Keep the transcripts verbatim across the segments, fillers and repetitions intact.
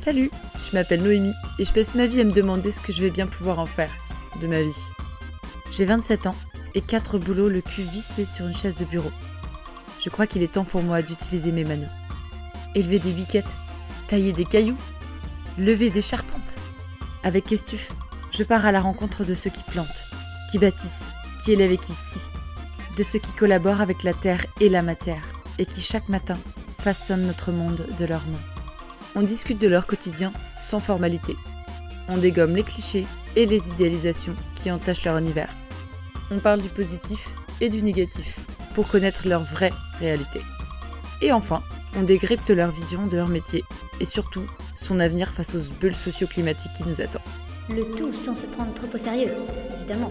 Salut, je m'appelle Noémie et je passe ma vie à me demander ce que je vais bien pouvoir en faire de ma vie. J'ai vingt-sept ans et quatre boulots le cul vissé sur une chaise de bureau. Je crois qu'il est temps pour moi d'utiliser mes manos. Élever des biquettes, tailler des cailloux, lever des charpentes. Avec Kestuf, je pars à la rencontre de ceux qui plantent, qui bâtissent, qui élèvent et qui scient, de ceux qui collaborent avec la terre et la matière et qui chaque matin façonnent notre monde de leurs mains. On discute de leur quotidien sans formalité. On dégomme les clichés et les idéalisations qui entachent leur univers. On parle du positif et du négatif pour connaître leur vraie réalité. Et enfin, on décrypte leur vision de leur métier et surtout son avenir face aux bulles socio-climatiques qui nous attendent. Le tout sans se prendre trop au sérieux, évidemment.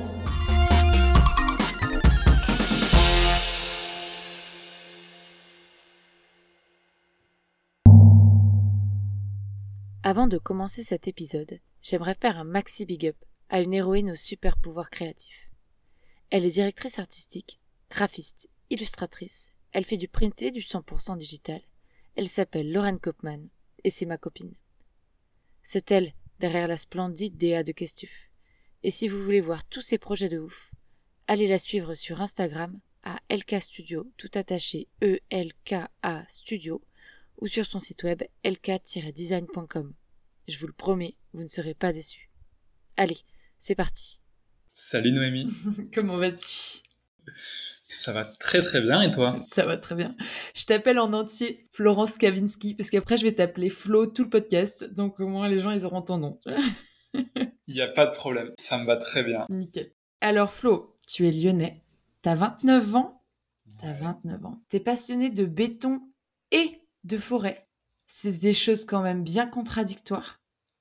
Avant de commencer cet épisode, j'aimerais faire un maxi big up à une héroïne aux super pouvoirs créatifs. Elle est directrice artistique, graphiste, illustratrice, elle fait du printé du cent pour cent digital. Elle s'appelle Lauren Kopman et c'est ma copine. C'est elle derrière la splendide D A de Kestuf. Et si vous voulez voir tous ses projets de ouf, allez la suivre sur Instagram à L K Studio, tout attaché E L K A Studio, ou sur son site web l k tiret design point com. Je vous le promets, vous ne serez pas déçus. Allez, c'est parti. Salut Noémie. Comment vas-tu ? Ça va très très bien et toi ? Ça va très bien. Je t'appelle en entier Florence Kavinsky, parce qu'après je vais t'appeler Flo tout le podcast, donc au moins les gens ils auront ton nom. Il n'y a pas de problème, ça me va très bien. Nickel. Alors Flo, tu es lyonnais, t'as vingt-neuf ans, t'as vingt-neuf ans, t'es passionné de béton et de forêt. C'est des choses quand même bien contradictoires.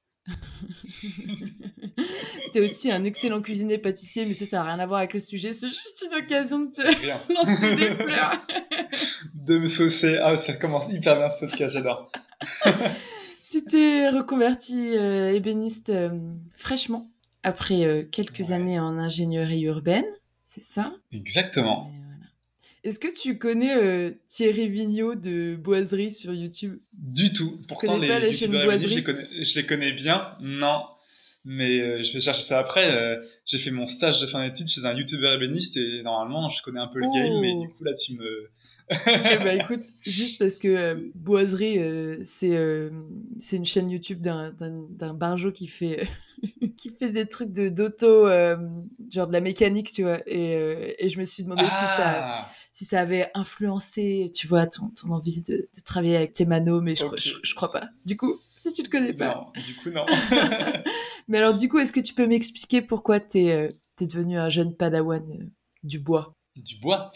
T'es aussi un excellent cuisinier pâtissier, mais ça, ça n'a rien à voir avec le sujet, c'est juste une occasion de te Rien. lancer des fleurs. De me saucer, ah ça commence hyper bien ce podcast, j'adore. Tu t'es reconverti euh, ébéniste euh, fraîchement, après euh, quelques Ouais. années en ingénierie urbaine, c'est ça ? Exactement. Et voilà. Est-ce que tu connais euh, Thierry Vigneault de Boiserie sur YouTube ? Du tout. Tu Pourtant connais pas les la chaîne youtubeurs Boiserie ? je les connais, je les connais bien, non. Mais euh, je vais chercher ça après. Euh, j'ai fait mon stage de fin d'études chez un youtubeur ébéniste et normalement je connais un peu le Oh. game, mais du coup là tu me... Eh ben écoute, juste parce que euh, Boiserie, euh, c'est euh, c'est une chaîne YouTube d'un d'un d'un barjo qui fait qui fait des trucs de d'auto, euh, genre de la mécanique, tu vois. Et euh, et je me suis demandé si ça Ah si ça avait influencé, tu vois, ton ton envie de de travailler avec tes manos, mais je Ok. je, je crois pas. Du coup, si tu le connais pas. Non, du coup non. Mais alors du coup, est-ce que tu peux m'expliquer pourquoi t'es euh, t'es devenu un jeune padawan euh, du bois ? Du bois.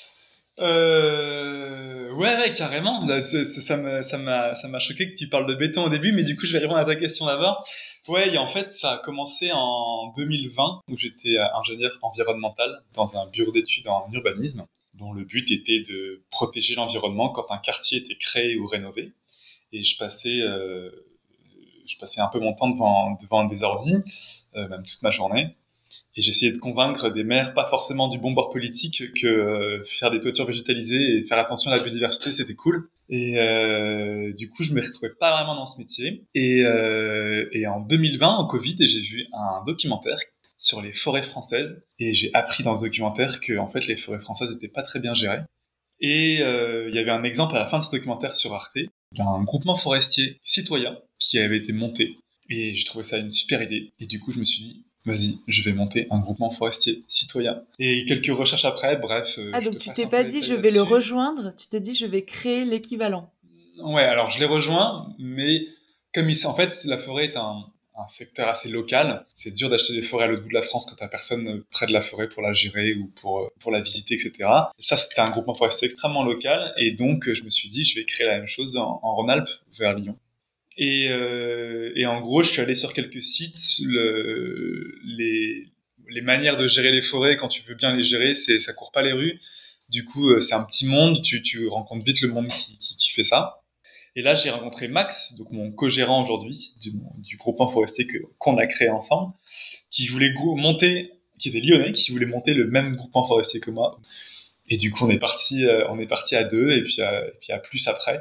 Euh... Ouais, ouais, carrément. Là, c'est- c'est- ça m'a, ça m'a, ça m'a choqué que tu parles de béton au début, mais du coup, je vais répondre à ta question d'abord. Ouais, et en fait, ça a commencé en deux mille vingt, où j'étais euh, ingénieur environnemental dans un bureau d'études en urbanisme, dont le but était de protéger l'environnement quand un quartier était créé ou rénové. Et je passais, euh, je passais un peu mon temps devant, devant des ordi, euh, même toute ma journée. Et j'essayais de convaincre des maires, pas forcément du bon bord politique, que euh, faire des toitures végétalisées et faire attention à la biodiversité, c'était cool. Et euh, du coup, je me retrouvais pas vraiment dans ce métier. Et, euh, et en deux mille vingt, en Covid, j'ai vu un documentaire sur les forêts françaises. Et j'ai appris dans ce documentaire que, en fait, les forêts françaises n'étaient pas très bien gérées. Et euh, il y avait un exemple à la fin de ce documentaire sur Arte, d'un groupement forestier citoyen qui avait été monté. Et j'ai trouvé ça une super idée. Et du coup, je me suis dit, vas-y, je vais monter un groupement forestier citoyen. Et quelques recherches après, bref... euh, Ah, je donc te tu passe t'es un peu pas les dit détails je vais le là-dessus. rejoindre, tu t'es dit je vais créer l'équivalent. Ouais, alors je l'ai rejoint, mais comme il, en fait, la forêt est un, un secteur assez local, c'est dur d'acheter des forêts à l'autre bout de la France quand t'as personne près de la forêt pour la gérer ou pour, pour la visiter, et cetera. Et ça, c'était un groupement forestier extrêmement local, et donc je me suis dit, je vais créer la même chose en, en Rhône-Alpes, vers Lyon. Et, euh, et en gros, je suis allé sur quelques sites. Le, les, les manières de gérer les forêts, quand tu veux bien les gérer, c'est, ça court pas les rues. Du coup, euh, c'est un petit monde. Tu, tu rencontres vite le monde qui, qui, qui fait ça. Et là, j'ai rencontré Max, donc mon co-gérant aujourd'hui du, du groupement forestier que, qu'on a créé ensemble, qui voulait gro- monter, qui était lyonnais, qui voulait monter le même groupement forestier que moi. Et du coup, on est parti, euh, on est parti à deux, et puis, à, et puis à plus après.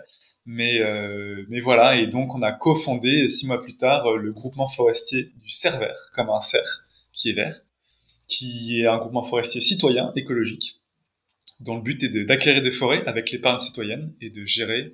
Mais, euh, mais voilà, et donc on a cofondé six mois plus tard le groupement forestier du cerf vert, comme un cerf qui est vert, qui est un groupement forestier citoyen, écologique, dont le but est de, d'acquérir des forêts avec l'épargne citoyenne et de gérer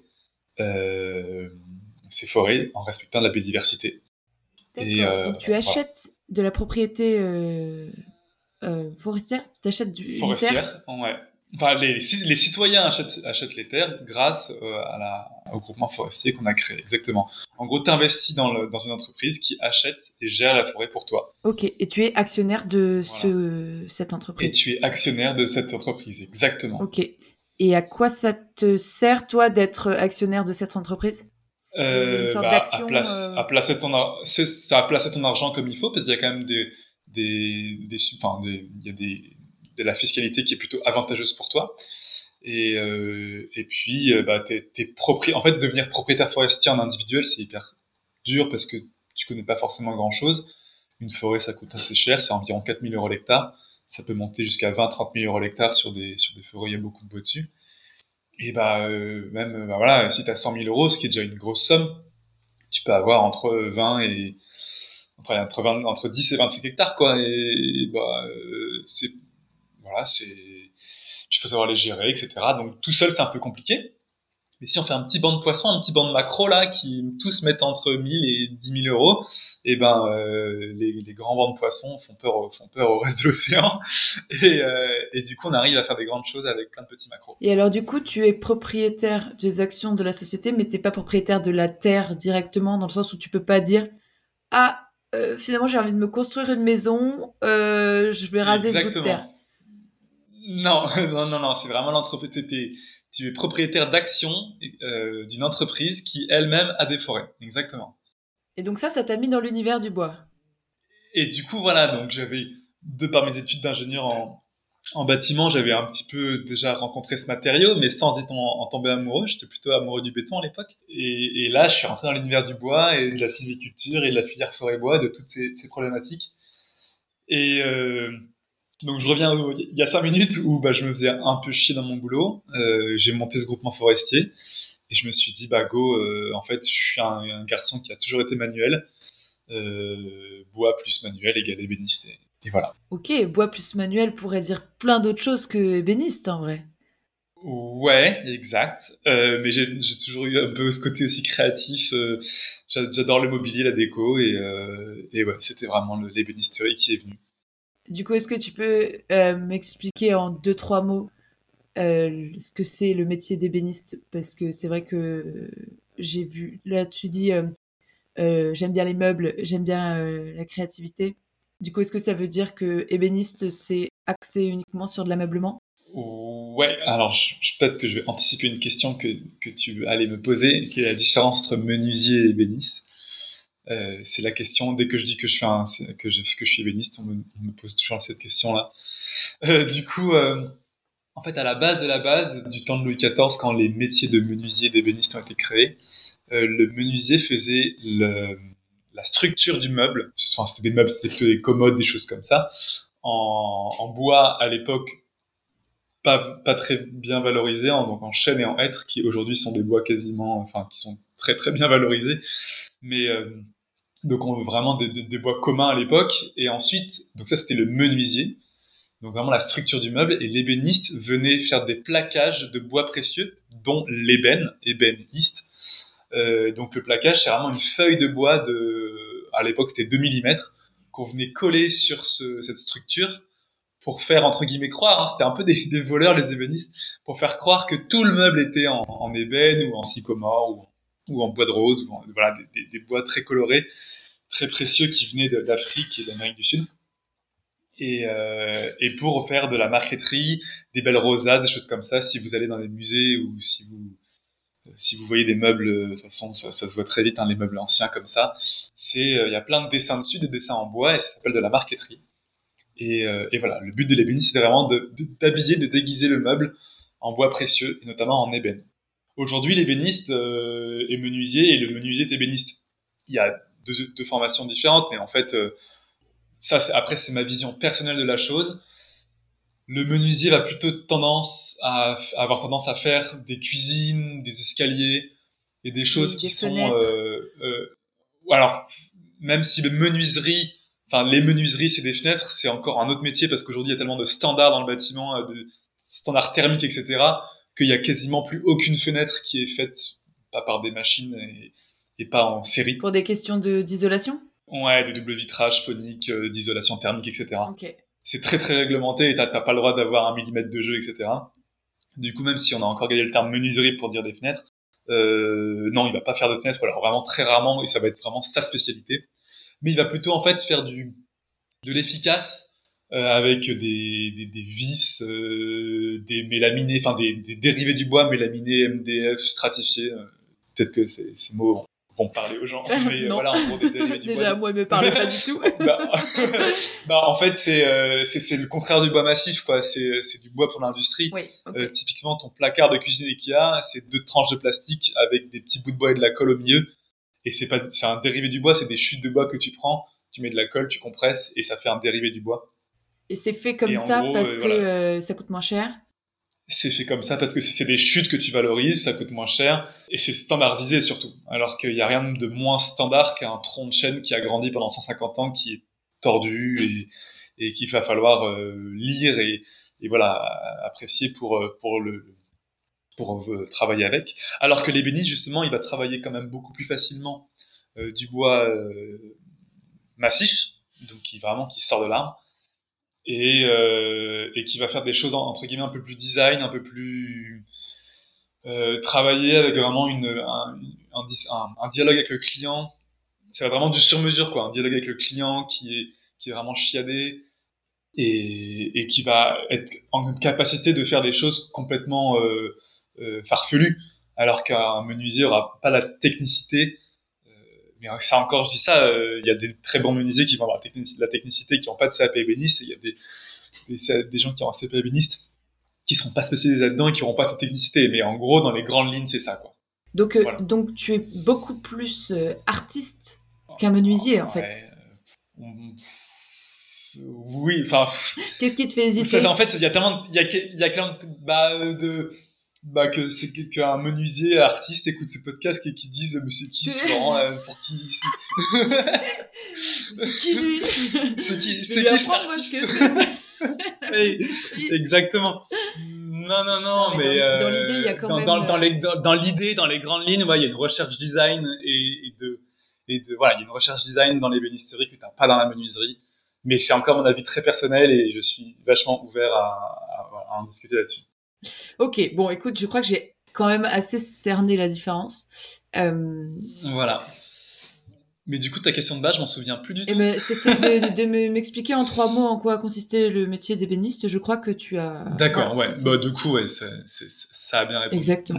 euh, ces forêts en respectant la biodiversité. D'accord, et, euh, donc tu achètes voilà. de la propriété euh, euh, forestière, tu achètes du, forestière, une terre ouais. Enfin, les, les citoyens achètent, achètent les terres grâce euh, à la, au groupement forestier qu'on a créé, exactement. En gros, tu investis dans, le, dans une entreprise qui achète et gère la forêt pour toi. Ok, et tu es actionnaire de voilà. ce, cette entreprise. Et tu es actionnaire de cette entreprise, exactement. Ok, et à quoi ça te sert, toi, d'être actionnaire de cette entreprise ? C'est euh, une sorte bah, d'action... À, place, euh... à placer ton ar- c'est, ça a placé ton argent comme il faut, parce qu'il y a quand même des... des, des, enfin, des il y a des, de la fiscalité qui est plutôt avantageuse pour toi. Et, euh, et puis, euh, bah, t'es, t'es propri... en fait, devenir propriétaire forestier en individuel, c'est hyper dur parce que tu connais pas forcément grand-chose. Une forêt, ça coûte assez cher, c'est environ quatre mille euros l'hectare. Ça peut monter jusqu'à vingt à trente mille euros l'hectare sur des, sur des forêts, il y a beaucoup de bois dessus. Et bah, euh, même, bah, voilà, si t'as cent mille euros, ce qui est déjà une grosse somme, tu peux avoir entre vingt et, entre, entre, vingt, entre dix et vingt-cinq hectares, quoi. Et, et bah, euh, c'est, voilà, c'est, il faut savoir les gérer, et cetera. Donc tout seul, c'est un peu compliqué. Mais si on fait un petit banc de poissons, un petit banc de maquereaux, là, qui tous mettent entre mille et dix mille euros, et ben, euh, les, les grands bancs de poissons font peur, font peur au reste de l'océan. Et, euh, et du coup, on arrive à faire des grandes choses avec plein de petits maquereaux. Et alors, du coup, tu es propriétaire des actions de la société, mais t'es pas propriétaire de la terre directement, dans le sens où tu peux pas dire, ah, euh, finalement, j'ai envie de me construire une maison, euh, je vais raser Exactement. ce bout de terre. Non, non, non, non, c'est vraiment l'entreprise. T'es, tu es propriétaire d'actions euh, d'une entreprise qui elle-même a des forêts. Exactement. Et donc ça, ça t'a mis dans l'univers du bois. Et du coup, voilà, donc j'avais, de par mes études d'ingénieur en, en bâtiment, j'avais un petit peu déjà rencontré ce matériau, mais sans y en, en tomber amoureux. J'étais plutôt amoureux du béton à l'époque. Et, et là, je suis rentré dans l'univers du bois et de la sylviculture et de la filière forêt-bois, de toutes ces, ces problématiques. Et... Euh, Donc je reviens au, il y a cinq minutes où bah, je me faisais un peu chier dans mon boulot. Euh, j'ai monté ce groupement forestier et je me suis dit bah go, euh, en fait je suis un, un garçon qui a toujours été manuel. Euh, bois plus manuel égale ébéniste et, et voilà. Ok, bois plus manuel pourrait dire plein d'autres choses que ébéniste en vrai. Ouais, exact. Euh, mais j'ai, j'ai toujours eu un peu ce côté aussi créatif. Euh, j'adore le mobilier, la déco et, euh, et ouais, c'était vraiment le, l'ébénisterie qui est venu. Du coup, est-ce que tu peux euh, m'expliquer en deux, trois mots euh, ce que c'est le métier d'ébéniste ? Parce que c'est vrai que j'ai vu... Là, tu dis, euh, euh, j'aime bien les meubles, j'aime bien euh, la créativité. Du coup, est-ce que ça veut dire que ébéniste, c'est axé uniquement sur de l'ameublement ? Ouais, alors je, je, peut-être que je vais anticiper une question que, que tu allais me poser, qui est la différence entre menuisier et ébéniste. Euh, c'est la question, dès que je dis que je suis, un, que je, que je suis ébéniste, on me, on me pose toujours cette question-là. Euh, du coup, euh, en fait, à la base de la base, du temps de Louis quatorze, quand les métiers de menuisier et d'ébéniste ont été créés, euh, le menuisier faisait le, la structure du meuble. Enfin, c'était des meubles, c'était plutôt des commodes, des choses comme ça. En, en bois, à l'époque, pas, pas très bien valorisés, hein, donc en chêne et en hêtre, qui aujourd'hui sont des bois quasiment, enfin, qui sont très très bien valorisés. Mais... Euh, donc on veut vraiment des, des, des bois communs à l'époque, et ensuite, donc ça c'était le menuisier, donc vraiment la structure du meuble, et l'ébéniste venait faire des plaquages de bois précieux, dont l'ébène, ébéniste. Euh, donc le plaquage, c'est vraiment une feuille de bois de, à l'époque c'était deux millimètres, qu'on venait coller sur ce, cette structure pour faire entre guillemets croire, hein, c'était un peu des, des voleurs les ébénistes, pour faire croire que tout le meuble était en, en ébène ou en sycomore ou, ou en bois de rose, ou en, voilà, des, des, des bois très colorés, très précieux qui venaient d'Afrique et d'Amérique du Sud. Et, euh, et pour faire de la marqueterie, des belles rosaces, des choses comme ça, si vous allez dans des musées ou si vous, si vous voyez des meubles, de toute façon ça, ça se voit très vite, hein, les meubles anciens comme ça, c'est, il euh, y a plein de dessins dessus, de dessins en bois, et ça s'appelle de la marqueterie. Et, euh, et voilà, le but de l'ébéniste, c'était vraiment de, de, d'habiller, de déguiser le meuble en bois précieux, et notamment en ébène. Aujourd'hui, l'ébéniste euh, est menuisier, et le menuisier est ébéniste. Il y a deux, deux formations différentes, mais en fait, euh, ça, c'est, après, c'est ma vision personnelle de la chose. Le menuisier va plutôt tendance à, à avoir tendance à faire des cuisines, des escaliers, et des choses oui, qui des sont fenêtres. euh, euh, alors même si le menuiserie, enfin les menuiseries c'est des fenêtres, c'est encore un autre métier parce qu'aujourd'hui il y a tellement de standards dans le bâtiment, euh, de standards thermiques, et cetera, qu'il y a quasiment plus aucune fenêtre qui est faite pas par des machines et, et pas en série. Pour des questions de, d'isolation? Ouais, de double vitrage phonique, euh, d'isolation thermique, et cetera. Ok. C'est très très réglementé et t'as, t'as pas le droit d'avoir un millimètre de jeu, et cetera. Du coup, même si on a encore gagné le terme menuiserie pour dire des fenêtres, euh, non, il va pas faire de fenêtres, voilà, vraiment très rarement, et ça va être vraiment sa spécialité. Mais il va plutôt en fait faire du de l'efficace euh, avec des, des, des vis, euh, des mélaminés, enfin des, des dérivés du bois mélaminés, M D F, stratifiés. Euh, peut-être que ces, ces mots vont parler aux gens, mais euh, Non. voilà, en gros des dérivés du Déjà, bois. moi, il me parlait pas du tout. bah, bah, en fait, c'est, euh, c'est c'est le contraire du bois massif, quoi. C'est c'est du bois pour l'industrie. Oui, ok. Euh, typiquement, ton placard de cuisine Ikea, c'est deux tranches de plastique avec des petits bouts de bois et de la colle au milieu. Et c'est pas, c'est un dérivé du bois, c'est des chutes de bois que tu prends, tu mets de la colle, tu compresses et ça fait un dérivé du bois. Et c'est fait comme Et en ça gros, parce euh, que voilà. euh, ça coûte moins cher? C'est fait comme ça parce que c'est des chutes que tu valorises, ça coûte moins cher et c'est standardisé surtout. Alors qu'il y a rien de moins standard qu'un tronc de chêne qui a grandi pendant cent cinquante ans, qui est tordu et, et qu'il va falloir euh, lire et, et voilà apprécier pour pour le pour euh, travailler avec. Alors que l'ébéniste justement, il va travailler quand même beaucoup plus facilement euh, du bois euh, massif, donc qui vraiment qui sort de l'arbre. Et, euh, et qui va faire des choses entre guillemets un peu plus design, un peu plus euh, travailler avec vraiment une, un, un, un, un dialogue avec le client. C'est vraiment du sur-mesure, quoi, un dialogue avec le client qui est, qui est vraiment chiadé et, et qui va être en capacité de faire des choses complètement euh, euh, farfelues, alors qu'un menuisier n'aura pas la technicité. Mais ça encore, je dis ça, il euh, y a des très bons menuisiers qui vont avoir la, technici- la technicité, qui n'ont pas de C A P ébéniste, et il y a des, des, des gens qui ont un C A P ébéniste qui ne seront pas spécialisés là-dedans et qui n'auront pas cette technicité. Mais en gros, dans les grandes lignes, c'est ça, quoi. Donc, euh, Voilà. donc tu es beaucoup plus euh, artiste qu'un menuisier, en Ouais, fait. euh, oui, enfin... Qu'est-ce qui te fait hésiter? Ça, en fait, il y a tellement... Il y a, il y a quand même bah, de... Bah, que c'est qu'un menuisier artiste écoute ce podcast et qui disent mais c'est qui ce Laurent là, pour qui c'est qui lui c'est qui, je vais lui apprendre moi ce que c'est ça. Exactement. Non non non, non mais, mais dans, euh, dans l'idée il y a quand dans, même dans, dans, euh... les, dans, dans l'idée dans les grandes lignes ouais, il y a une recherche design et, et de et de voilà il y a une recherche design dans l'ébénisterie que t'as pas dans la menuiserie, mais c'est encore mon avis très personnel et je suis vachement ouvert à, à, à en discuter là-dessus. Ok, bon, écoute, je crois que j'ai quand même assez cerné la différence. Euh... Voilà. Mais du coup, ta question de base, je m'en souviens plus du tout. Eh ben, c'était de, de me, m'expliquer en trois mots en quoi consistait le métier d'ébéniste. Je crois que tu as... D'accord, voilà, ouais. Bah, du coup, ouais, c'est, c'est, ça a bien répondu. Exactement.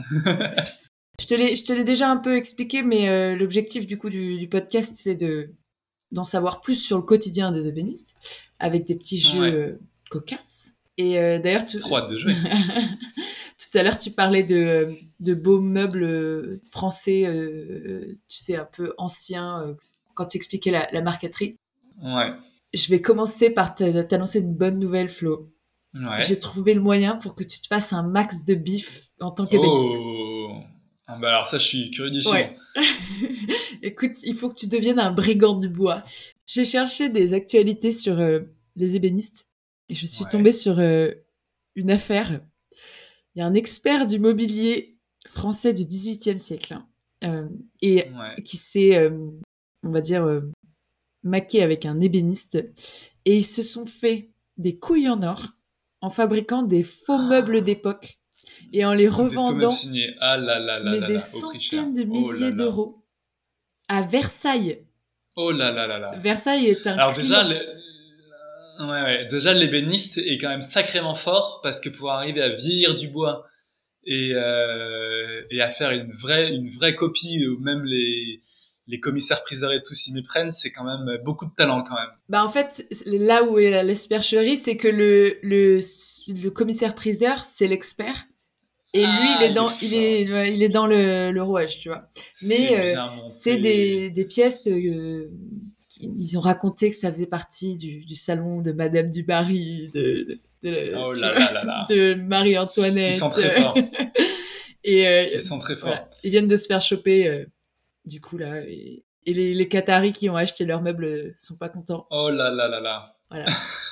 je, te l'ai, je te l'ai déjà un peu expliqué, mais euh, l'objectif du coup du, du podcast, c'est de, d'en savoir plus sur le quotidien des ébénistes, avec des petits jeux ouais. euh, cocasses. Et euh, d'ailleurs, tu... Trop hâte de jouer. Tout à l'heure, tu parlais de, de beaux meubles français, euh, tu sais, un peu anciens, euh, quand tu expliquais la, la marqueterie. Ouais. Je vais commencer par t'annoncer une bonne nouvelle, Flo. Ouais. J'ai trouvé le moyen pour que tu te fasses un max de bif en tant qu'ébéniste. Oh ah bah alors ça, je suis curieux du ouais. Écoute, il faut que tu deviennes un brigand du bois. J'ai cherché des actualités sur euh, les ébénistes et je suis ouais. tombée sur euh, une affaire. Il y a un expert du mobilier français du dix-huitième siècle hein, euh, et ouais. qui s'est, euh, on va dire, euh, maqué avec un ébéniste et ils se sont fait des couilles en or en fabriquant des faux meubles d'époque et en les revendant ah là là là mais là des là, centaines de milliers oh là là. d'euros à Versailles. Oh là là là là. Versailles est un Alors client. déjà, le... ouais, ouais. déjà l'ébéniste est quand même sacrément fort parce que pour arriver à vieillir du bois et, euh, et à faire une vraie, une vraie copie où même les, les commissaires-priseurs et tout s'y méprennent, c'est quand même beaucoup de talent quand même. Bah en fait, là où est la supercherie, c'est que le, le, le commissaire-priseur, c'est l'expert. Et lui, ah, il est dans, il est, il est, il est dans le, le rouage, tu vois. Mais euh, c'est des, des pièces. Euh, qui, ils ont raconté que ça faisait partie du, du salon de Madame du Barry, de, de, de, oh tu là vois, là là là. de Marie-Antoinette. Ils sont très forts. Et euh, Ils sont très forts. Voilà. Ils viennent de se faire choper, euh, du coup, là. Et, et les, les Qataris qui ont acheté leurs meubles euh, sont pas contents. Oh là là là là. Voilà.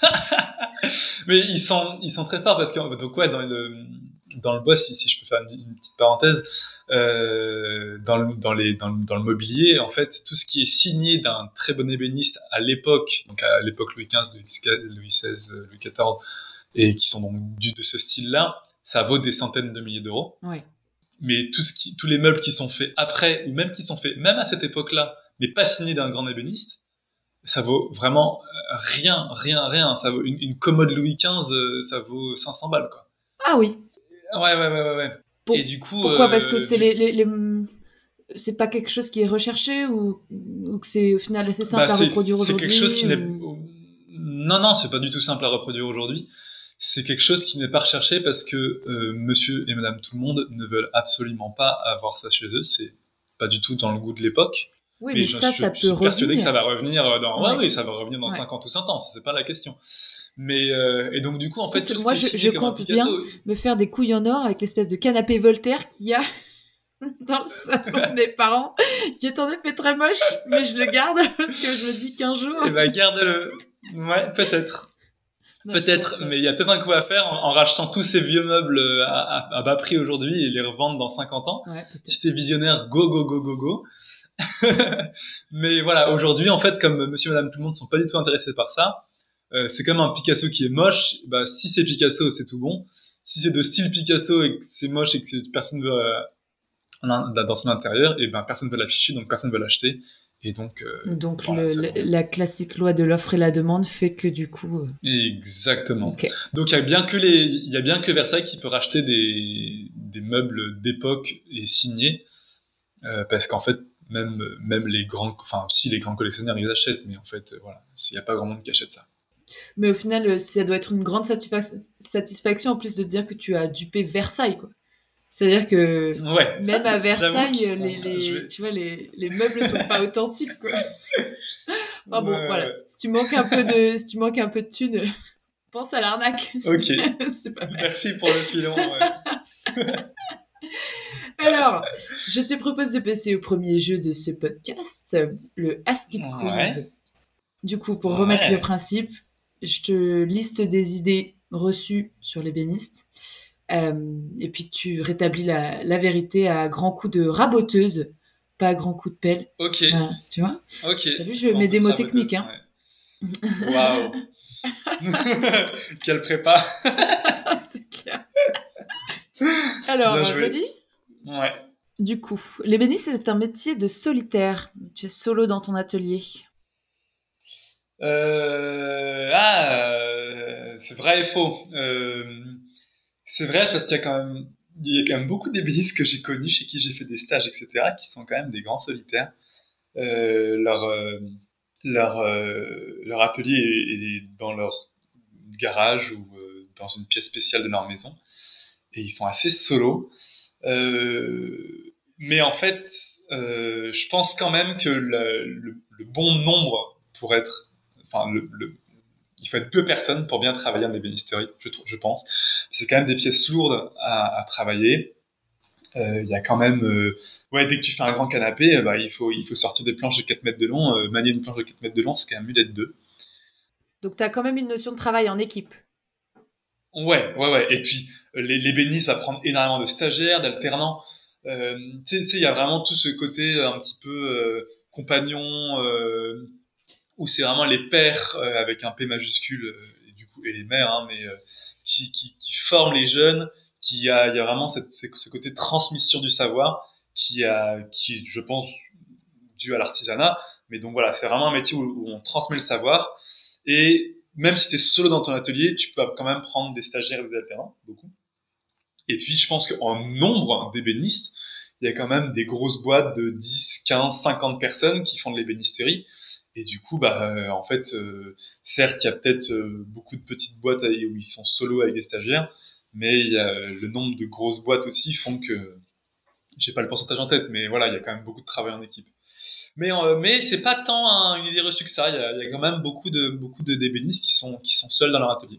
Mais ils sont, ils sont très forts parce que, donc ouais, dans le, dans le boss, si, si je peux faire une, une petite parenthèse, euh, dans, le, dans, les, dans, le, dans le mobilier, en fait, tout ce qui est signé d'un très bon ébéniste à l'époque, donc à l'époque Louis quinze, Louis seize, Louis quatorze, et qui sont donc du, de ce style-là, ça vaut des centaines de milliers d'euros. Ouais. Mais tout ce qui, tous les meubles qui sont faits après, ou même qui sont faits même à cette époque-là, mais pas signés d'un grand ébéniste, ça vaut vraiment rien, rien, rien. Ça vaut une, une commode Louis quinze, euh, ça vaut cinq cents balles, quoi. Ah oui. Ouais, ouais, ouais, ouais. ouais. Pour, Et du coup, pourquoi euh, Parce que c'est du... les, les, les... c'est pas quelque chose qui est recherché ou, ou que c'est au final assez simple bah, à c'est, reproduire c'est aujourd'hui quelque chose qui ou... n'est... Non, non, c'est pas du tout simple à reproduire aujourd'hui. C'est quelque chose qui n'est pas recherché parce que euh, monsieur et madame tout le monde ne veulent absolument pas avoir ça chez eux. C'est pas du tout dans le goût de l'époque. Oui, mais, mais je, ça, je, ça je peut suis revenir. persuadé que ça va revenir dans... Ouais, ouais, oui, ça va revenir dans ouais. cinquante ou cent ans, ça, c'est pas la question. Mais, euh, et donc, du coup, en Écoute, fait, tout moi, ce qui je, est je comme compte Picasso... bien me faire des couilles en or avec l'espèce de canapé Voltaire qu'il y a dans le salon de mes parents, qui est en effet très moche, mais je le garde parce que je me dis qu'un jour... Eh ben, garde-le. Ouais, peut-être. Non, Peut-être, mais il y a peut-être un coup à faire en, en rachetant tous ces vieux meubles à, à, à bas prix aujourd'hui et les revendre dans cinquante ans. Ouais, si t'es visionnaire, go, go, go, go, go. Mais voilà, aujourd'hui, en fait, comme monsieur et madame tout le monde sont pas du tout intéressés par ça, euh, c'est comme un Picasso qui est moche. Bah, si c'est Picasso, c'est tout bon. Si c'est de style Picasso et que c'est moche et que personne veut euh, dans son intérieur, et ben personne veut l'afficher, donc personne veut l'acheter. Et donc, euh, donc voilà, le, le, la classique loi de l'offre et la demande fait que du coup... Euh... Exactement. Okay. Donc il y a bien que les, il y a bien que Versailles qui peut racheter des, des meubles d'époque et signés, euh, parce qu'en fait même même les grands, enfin si les grands collectionneurs ils achètent, mais en fait euh, voilà, il y a pas grand monde qui achète ça. Mais au final, ça doit être une grande satisfa- satisfaction en plus de dire que tu as dupé Versailles, quoi. C'est-à-dire que ouais, même ça, à Versailles, sont, les, les, vais... tu vois, les, les meubles sont pas authentiques, quoi. Enfin bon, ouais, voilà. ouais. Si tu manques un peu de, si tu manques un peu de thunes, pense à l'arnaque. Ok. C'est pas mal. Merci pour le filon. Ouais. Alors, je te propose de passer au premier jeu de ce podcast, le Ask It Quiz. Ouais. Du coup, pour ouais. remettre le principe, je te liste des idées reçues sur l'ébéniste. Euh, et puis tu rétablis la, la vérité à grands coups de raboteuse, pas à grands coups de pelle. Ok. Voilà, tu vois. Ok. T'as vu, je mets des mots techniques. Hein. Waouh. Quelle prépa. C'est clair. Alors, je dis. Ouais. Du coup, l'ébéniste c'est un métier de solitaire. Tu es solo dans ton atelier. Euh... Ah, euh... c'est vrai et faux. Euh... C'est vrai parce qu'il y a quand même, il y a quand même beaucoup d'ébénistes que j'ai connus, chez qui j'ai fait des stages, et cetera, qui sont quand même des grands solitaires. Euh, leur, euh, leur, euh, leur atelier est, est dans leur garage ou euh, dans une pièce spéciale de leur maison. Et ils sont assez solos. Euh, mais en fait, euh, je pense quand même que le, le, le bon nombre pour être... Enfin, le, le il faut être deux personnes pour bien travailler en ébénisterie, je, je pense. C'est quand même des pièces lourdes à, à travailler. Il euh, y a quand même... Euh, ouais, dès que tu fais un grand canapé, bah, il, faut, il faut sortir des planches de quatre mètres de long. Euh, manier une planche de quatre mètres de long, c'est quand même mieux d'être deux. Donc, tu as quand même une notion de travail en équipe. Ouais, ouais, ouais. Et puis, les, l'ébéniste va prendre énormément de stagiaires, d'alternants. Euh, tu sais, il y a vraiment tout ce côté un petit peu euh, compagnon... Euh, où c'est vraiment les pères euh, avec un P majuscule euh, et du coup et les mères, hein, mais euh, qui, qui, qui forment les jeunes, qui a il y a vraiment cette, ce côté de transmission du savoir qui a qui je pense dû à l'artisanat, mais donc voilà, c'est vraiment un métier où, où on transmet le savoir et même si tu es solo dans ton atelier, tu peux quand même prendre des stagiaires et des alternants, beaucoup. Et puis je pense qu'en nombre d'ébénistes, il y a quand même des grosses boîtes de dix, quinze, cinquante personnes qui font de l'ébénisterie. Et du coup, bah, euh, en fait, euh, certes, il y a peut-être euh, beaucoup de petites boîtes où ils sont solo avec des stagiaires, mais il y a le nombre de grosses boîtes aussi font que, j'ai pas le pourcentage en tête, mais voilà, il y a quand même beaucoup de travail en équipe. Mais euh, mais c'est pas tant hein, une idée reçue que ça. Il y a, il y a quand même beaucoup de beaucoup de d'ébénistes qui sont qui sont seuls dans leur atelier.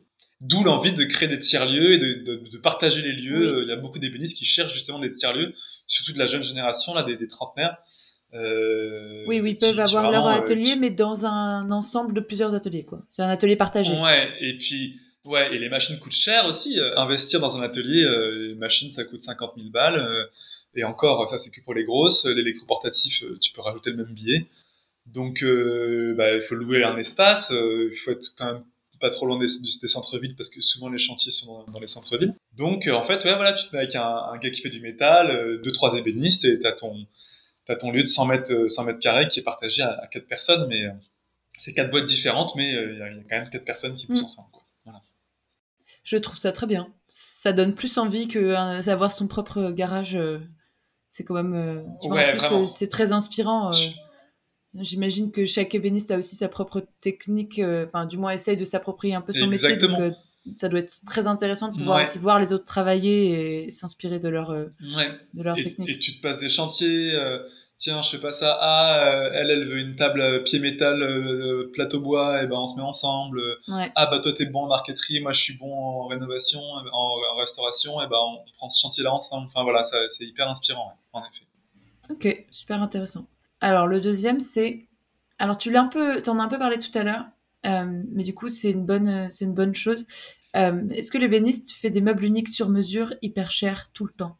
D'où l'envie de créer des tiers-lieux et de, de, de partager les lieux. Oui. Il y a beaucoup d'ébénistes qui cherchent justement des tiers-lieux, surtout de la jeune génération, là, des, des trentenaires. Euh, Oui, oui, ils qui, peuvent qui avoir leur vraiment, euh, atelier, qui- mais dans un ensemble de plusieurs ateliers, quoi. C'est un atelier partagé. Ouais, et puis, ouais, et les machines coûtent cher aussi. Euh, investir dans un atelier, euh, les machines, ça coûte cinquante mille balles. Euh, et encore, ça, c'est que pour les grosses. L'électroportatif, euh, tu peux rajouter le même billet. Donc, euh, bah, il faut louer un espace. euh, Il faut être quand même pas trop loin des, des centres-villes parce que souvent les chantiers sont dans, dans les centres-villes. Donc, euh, en fait, ouais, voilà, tu te mets avec un, un gars qui fait du métal, euh, deux, trois ébénistes et t'as ton, t'as ton lieu de cent mètres, euh, cent mètres carrés qui est partagé à, à quatre personnes, mais euh, c'est quatre boîtes différentes, mais euh, il y, a- y a quand même quatre personnes qui bossent Mm. ensemble, quoi. Voilà. Je trouve ça très bien. Ça donne plus envie que euh, d'avoir son propre garage. euh, c'est quand même. euh, tu vois, en Ouais, plus, euh, vraiment. c'est très inspirant. euh. Je- J'imagine que chaque ébéniste a aussi sa propre technique, euh, enfin, du moins, essaye de s'approprier un peu son métier. Donc, Exactement. euh, ça doit être très intéressant de pouvoir Ouais, aussi voir les autres travailler et s'inspirer de leur, euh, ouais. de leur Et, et technique. tu te passes des chantiers. euh, tiens, je fais pas ça. Ah, euh, elle, elle veut une table euh, pied métal, euh, plateau bois. Et ben, on se met ensemble. Euh, Ouais. Ah, bah toi, t'es bon en marqueterie. Moi, je suis bon en rénovation, en, en restauration. Et ben, on, on prend ce chantier-là ensemble. Enfin, voilà, ça, c'est hyper inspirant, ouais, en effet. Ok, super intéressant. Alors, le deuxième, c'est. Alors, tu l'as un peu, t'en as un peu parlé tout à l'heure, euh, mais du coup, c'est une bonne, euh, c'est une bonne chose. Euh, est-ce que l'ébéniste fait des meubles uniques sur mesure, hyper chers, tout le temps?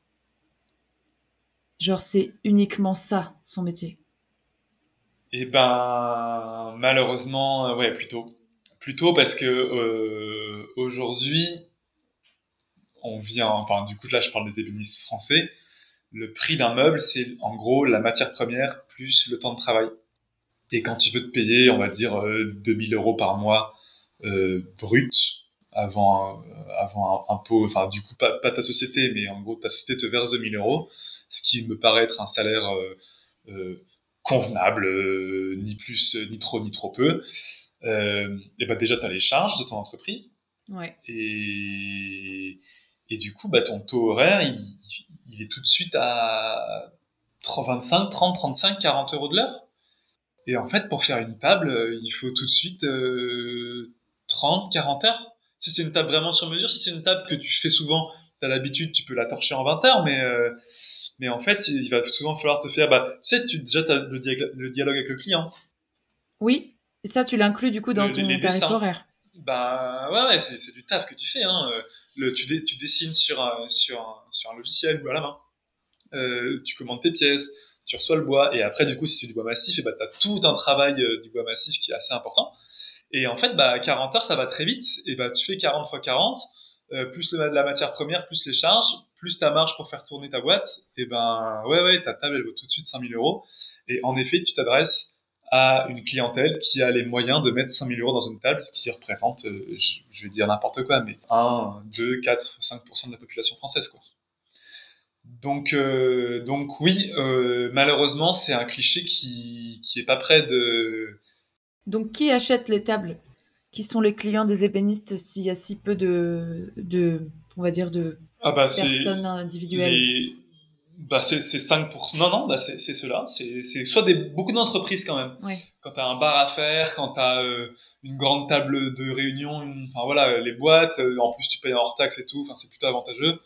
Genre, c'est uniquement ça, son métier. Et ben, malheureusement, euh, ouais, plutôt. Plutôt parce que euh, aujourd'hui, on vient, enfin, du coup, là, je parle des ébénistes français. Le prix d'un meuble, c'est en gros la matière première plus le temps de travail. Et quand tu veux te payer, on va dire, euh, deux mille euros par mois euh, brut, avant, euh, avant un impôt, enfin, du coup, pas, pas ta société, mais en gros, ta société te verse deux mille euros, ce qui me paraît être un salaire euh, euh, convenable, euh, ni plus, ni trop, ni trop peu. Euh, et ben déjà, tu as les charges de ton entreprise. Ouais. Et, et du coup, bah, ton taux horaire, il, il est tout de suite à vingt-cinq, trente, trente-cinq, quarante euros de l'heure. Et en fait, pour faire une table, euh, il faut tout de suite euh, trente, quarante heures. Si c'est une table vraiment sur mesure, si c'est une table que tu fais souvent, tu as l'habitude, tu peux la torcher en vingt heures, mais, euh, mais en fait, il va souvent falloir te faire... Bah, tu sais, tu, déjà, tu as le, dia- le dialogue avec le client, Oui, et ça, tu l'inclus du coup dans le- les, ton les tarif dessins. horaire. Bah ouais, ouais, c'est, c'est du taf que tu fais. Hein. Euh, Le, tu, dé- tu dessines sur un, sur, un, sur un logiciel ou à la main. Euh, tu commandes tes pièces, tu reçois le bois, et après, du coup, si c'est du bois massif, et bah, tu as tout un travail euh, du bois massif qui est assez important. Et en fait, bah, quarante heures, ça va très vite, et bah, tu fais quarante fois quarante, euh, plus le, la matière première, plus les charges, plus ta marge pour faire tourner ta boîte, et ben ouais, ouais, ta table, elle vaut tout de suite cinq mille euros. Et en effet, tu t'adresses à une clientèle qui a les moyens de mettre cinq mille euros dans une table, ce qui représente, euh, je, je vais dire n'importe quoi, mais un, deux, quatre, cinq pour cent de la population française, quoi. Donc, euh, donc oui, euh, malheureusement, c'est un cliché qui, qui est pas près de... Donc, qui achète les tables? Qui sont les clients des ébénistes s'il y a si peu de, de, on va dire, de Ah bah c'est personnes individuelles? les... Bah c'est c'est cinq pour cent. Non, non, bah c'est c'est ceux-là. C'est c'est soit des, beaucoup d'entreprises quand même. Ouais. Quand t'as un bar à faire, quand t'as euh, une grande table de réunion, une- enfin voilà, les boîtes, euh, en plus tu payes en hors taxe et tout, enfin c'est plutôt avantageux.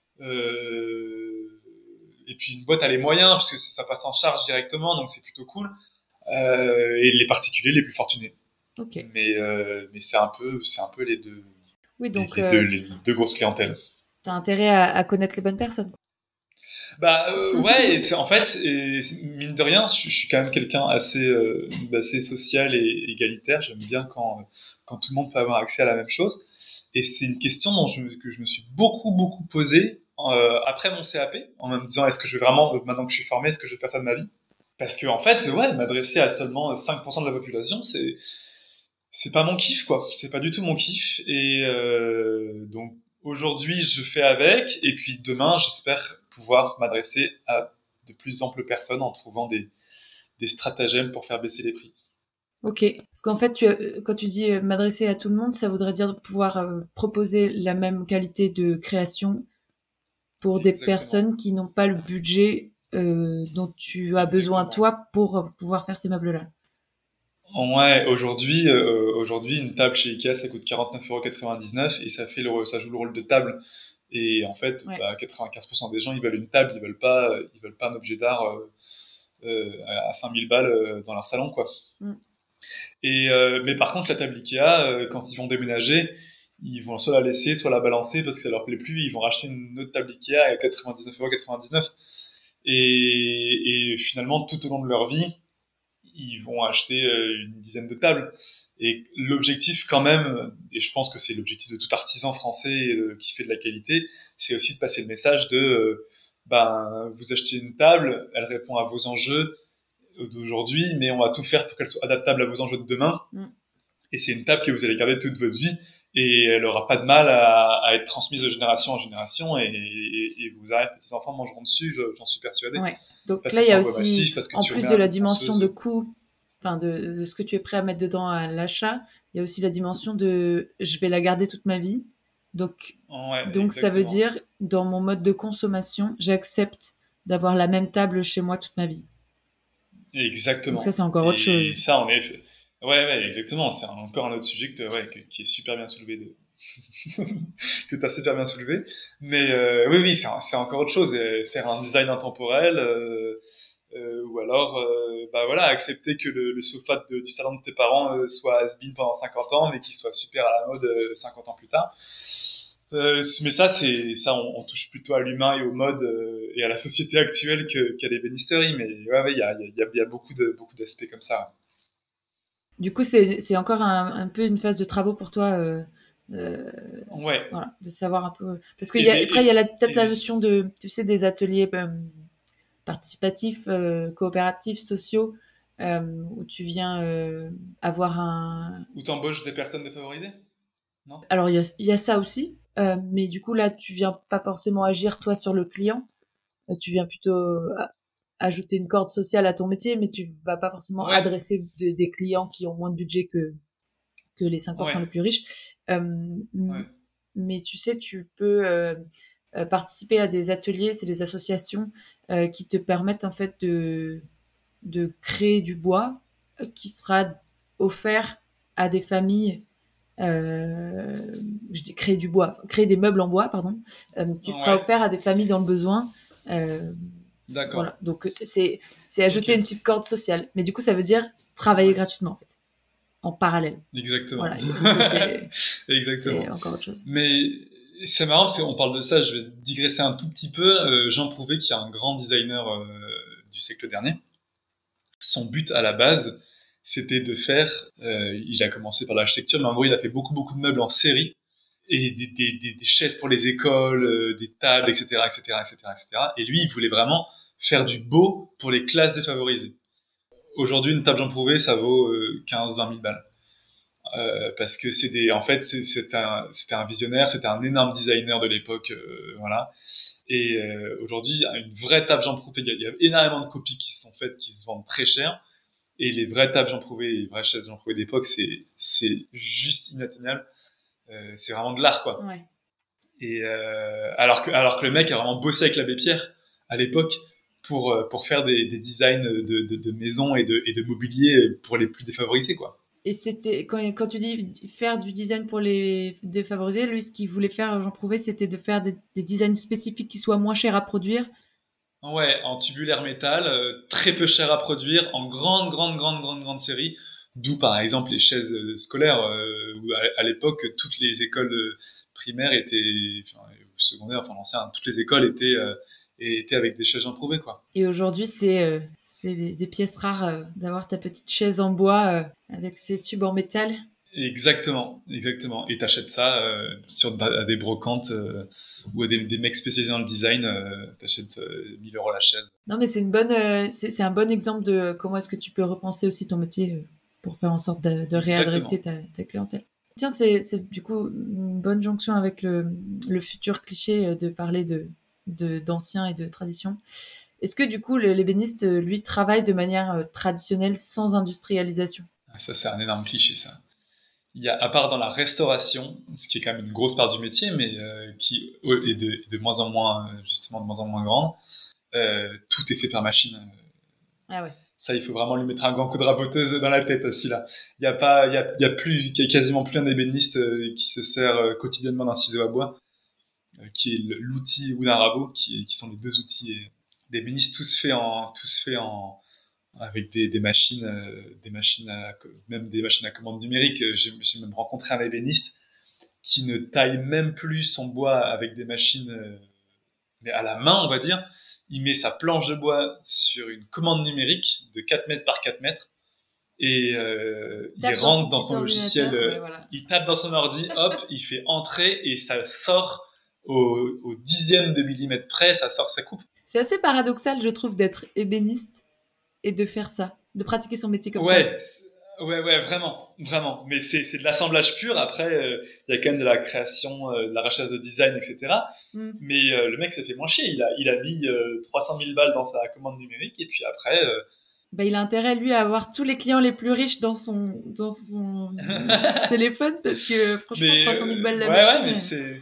Euh, et puis une boîte a les moyens, parce que ça, ça passe en charge directement, donc c'est plutôt cool. Euh, et les particuliers les plus fortunés. Ok. Mais, euh, mais c'est un peu, c'est un peu les deux, Oui, les, donc, les deux, euh, les deux grosses clientèles. t'as intérêt à, à connaître les bonnes personnes. Bah euh, ouais, et c'est- en fait, et, c'est- mine de rien, je, je suis quand même quelqu'un assez, euh, d'assez social et égalitaire. J'aime bien quand, quand tout le monde peut avoir accès à la même chose. Et c'est une question dont je, que je me suis beaucoup, beaucoup posée euh, après mon C A P, en me disant, est-ce que je vais vraiment, euh, maintenant que je suis formé, est-ce que je vais faire ça de ma vie? Parce que en fait, ouais, m'adresser à seulement cinq pour cent de la population, c'est c'est pas mon kiff, quoi. C'est pas du tout mon kiff. Et euh, donc aujourd'hui, je fais avec. Et puis demain, j'espère pouvoir m'adresser à de plus amples personnes en trouvant des, des stratagèmes pour faire baisser les prix. Ok. Parce qu'en fait, tu as- quand tu dis euh, m'adresser à tout le monde, ça voudrait dire pouvoir euh, proposer la même qualité de création pour des Exactement. personnes qui n'ont pas le budget euh, dont tu as besoin Exactement. toi pour pouvoir faire ces meubles-là. Ouais, aujourd'hui, euh, aujourd'hui, une table chez Ikea, ça coûte quarante-neuf euros quatre-vingt-dix-neuf et ça fait le, ça joue le rôle de table. Et en fait, Ouais. bah, quatre-vingt-quinze pour cent des gens, ils veulent une table, ils veulent pas, ils veulent pas un objet d'art euh, euh, à cinq mille balles euh, dans leur salon, quoi. Mm. Et euh, mais par contre, la table Ikea, euh, quand ils vont déménager, ils vont soit la laisser, soit la balancer parce que ça leur plaît plus. Ils vont racheter une autre table Ikea à quatre-vingt-dix-neuf euros quatre-vingt-dix-neuf. Et, et finalement, tout au long de leur vie, ils vont acheter euh, une dizaine de tables. Et l'objectif, quand même, et je pense que c'est l'objectif de tout artisan français euh, qui fait de la qualité, c'est aussi de passer le message de euh, ben, vous achetez une table, elle répond à vos enjeux d'aujourd'hui, mais on va tout faire pour qu'elle soit adaptable à vos enjeux de demain. Mm. Et c'est une table que vous allez garder toute votre vie et elle n'aura pas de mal à, à être transmise de génération en génération et, et, et vos arrière-petits-enfants mangeront dessus, j'en suis persuadé. Ouais. Donc Parce là, que il y c'est a emblème aussi, massif, parce que en tu plus remets de un la peu dimension de ponceuse. coût, enfin de, de ce que tu es prêt à mettre dedans à l'achat, il y a aussi la dimension de je vais la garder toute ma vie. Donc, Ouais, donc ça veut exactement. dire, dans mon mode de consommation, j'accepte d'avoir la même table chez moi toute ma vie. Donc ça, Exactement. c'est encore autre Et chose. ça, on est. Ouais, ouais, exactement. C'est encore un autre sujet que, ouais, que- qui est super bien soulevé de, que tu as super bien soulevé. Mais euh, oui, oui, c'est c'est encore autre chose. Et faire un design intemporel, euh, euh, ou alors, euh, bah voilà, accepter que le, le sofa de- du salon de tes parents euh, soit has-been pendant cinquante ans, mais qu'il soit super à la mode euh, cinquante ans plus tard. Euh, mais ça, c'est ça, on, on touche plutôt à l'humain et au mode euh, et à la société actuelle que, qu'à l'ébénisterie. Mais ouais, ouais, il y a, il y, a, il y a beaucoup de beaucoup d'aspects comme ça. Du coup, c'est c'est encore un, un peu une phase de travaux pour toi, euh, euh, Ouais. voilà, de savoir un peu. Parce qu'il Et, y a, des- après, il y a et, la- peut-être la et notion de, tu sais, des ateliers euh, participatifs, euh, coopératifs, sociaux, euh, où tu viens euh, avoir un. où t'embauches des personnes défavorisées, non? Alors, il y a, il y a ça aussi, euh, mais du coup, là, tu viens pas forcément agir toi sur le client. Euh, tu viens plutôt a- ajouter une corde sociale à ton métier, mais tu vas pas forcément Ouais, adresser de- des clients qui ont moins de budget que que les cinq pour cent ouais, les plus riches. Euh, m- ouais, mais tu sais, tu peux euh, euh, participer à des ateliers, c'est des associations euh, qui te permettent en fait de, de créer du bois euh, qui sera offert à des familles. Euh, je dis créer du bois, créer des meubles en bois, pardon, euh, qui sera ouais. offert à des familles dans le besoin. Euh, D'accord. voilà, donc c'est c'est ajouter une Ok. petite corde sociale. Mais du coup, ça veut dire travailler Ouais. gratuitement en fait, en parallèle. Exactement. Voilà, et ça c'est c'est Exactement. encore autre chose. Mais c'est marrant parce qu'on parle de ça. Je vais digresser un tout petit peu. Euh, Jean Prouvé, qui est un grand designer euh, du siècle dernier, son but à la base, c'était de faire. Euh, il a commencé par l'architecture, mais en gros, il a fait beaucoup, beaucoup de meubles en série et des, des, des, des chaises pour les écoles, euh, des tables, et cetera, et cetera, et cetera, et cetera. Et lui, il voulait vraiment faire du beau pour les classes défavorisées. Aujourd'hui, une table Jean Prouvé, ça vaut euh, quinze à vingt mille balles. Euh, parce que c'est des, en fait, c'est, c'était un, c'était un visionnaire, c'était un énorme designer de l'époque, euh, voilà. Et euh, aujourd'hui, une vraie table Jean Prouvé, il y, a, il y a énormément de copies qui se sont faites, qui se vendent très cher. Et les vraies tables Jean Prouvé, les vraies chaises Jean Prouvé d'époque, c'est, c'est juste inatteignable. Euh, c'est vraiment de l'art, quoi. Ouais. Et euh, alors que, alors que le mec a vraiment bossé avec l'abbé Pierre à l'époque pour euh, pour faire des, des designs de, de, de maisons et de, et de mobilier pour les plus défavorisés, quoi. Et c'était quand, quand tu dis faire du design pour les défavorisés, lui ce qu'il voulait faire, j'en prouvais, c'était de faire des, des designs spécifiques qui soient moins chers à produire. Ouais, en tubulaire métal, euh, très peu cher à produire, en grande, grande, grande, grande, grande série. D'où, par exemple, les chaises euh, scolaires, euh, où à, à l'époque, toutes les écoles euh, primaires étaient, enfin, ou secondaires, enfin, l'ancien, toutes les écoles étaient, euh, étaient avec des chaises improuvées, quoi. Et aujourd'hui, c'est euh, c'est des, des pièces rares euh, d'avoir ta petite chaise en bois euh, avec ses tubes en métal. Exactement, exactement. Et t'achètes ça euh, sur à des brocantes euh, ou à des, des mecs spécialisés dans le design, euh, t'achètes euh, mille euros la chaise. Non, mais c'est une bonne, euh, c'est c'est un bon exemple de comment est-ce que tu peux repenser aussi ton métier euh, pour faire en sorte de, de réadresser Exactement. ta, ta clientèle. Tiens, c'est c'est du coup une bonne jonction avec le, le futur cliché euh, de parler de de d'anciens et de tradition. Est-ce que du coup le- l'ébéniste euh, lui travaille de manière euh, traditionnelle sans industrialisation? Ah, ça, c'est un énorme cliché, ça. Il y a, à part dans la restauration, ce qui est quand même une grosse part du métier, mais euh, qui est de, de moins en moins, euh, justement, de moins en moins grande, euh, tout est fait par machine. Ah ouais. Ça, il faut vraiment lui mettre un grand coup de raboteuse dans la tête, celui-là. Il y a pas, il y a, il y a plus, il y a quasiment plus un ébéniste euh, qui se sert euh, quotidiennement d'un ciseau à bois, euh, qui est l'outil, ou d'un rabot, qui, qui sont les deux outils euh, d'ébéniste, tous faits en, tous faits en, avec des, des machines, euh, des machines à, même des machines à commande numérique. J'ai, j'ai même rencontré un ébéniste qui ne taille même plus son bois avec des machines, euh, mais à la main, on va dire. Il met sa planche de bois sur une commande numérique de quatre mètres par quatre mètres et euh, il rentre dans, dans son logiciel, euh, ouais, voilà. Il tape dans son ordi, hop, il fait entrer et ça sort au, au dixième de millimètre près, ça sort sa coupe. C'est assez paradoxal, je trouve, d'être ébéniste et de faire ça, de pratiquer son métier comme ouais, ça. Ouais, ouais, vraiment, vraiment. Mais c'est, c'est de l'assemblage pur. Après, il euh, y a quand même de la création, euh, de la recherche de design, et cetera. Mm. Mais euh, le mec se fait moins chier. Il a, il a mis euh, trois cent mille balles dans sa commande numérique et puis après... Euh... Bah, il a intérêt, lui, à avoir tous les clients les plus riches dans son, dans son téléphone parce que franchement, mais, trois cent mille balles la ouais, machine... Ouais, mais c'est...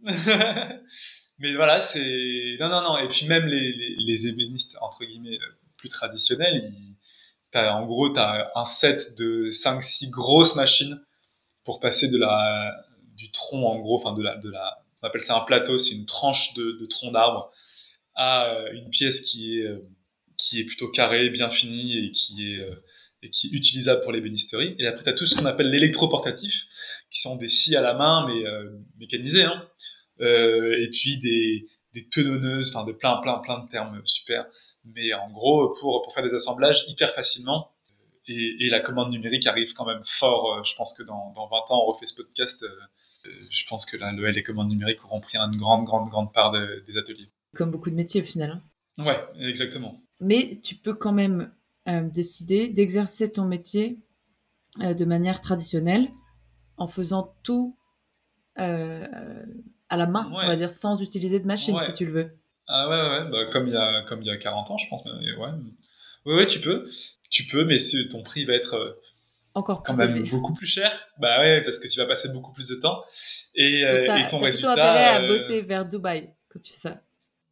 mais voilà, c'est... Non, non, non. Et puis même les, les, les ébénistes, entre guillemets, plus traditionnels, ils... T'as, en gros, tu as un set de cinq six grosses machines pour passer de la, du tronc, en gros, enfin, de la, de la, on appelle ça un plateau, c'est une tranche de, de tronc d'arbre, à une pièce qui est, qui est plutôt carrée, bien finie et qui est, et qui est utilisable pour l'ébénisterie. Et après, tu as tout ce qu'on appelle l'électroportatif, qui sont des scies à la main, mais euh, mécanisés, hein. Euh, et puis des, des tenonneuses, enfin, de plein, plein, plein de termes super. Mais en gros, pour, pour faire des assemblages hyper facilement. Et, et la commande numérique arrive quand même fort. Je pense que dans, dans vingt ans, on refait ce podcast. Euh, je pense que là, le, les commandes numériques auront pris une grande, grande, grande part de, des ateliers. Comme beaucoup de métiers, au final. Hein. Ouais, exactement. Mais tu peux quand même euh, décider d'exercer ton métier euh, de manière traditionnelle en faisant tout euh, à la main, ouais. On va dire, sans utiliser de machine, ouais. Si tu le veux. Ah ouais, ouais, ouais. Bah, comme il y a, comme il y a quarante ans, je pense. Mais ouais. Ouais, ouais, tu peux. Tu peux, mais ton prix va être euh, encore quand plus même élevé. Beaucoup plus cher. Bah ouais, parce que tu vas passer beaucoup plus de temps. Et, Donc t'as, et ton t'as résultat... plutôt intérêt à euh... bosser vers Dubaï quand tu fais ça.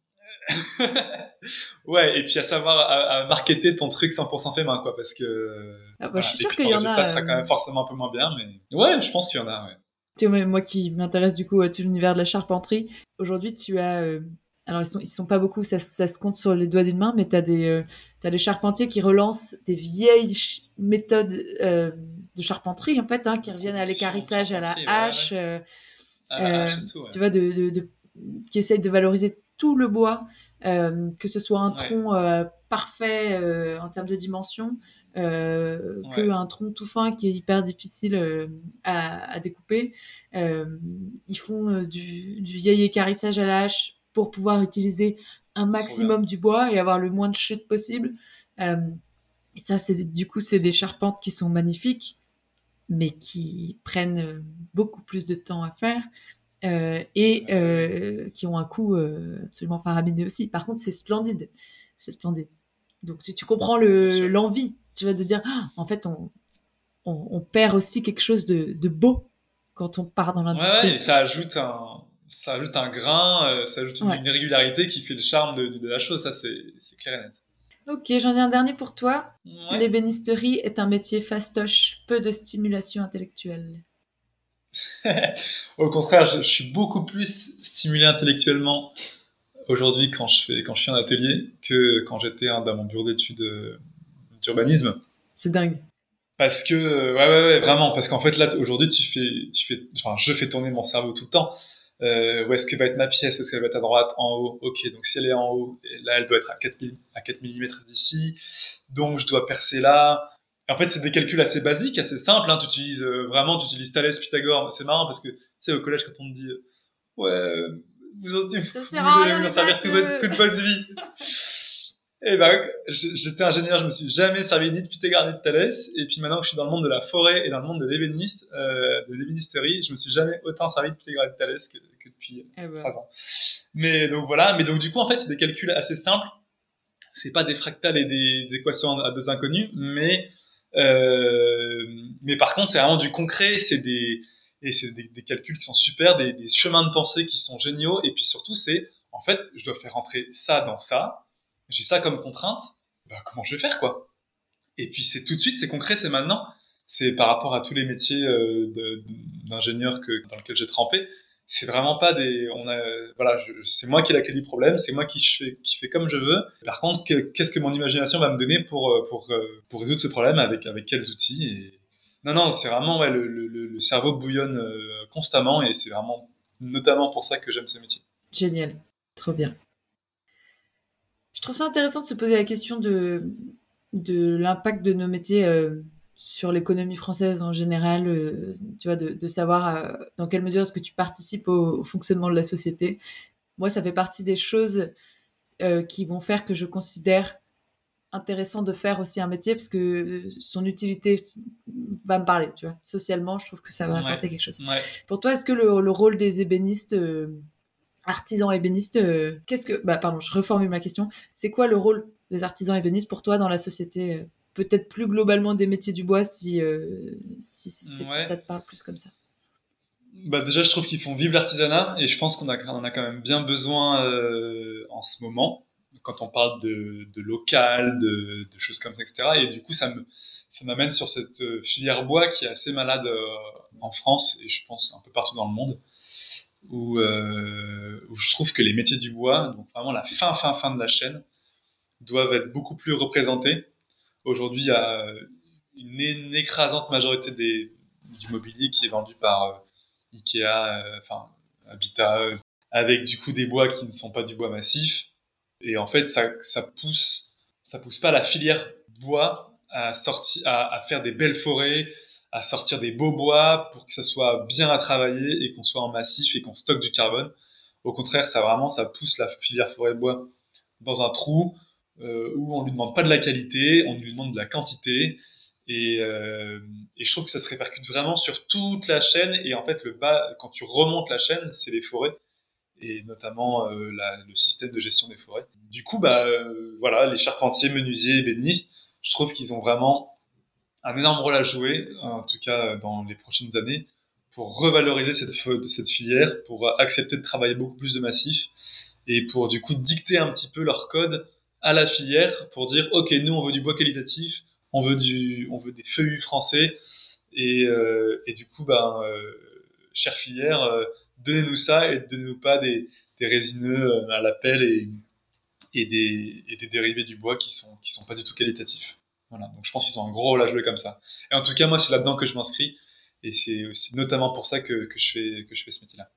Ouais, et puis à savoir à, à marketer ton truc cent pour cent fait main, quoi, parce que... Ah bah, voilà. Je suis sûre qu'il y en a... Ça sera quand même forcément un peu moins bien, mais... Ouais, je pense qu'il y en a, ouais. Tu vois, moi qui m'intéresse du coup à tout l'univers de la charpenterie, aujourd'hui tu as... Euh... Alors, ils sont, ils sont pas beaucoup, ça, ça se compte sur les doigts d'une main, mais t'as des, euh, t'as des charpentiers qui relancent des vieilles ch- méthodes euh, de charpenterie, en fait, hein, qui reviennent à l'équarrissage, à la hache, ouais, ouais. Euh, à la hache et tout, ouais. Tu vois, de, de, de, qui essayent de valoriser tout le bois, euh, que ce soit un tronc ouais. euh, parfait euh, en termes de dimension, euh, ouais. que un tronc tout fin qui est hyper difficile euh, à, à découper. Euh, ils font euh, du, du vieil équarrissage à la hache pour pouvoir utiliser un maximum du bois et avoir le moins de chute possible. Euh, et ça, c'est du coup, c'est des charpentes qui sont magnifiques, mais qui prennent beaucoup plus de temps à faire euh, et euh, qui ont un coût euh, absolument faramineux aussi. Par contre, c'est splendide. C'est splendide. Donc, si tu comprends le, l'envie, tu vas te dire, ah, en fait, on, on, on perd aussi quelque chose de, de beau quand on part dans l'industrie. Ouais, et ça ajoute un... ça ajoute un grain, euh, ça ajoute une, ouais. une régularité qui fait le charme de, de, de la chose, ça c'est, c'est clair et net. Ok, j'en ai un dernier pour toi. Ouais. L'ébénisterie est un métier fastoche, peu de stimulation intellectuelle. Au contraire, je, je suis beaucoup plus stimulé intellectuellement aujourd'hui quand je, fais, quand je suis en atelier que quand j'étais hein, dans mon bureau d'études euh, d'urbanisme. C'est dingue. Parce que, ouais, ouais, ouais, vraiment, parce qu'en fait là, aujourd'hui, tu fais, tu fais, enfin, je fais tourner mon cerveau tout le temps. Euh, où est-ce que va être ma pièce? Est-ce qu'elle va être à droite, en haut? Ok, donc si elle est en haut, là elle doit être à quatre millimètres d'ici, donc je dois percer là. Et en fait, c'est des calculs assez basiques, assez simples. Hein. Tu utilises euh, vraiment, tu utilises Thalès, Pythagore. C'est marrant parce que tu sais au collège quand on te dit euh, ouais, vous en vous, ça sert à rien, vous en servir toute votre, toute votre vie. Et ben, j'étais ingénieur, je me suis jamais servi ni de Pythagore ni de Thalès. Et puis maintenant que je suis dans le monde de la forêt et dans le monde de l'ébéniste, euh, de l'ébénisterie, je me suis jamais autant servi de Pythagore et de Thalès que, que depuis eh ben. trois ans. Mais donc voilà, mais donc du coup en fait c'est des calculs assez simples. C'est pas des fractales et des, des équations à deux inconnus, mais euh, mais par contre c'est vraiment du concret, c'est des et c'est des, des calculs qui sont super, des, des chemins de pensée qui sont géniaux. Et puis surtout c'est en fait je dois faire rentrer ça dans ça. J'ai ça comme contrainte, bah, comment je vais faire, quoi? Et puis c'est tout de suite, c'est concret, c'est maintenant. C'est par rapport à tous les métiers euh, de, d'ingénieur que, dans lesquels j'ai trempé. C'est vraiment pas des, on a, voilà, je, c'est moi qui ai la clé du problème, c'est moi qui fais, qui fais comme je veux. Par contre, que, qu'est-ce que mon imagination va me donner pour, pour, pour résoudre ce problème avec, avec quels outils et... Non, non, c'est vraiment, ouais, le, le, le cerveau bouillonne euh, constamment et c'est vraiment notamment pour ça que j'aime ce métier. Génial, trop bien. Je trouve ça intéressant de se poser la question de, de l'impact de nos métiers euh, sur l'économie française en général, euh, tu vois, de, de savoir euh, dans quelle mesure est-ce que tu participes au, au fonctionnement de la société. Moi, ça fait partie des choses euh, qui vont faire que je considère intéressant de faire aussi un métier parce que son utilité va me parler, tu vois. Socialement, je trouve que ça va apporter Ouais, quelque chose. ouais. Pour toi, est-ce que le, le rôle des ébénistes, euh, artisans ébénistes, euh, qu'est-ce que... Bah, pardon, je reformule ma question. C'est quoi le rôle des artisans ébénistes pour toi dans la société euh, peut-être plus globalement des métiers du bois si, euh, si c'est, Ouais. ça te parle plus comme ça. Bah déjà, je trouve qu'ils font vivre l'artisanat et je pense qu'on a, on a quand même bien besoin euh, en ce moment quand on parle de, de local, de, de choses comme ça, et cetera. Et du coup, ça me, ça m'amène sur cette euh, filière bois qui est assez malade euh, en France et je pense un peu partout dans le monde, où, euh, où je trouve que les métiers du bois, donc vraiment la fin, fin, fin de la chaîne, doivent être beaucoup plus représentés. Aujourd'hui, il y a une, une écrasante majorité des, du mobilier qui est vendu par euh, Ikea, euh, enfin Habitat, euh, avec du coup des bois qui ne sont pas du bois massif. Et en fait, ça, ça pousse, ça pousse pas la filière bois à sortir, à, à faire des belles forêts, à sortir des beaux bois pour que ça soit bien à travailler et qu'on soit en massif et qu'on stocke du carbone. Au contraire, ça vraiment, ça pousse la filière forêt de bois dans un trou euh, où on lui demande pas de la qualité, on lui demande de la quantité. Et, euh, et je trouve que ça se répercute vraiment sur toute la chaîne. Et en fait, le bas, quand tu remontes la chaîne, c'est les forêts et notamment euh, la, le système de gestion des forêts. Du coup, bah euh, voilà, les charpentiers, menuisiers, ébénistes, je trouve qu'ils ont vraiment un énorme rôle à jouer, en tout cas dans les prochaines années, pour revaloriser cette, cette filière, pour accepter de travailler beaucoup plus de massif et pour du coup dicter un petit peu leur code à la filière pour dire ok, nous on veut du bois qualitatif, on veut du, on veut des feuillus français et, euh, et du coup ben euh, chère filière, euh, donnez-nous ça et donnez-nous pas des, des résineux à la pelle et, et, des, et des dérivés du bois qui sont qui sont pas du tout qualitatifs. Voilà, donc je pense qu'ils ont un gros rôle à jouer comme ça. Et en tout cas, moi, c'est là-dedans que je m'inscris et c'est aussi notamment pour ça que, que je fais que je fais ce métier-là.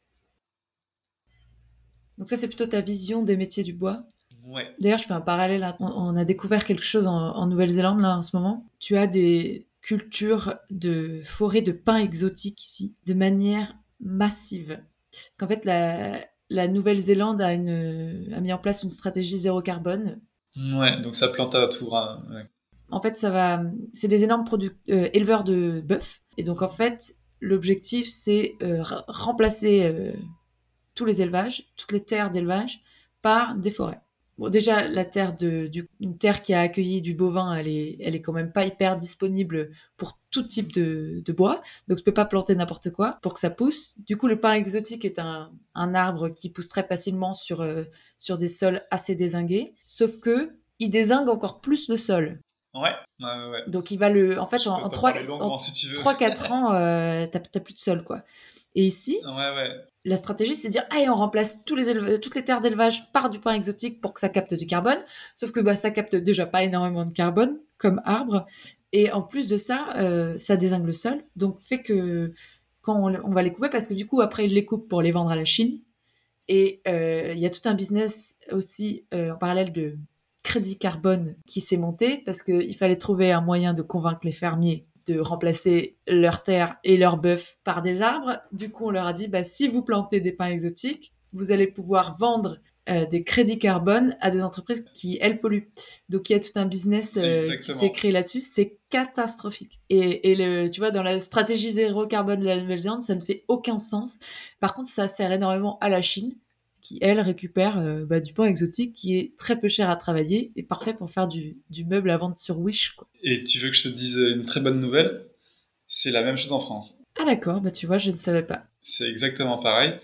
Donc ça, c'est plutôt ta vision des métiers du bois. Ouais. D'ailleurs, je fais un parallèle. On, on a découvert quelque chose en, en Nouvelle-Zélande, là, en ce moment. Tu as des cultures de forêts de pins exotiques ici, de manière massive. Parce qu'en fait, la, la Nouvelle-Zélande a, une, a mis en place une stratégie zéro carbone. Ouais, donc ça plante à tout. Hein, ouais. En fait, ça va, c'est des énormes produc- euh, éleveurs de bœufs. Et donc, en fait, l'objectif, c'est euh, remplacer euh, tous les élevages, toutes les terres d'élevage, par des forêts. Bon, déjà, la terre de, du, une terre qui a accueilli du bovin, elle est, elle est quand même pas hyper disponible pour tout type de, de bois. Donc, tu peux pas planter n'importe quoi pour que ça pousse. Du coup, le pin exotique est un, un arbre qui pousse très facilement sur, euh, sur des sols assez dézingués. Sauf que, il dézingue encore plus le sol. Ouais, ouais, ouais. Donc, il va le, en fait, Je en, en trois quatre si ans, euh, t'as, t'as plus de sol, quoi. Et ici, ouais, ouais. la stratégie, c'est de dire, allez, on remplace tous les éleva- toutes les terres d'élevage par du pin exotique pour que ça capte du carbone. Sauf que bah, ça capte déjà pas énormément de carbone comme arbre. Et en plus de ça, euh, ça dézingue le sol. Donc, fait que quand on, on va les couper, parce que du coup, après, ils les coupent pour les vendre à la Chine. Et il euh, y a tout un business aussi euh, en parallèle de crédit carbone qui s'est monté parce qu'il fallait trouver un moyen de convaincre les fermiers de remplacer leurs terres et leurs bœufs par des arbres. Du coup, on leur a dit, bah, si vous plantez des pins exotiques, vous allez pouvoir vendre euh, des crédits carbone à des entreprises qui, elles, polluent. Donc, il y a tout un business euh, qui s'est créé là-dessus. C'est catastrophique. Et, et le, tu vois, dans la stratégie zéro carbone de la Nouvelle-Zélande, ça ne fait aucun sens. Par contre, ça sert énormément à la Chine, qui, elle, récupère euh, bah, du pain exotique qui est très peu cher à travailler et parfait pour faire du, du meuble à vendre sur Wish, quoi. Et tu veux que je te dise une très bonne nouvelle? C'est la même chose en France. Ah d'accord, bah tu vois, je ne savais pas. C'est exactement pareil.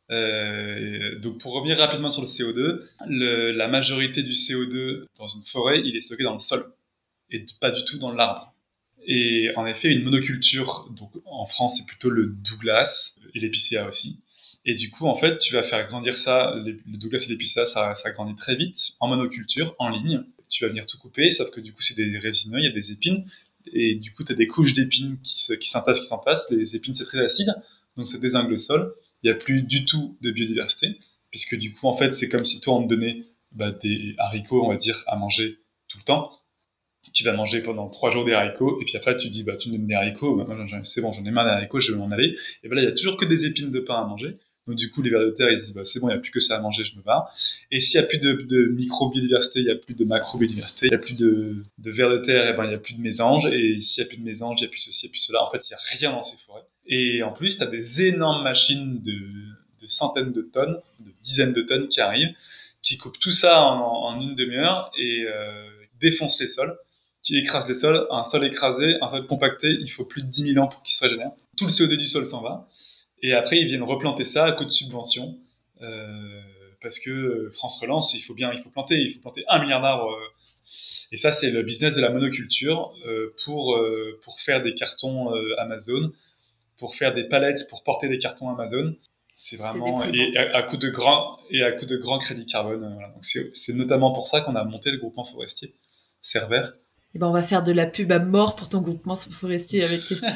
Euh, donc pour revenir rapidement sur le C O deux, le, la majorité du C O deux dans une forêt, il est stocké dans le sol. et pas du tout dans l'arbre. Et en effet, une monoculture, donc en France, c'est plutôt le Douglas et l'épicéa aussi. Et du coup, en fait, tu vas faire grandir ça, le Douglas et l'épicéa, ça, ça grandit très vite en monoculture, en ligne. Tu vas venir tout couper, sauf que du coup, c'est des résineux, il y a des épines. Et du coup, tu as des couches d'épines qui, se, qui s'entassent, qui s'entassent. Les épines, c'est très acide, donc ça dézingue le sol. Il n'y a plus du tout de biodiversité, puisque du coup, en fait, c'est comme si toi, on te donnait bah, des haricots, on va dire, à manger tout le temps. Tu vas manger pendant trois jours des haricots, et puis après, tu dis, bah, tu me donnes des haricots, bah, moi, c'est bon, j'en ai marre des haricots, je vais m'en aller. Et voilà, il n'y a toujours que des épines de pain à manger. Donc du coup, les vers de terre, ils se disent, bah, c'est bon, il n'y a plus que ça à manger, je me barre. Et s'il n'y a plus de, de micro-biodiversité, il n'y a plus de macro-biodiversité, il n'y a plus de, de vers de terre, et ben, il n'y a plus de mésanges. Et s'il n'y a plus de mésanges, il n'y a plus ceci, il n'y a plus cela. En fait, il n'y a rien dans ces forêts. Et en plus, tu as des énormes machines de, de centaines de tonnes, de dizaines de tonnes qui arrivent, qui coupent tout ça en, en une demi-heure et euh, défoncent les sols, qui écrasent les sols. Un sol écrasé, un sol compacté, il faut plus de dix mille ans pour qu'il se régénère. Tout le C O deux du sol s'en va. Et après, ils viennent replanter ça à coup de subventions. Euh, parce que France Relance, il faut bien, il faut planter, il faut planter un milliard d'arbres. Et ça, c'est le business de la monoculture euh, pour, euh, pour faire des cartons euh, Amazon, pour faire des palettes, pour porter des cartons Amazon. C'est vraiment, c'est et à, à coup de grand, et à coup de grand crédit carbone. Euh, voilà. Donc c'est, c'est notamment pour ça qu'on a monté le groupement forestier Cervère. Et ben, on va faire de la pub à mort pour ton groupement forestier avec question.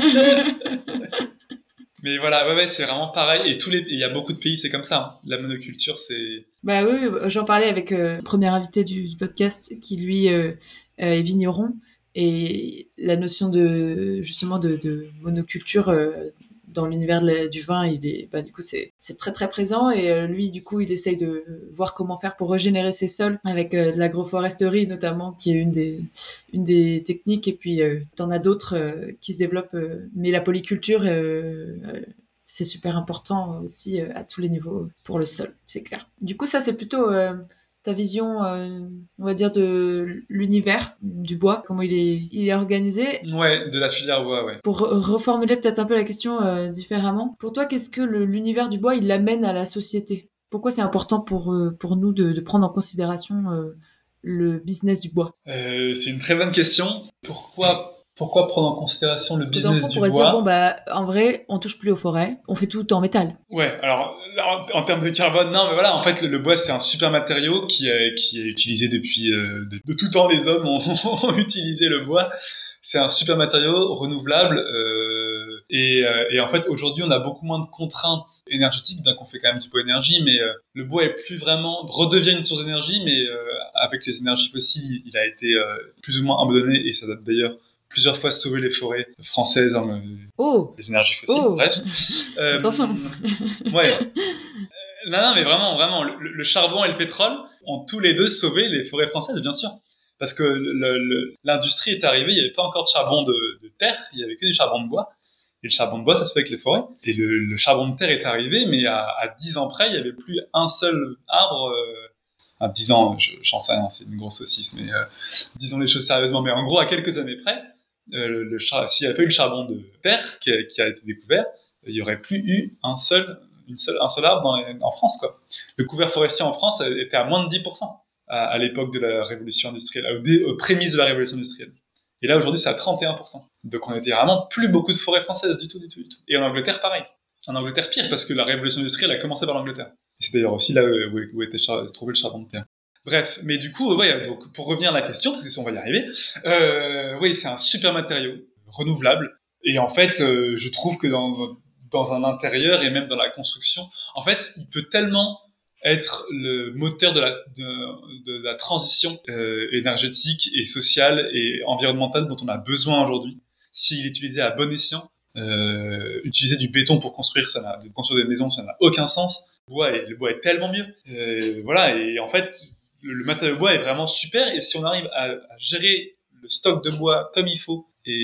Mais voilà, ouais, ouais, c'est vraiment pareil. Et tous les, il y a beaucoup de pays, c'est comme ça. Hein. La monoculture, c'est. Bah oui, j'en parlais avec euh, le premier invité du, du podcast qui lui euh, euh, est vigneron, et la notion de justement de, de monoculture euh, dans l'univers de la, du vin, il est, bah du coup c'est c'est très très présent. Et euh, lui, du coup, il essaye de voir comment faire pour régénérer ses sols avec euh, de l'agroforesterie notamment, qui est une des une des techniques. Et puis euh, t'en as d'autres euh, qui se développent, euh, mais la polyculture euh, euh, c'est super important aussi euh, à tous les niveaux pour le sol, c'est clair. Du coup, ça c'est plutôt euh, ta vision, euh, on va dire, de l'univers du bois, comment il est, il est organisé. Ouais, de la filière bois, ouais. Pour re- reformuler peut-être un peu la question euh, différemment, pour toi, qu'est-ce que le, l'univers du bois, il amène à la société ? Pourquoi c'est important pour, euh, pour nous de, de prendre en considération euh, le business du bois ? euh, C'est une très bonne question. Pourquoi Pourquoi prendre en considération le Parce business du bois ? Parce que dans le fond, on pourrait se dire, bon, bah, en vrai, on touche plus aux forêts, on fait tout en métal. Ouais, alors, en, en termes de carbone, non, mais voilà, en fait, le, le bois, c'est un super matériau qui est, qui est utilisé depuis, euh, de, de tout temps, les hommes ont, ont utilisé le bois. C'est un super matériau renouvelable, euh, et, euh, et en fait, aujourd'hui, on a beaucoup moins de contraintes énergétiques, bien qu'on fait quand même du bois énergie, mais euh, le bois est plus vraiment, redevient une source d'énergie, mais euh, avec les énergies fossiles, il a été euh, plus ou moins abandonné, et ça date d'ailleurs plusieurs fois sauver les forêts françaises, hein, oh. les énergies fossiles, oh. bref. Euh, Attention. Ouais. Non, non, mais vraiment, vraiment, le, le charbon et le pétrole ont tous les deux sauvé les forêts françaises, bien sûr. Parce que le, le, l'industrie est arrivée, il n'y avait pas encore de charbon de, de terre, il n'y avait que du charbon de bois. Et le charbon de bois, ça se fait avec les forêts. Et le, le charbon de terre est arrivé, mais à, à dix ans près, il n'y avait plus un seul arbre. Euh, à dix ans, je, j'en sais rien, c'est une grosse saucisse, mais euh, disons les choses sérieusement. Mais en gros, à quelques années près, euh, le, le char- s'il n'y avait pas eu le charbon de terre qui a, qui a été découvert, il n'y aurait plus eu un seul, une seule, un seul arbre dans les, en France, quoi. Le couvert forestier en France était à moins de dix pour cent à, à l'époque de la révolution industrielle, aux, dé, aux prémices de la révolution industrielle. Et là, aujourd'hui, c'est à trente et un pour cent. Donc, on était vraiment plus beaucoup de forêts françaises du tout, du tout, du tout. Et en Angleterre, pareil. En Angleterre, pire, parce que la révolution industrielle a commencé par l'Angleterre. Et c'est d'ailleurs aussi là où, où était char- trouvé le charbon de terre. Bref, mais du coup, ouais, donc pour revenir à la question, parce que si on va y arriver, euh, oui, c'est un super matériau, renouvelable. Et en fait, euh, je trouve que dans, dans un intérieur et même dans la construction, en fait, il peut tellement être le moteur de la, de, de la transition euh, énergétique et sociale et environnementale dont on a besoin aujourd'hui. S'il est utilisé à bon escient, euh, utiliser du béton pour construire, ça n'a, de construire des maisons, ça n'a aucun sens. Le bois est, le bois est tellement mieux. Euh, voilà, et en fait, le, le matériau bois est vraiment super. Et si on arrive à, à gérer le stock de bois comme il faut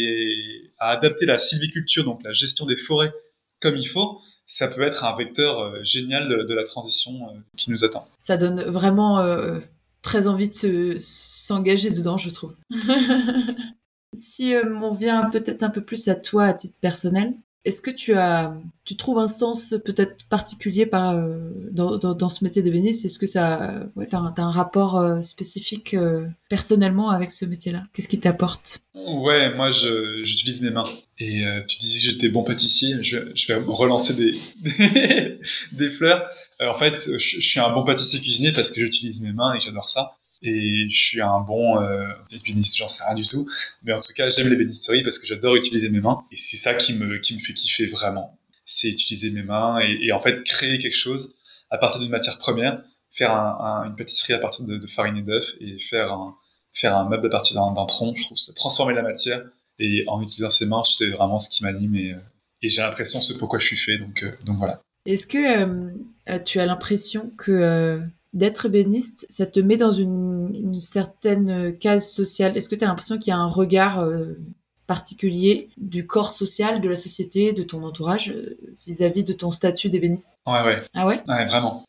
et à adapter la sylviculture, donc la gestion des forêts comme il faut, ça peut être un vecteur euh, génial de, de la transition euh, qui nous attend. Ça donne vraiment euh, très envie de se, s'engager dedans, je trouve. Si euh, on vient peut-être un peu plus à toi à titre personnel, Est-ce que tu as, tu trouves un sens peut-être particulier par, euh, dans, dans, dans ce métier d'ébéniste? Est-ce que ça, ouais, t'as un, t'as un rapport euh, spécifique euh, personnellement avec ce métier-là? Qu'est-ce qui t'apporte? Ouais, moi, je, j'utilise mes mains. Et euh, tu disais que j'étais bon pâtissier. Je, je vais relancer des, des, des fleurs. Euh, en fait, je, je suis un bon pâtissier cuisinier parce que j'utilise mes mains et que j'adore ça. Et je suis un bon euh, ébéniste, j'en sais rien du tout. Mais en tout cas, j'aime l'ébénisterie parce que j'adore utiliser mes mains. Et c'est ça qui me, qui me fait kiffer vraiment. C'est utiliser mes mains et, et en fait créer quelque chose à partir d'une matière première. Faire un, un, une pâtisserie à partir de, de farine et d'œufs et faire un, faire un meuble à partir d'un, d'un tronc. Je trouve ça transformer la matière. Et en utilisant ses mains, c'est vraiment ce qui m'anime. Et, et j'ai l'impression ce pourquoi je suis fait. Donc, euh, donc voilà. Est-ce que euh, tu as l'impression que... Euh... d'être ébéniste, ça te met dans une, une certaine case sociale. Est-ce que tu as l'impression qu'il y a un regard euh, particulier du corps social, de la société, de ton entourage euh, vis-à-vis de ton statut d'ébéniste? Ouais, ouais. Ah ouais? Ouais, vraiment.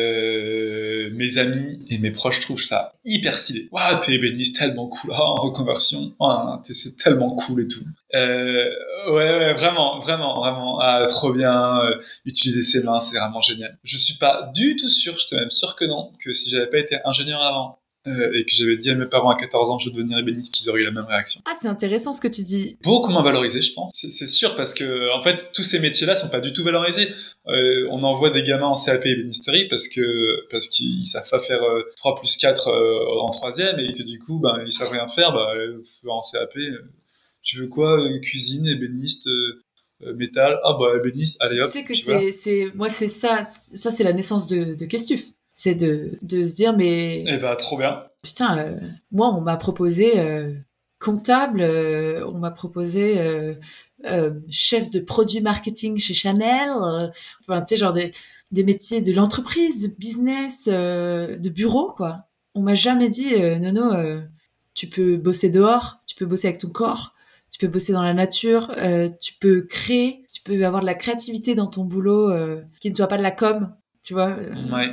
Euh, mes amis et mes proches trouvent ça hyper stylé. Waouh, t'es ébéniste, tellement cool. Oh, en reconversion, oh, t'es, c'est tellement cool et tout. Euh, ouais, ouais, vraiment, vraiment, vraiment. Ah, trop bien. Euh, utiliser ses mains, c'est vraiment génial. Je suis pas du tout sûr, je suis même sûr que non, que si j'avais pas été ingénieur avant, Euh, et que j'avais dit à mes parents à quatorze ans que je veux devenir ébéniste, qu'ils auraient eu la même réaction. Ah, c'est intéressant ce que tu dis. Beaucoup moins valorisé, je pense. C'est, c'est sûr, parce que en fait, tous ces métiers-là sont pas du tout valorisés. Euh, on envoie des gamins en C A P ébénisterie parce que parce qu'ils savent pas faire euh, trois plus quatre euh, en troisième et que du coup, ben ils savent rien faire. Bah, euh, en C A P, euh, tu veux quoi, euh, cuisine, ébéniste. Euh, Euh, métal, ah bah ébéniste, allez hop. Tu sais que c'est, c'est, moi c'est ça, ça c'est la naissance de, de Questuf. C'est de, de se dire mais. Eh bah trop bien. Putain, euh, moi on m'a proposé euh, comptable, euh, on m'a proposé euh, euh, chef de produit marketing chez Chanel, euh, enfin tu sais genre des, des métiers de l'entreprise, business, euh, de bureau quoi. On m'a jamais dit euh, Nono, euh, tu peux bosser dehors, tu peux bosser avec ton corps. Tu peux bosser dans la nature, euh, tu peux créer, tu peux avoir de la créativité dans ton boulot euh, qui ne soit pas de la com, tu vois. Euh, ouais.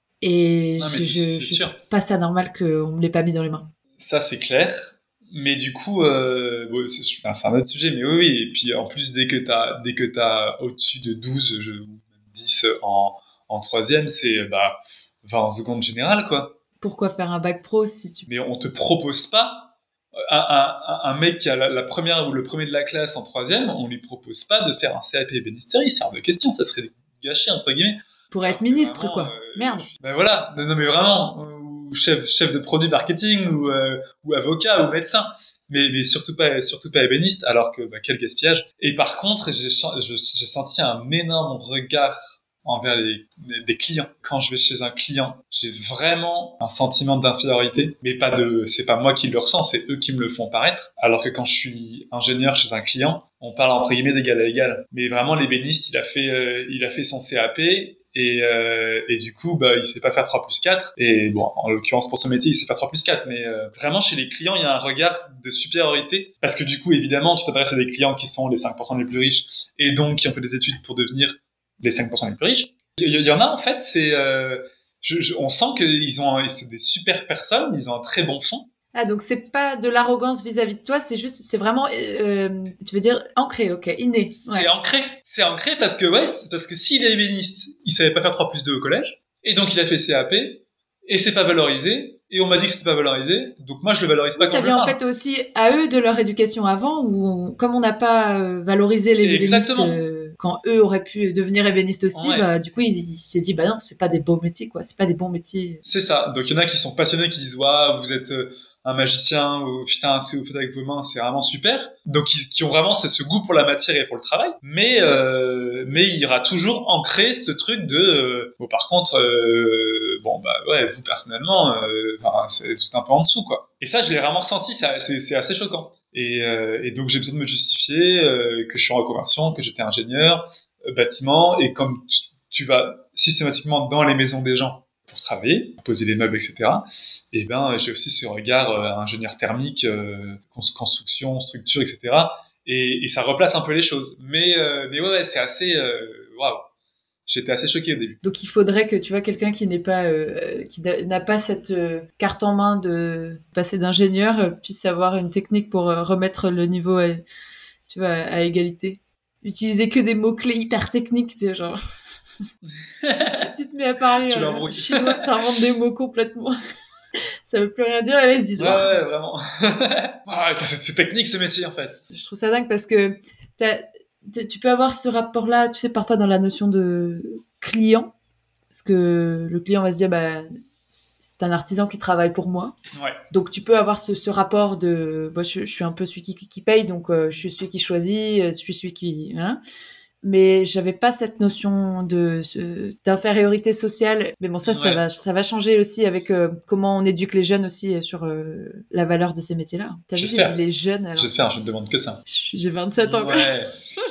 Et non, je, c'est, je, c'est je trouve pas ça normal qu'on me l'ait pas mis dans les mains. Ça, c'est clair. Mais du coup, euh, bon, c'est, c'est un autre sujet, mais oui, oui. Et puis en plus, dès que t'as, dès que t'as au-dessus de douze, je, dix en, en troisième, c'est bah, vingt secondes générales, quoi. Pourquoi faire un bac pro si tu... Mais on te propose pas. Un, un, un mec qui a la, la première ou le premier de la classe en troisième, on lui propose pas de faire un C A P ébénisterie, c'est hors de question, ça serait gâché entre guillemets. Pour être ministre, quoi. Euh, Merde. Ben voilà, non, non mais vraiment, ou chef, chef de produit marketing, ou, euh, ou avocat, ou médecin, mais, mais surtout pas, surtout pas ébéniste, alors que bah, quel gaspillage. Et par contre, j'ai, j'ai senti un énorme regard envers les, les, les clients. Quand je vais chez un client, j'ai vraiment un sentiment d'infériorité, mais pas de, c'est pas moi qui le ressens, c'est eux qui me le font paraître. Alors que quand je suis ingénieur chez un client, on parle entre guillemets d'égal à égal. Mais vraiment, l'ébéniste, il a fait, euh, il a fait son C A P. Et, euh, et du coup, bah, il sait pas faire trois plus quatre. Et bon, en l'occurrence, pour son métier, il sait faire trois plus quatre. Mais euh, vraiment, chez les clients, il y a un regard de supériorité. Parce que du coup, évidemment, tu t'adresses à des clients qui sont les cinq pour cent les plus riches et donc qui ont fait des études pour devenir les cinq pour cent les plus riches. Il y, y en a, en fait, c'est, euh, je, je, on sent qu'ils ont, c'est des super personnes, ils ont un très bon fond. Ah, donc c'est pas de l'arrogance vis-à-vis de toi, c'est juste, c'est vraiment, euh, tu veux dire, ancré, ok, inné. Ouais. C'est ancré, c'est ancré parce que, ouais, parce que s'il est ébéniste, il savait pas faire trois plus deux au collège, et donc il a fait C A P, et c'est pas valorisé, et on m'a dit que c'était pas valorisé, donc moi je le valorise pas. Oui, ça vient en fait aussi à eux de leur éducation avant, où on, comme on n'a pas euh, valorisé les ébénistes euh, quand eux auraient pu devenir ébénistes aussi, ouais. bah du coup il, il s'est dit bah non, c'est pas des beaux métiers quoi, c'est pas des bons métiers. C'est ça. Donc il y en a qui sont passionnés, qui disent waouh, vous êtes euh, un magicien, ou putain, ce que vous faites avec vos mains, c'est vraiment super. Donc qui, qui ont vraiment ce, ce goût pour la matière et pour le travail. Mais euh, mais il y aura toujours ancré ce truc de euh, bon par contre euh, bon bah ouais vous personnellement euh, c'est, c'est un peu en dessous quoi. Et ça je l'ai vraiment ressenti, ça, c'est, c'est assez choquant. Et, euh, et donc j'ai besoin de me justifier euh, que je suis en reconversion, que j'étais ingénieur euh, bâtiment, et comme tu, tu vas systématiquement dans les maisons des gens pour travailler, poser les meubles, et cetera. Et ben j'ai aussi ce regard euh, ingénieur thermique, euh, construction, structure, et cetera. Et, et ça replace un peu les choses. Mais euh, mais ouais, ouais c'est assez waouh. Wow. J'étais assez choqué au début. Donc il faudrait que tu vois quelqu'un qui n'est pas euh, qui n'a pas cette euh, carte en main de passer d'ingénieur euh, puisse avoir une technique pour euh, remettre le niveau à, tu vois à égalité. utiliser que des mots-clés hyper techniques, tu sais, genre. tu, tu te mets à parler euh, chinois, t'inventes des mots complètement. Ça veut plus rien dire, et là, ils se disent, ouais, ouais, vraiment. ouais, c'est, c'est technique, ce métier, en fait. Je trouve ça dingue parce que t'as, t'as, tu peux avoir ce rapport-là, tu sais, parfois dans la notion de client, parce que le client va se dire, bah, c'est un artisan qui travaille pour moi. Ouais. Donc, tu peux avoir ce, ce rapport de, moi, je, je suis un peu celui qui, qui paye, donc euh, je suis celui qui choisit, je suis celui qui... Hein. Mais j'avais pas cette notion de d'infériorité sociale. Mais bon, ça, ouais. ça va, ça va changer aussi avec euh, comment on éduque les jeunes aussi sur euh, la valeur de ces métiers-là. T'as vu, j'ai dit les jeunes. Alors. J'espère, je ne demande que ça. J'ai vingt-sept ans. Ouais.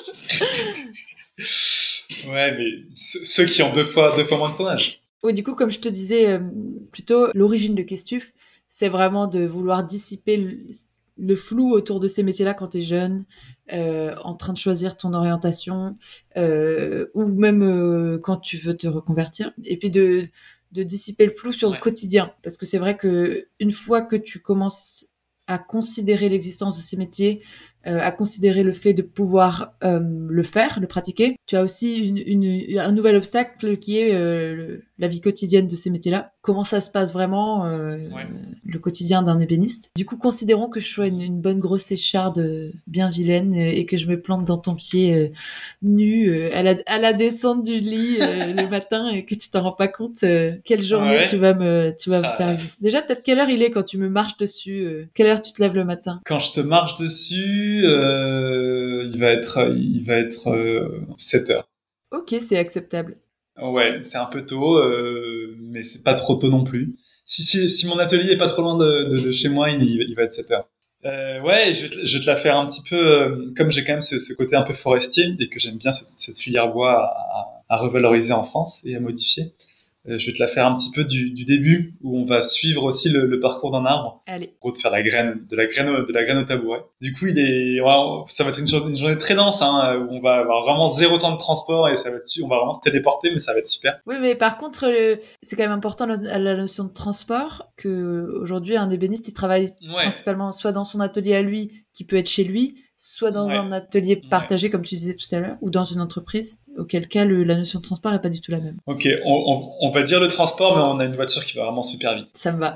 ouais, mais ceux qui ont deux fois, deux fois moins de ton âge. Oui, du coup, comme je te disais, euh, plutôt l'origine de Kestuf, c'est vraiment de vouloir dissiper le, le flou autour de ces métiers-là quand t'es jeune, euh, en train de choisir ton orientation, euh, ou même euh, quand tu veux te reconvertir, et puis de, de dissiper le flou sur ouais. le quotidien, parce que c'est vrai que une fois que tu commences à considérer l'existence de ces métiers, euh, à considérer le fait de pouvoir euh, le faire, le pratiquer, tu as aussi une, une, un nouvel obstacle qui est euh, le, la vie quotidienne de ces métiers-là. Comment ça se passe vraiment, euh, ouais. le quotidien d'un ébéniste. Du coup, considérons que je sois une, une bonne grosse écharde bien vilaine et que je me plante dans ton pied euh, nu euh, à, la, à la descente du lit euh, le matin et que tu t'en rends pas compte. Euh, quelle journée ouais. tu vas me, tu vas ah. me faire vivre. Déjà, peut-être quelle heure il est quand tu me marches dessus euh, Quelle heure tu te lèves le matin? Quand je te marche dessus, euh, il va être, il va être euh, sept heures. Ok, c'est acceptable. Ouais, c'est un peu tôt, euh, mais c'est pas trop tôt non plus. Si, si, si mon atelier est pas trop loin de, de, de chez moi, il, il va être sept heures. Euh, ouais, je vais, te, je vais te la faire un petit peu, euh, comme j'ai quand même ce, ce côté un peu forestier et que j'aime bien cette, cette filière bois à, à revaloriser en France et à modifier. Euh, je vais te la faire un petit peu du, du début, où on va suivre aussi le, le parcours d'un arbre. Allez. En gros, de faire la graine, de la graine, au, de la graine au tabouret. Du coup, il est, ouais, ça va être une journée, une journée très dense, hein, où on va avoir vraiment zéro temps de transport et ça va être, on va vraiment se téléporter, mais ça va être super. Oui, mais par contre, le, c'est quand même important la, la notion de transport, que aujourd'hui, un ébéniste, il travaille ouais. principalement soit dans son atelier à lui, qui peut être chez lui, soit dans ouais. un atelier partagé, ouais. comme tu disais tout à l'heure, ou dans une entreprise, auquel cas le, la notion de transport n'est pas du tout la même. Ok, on, on, on va dire le transport, mais on a une voiture qui va vraiment super vite. Ça me va.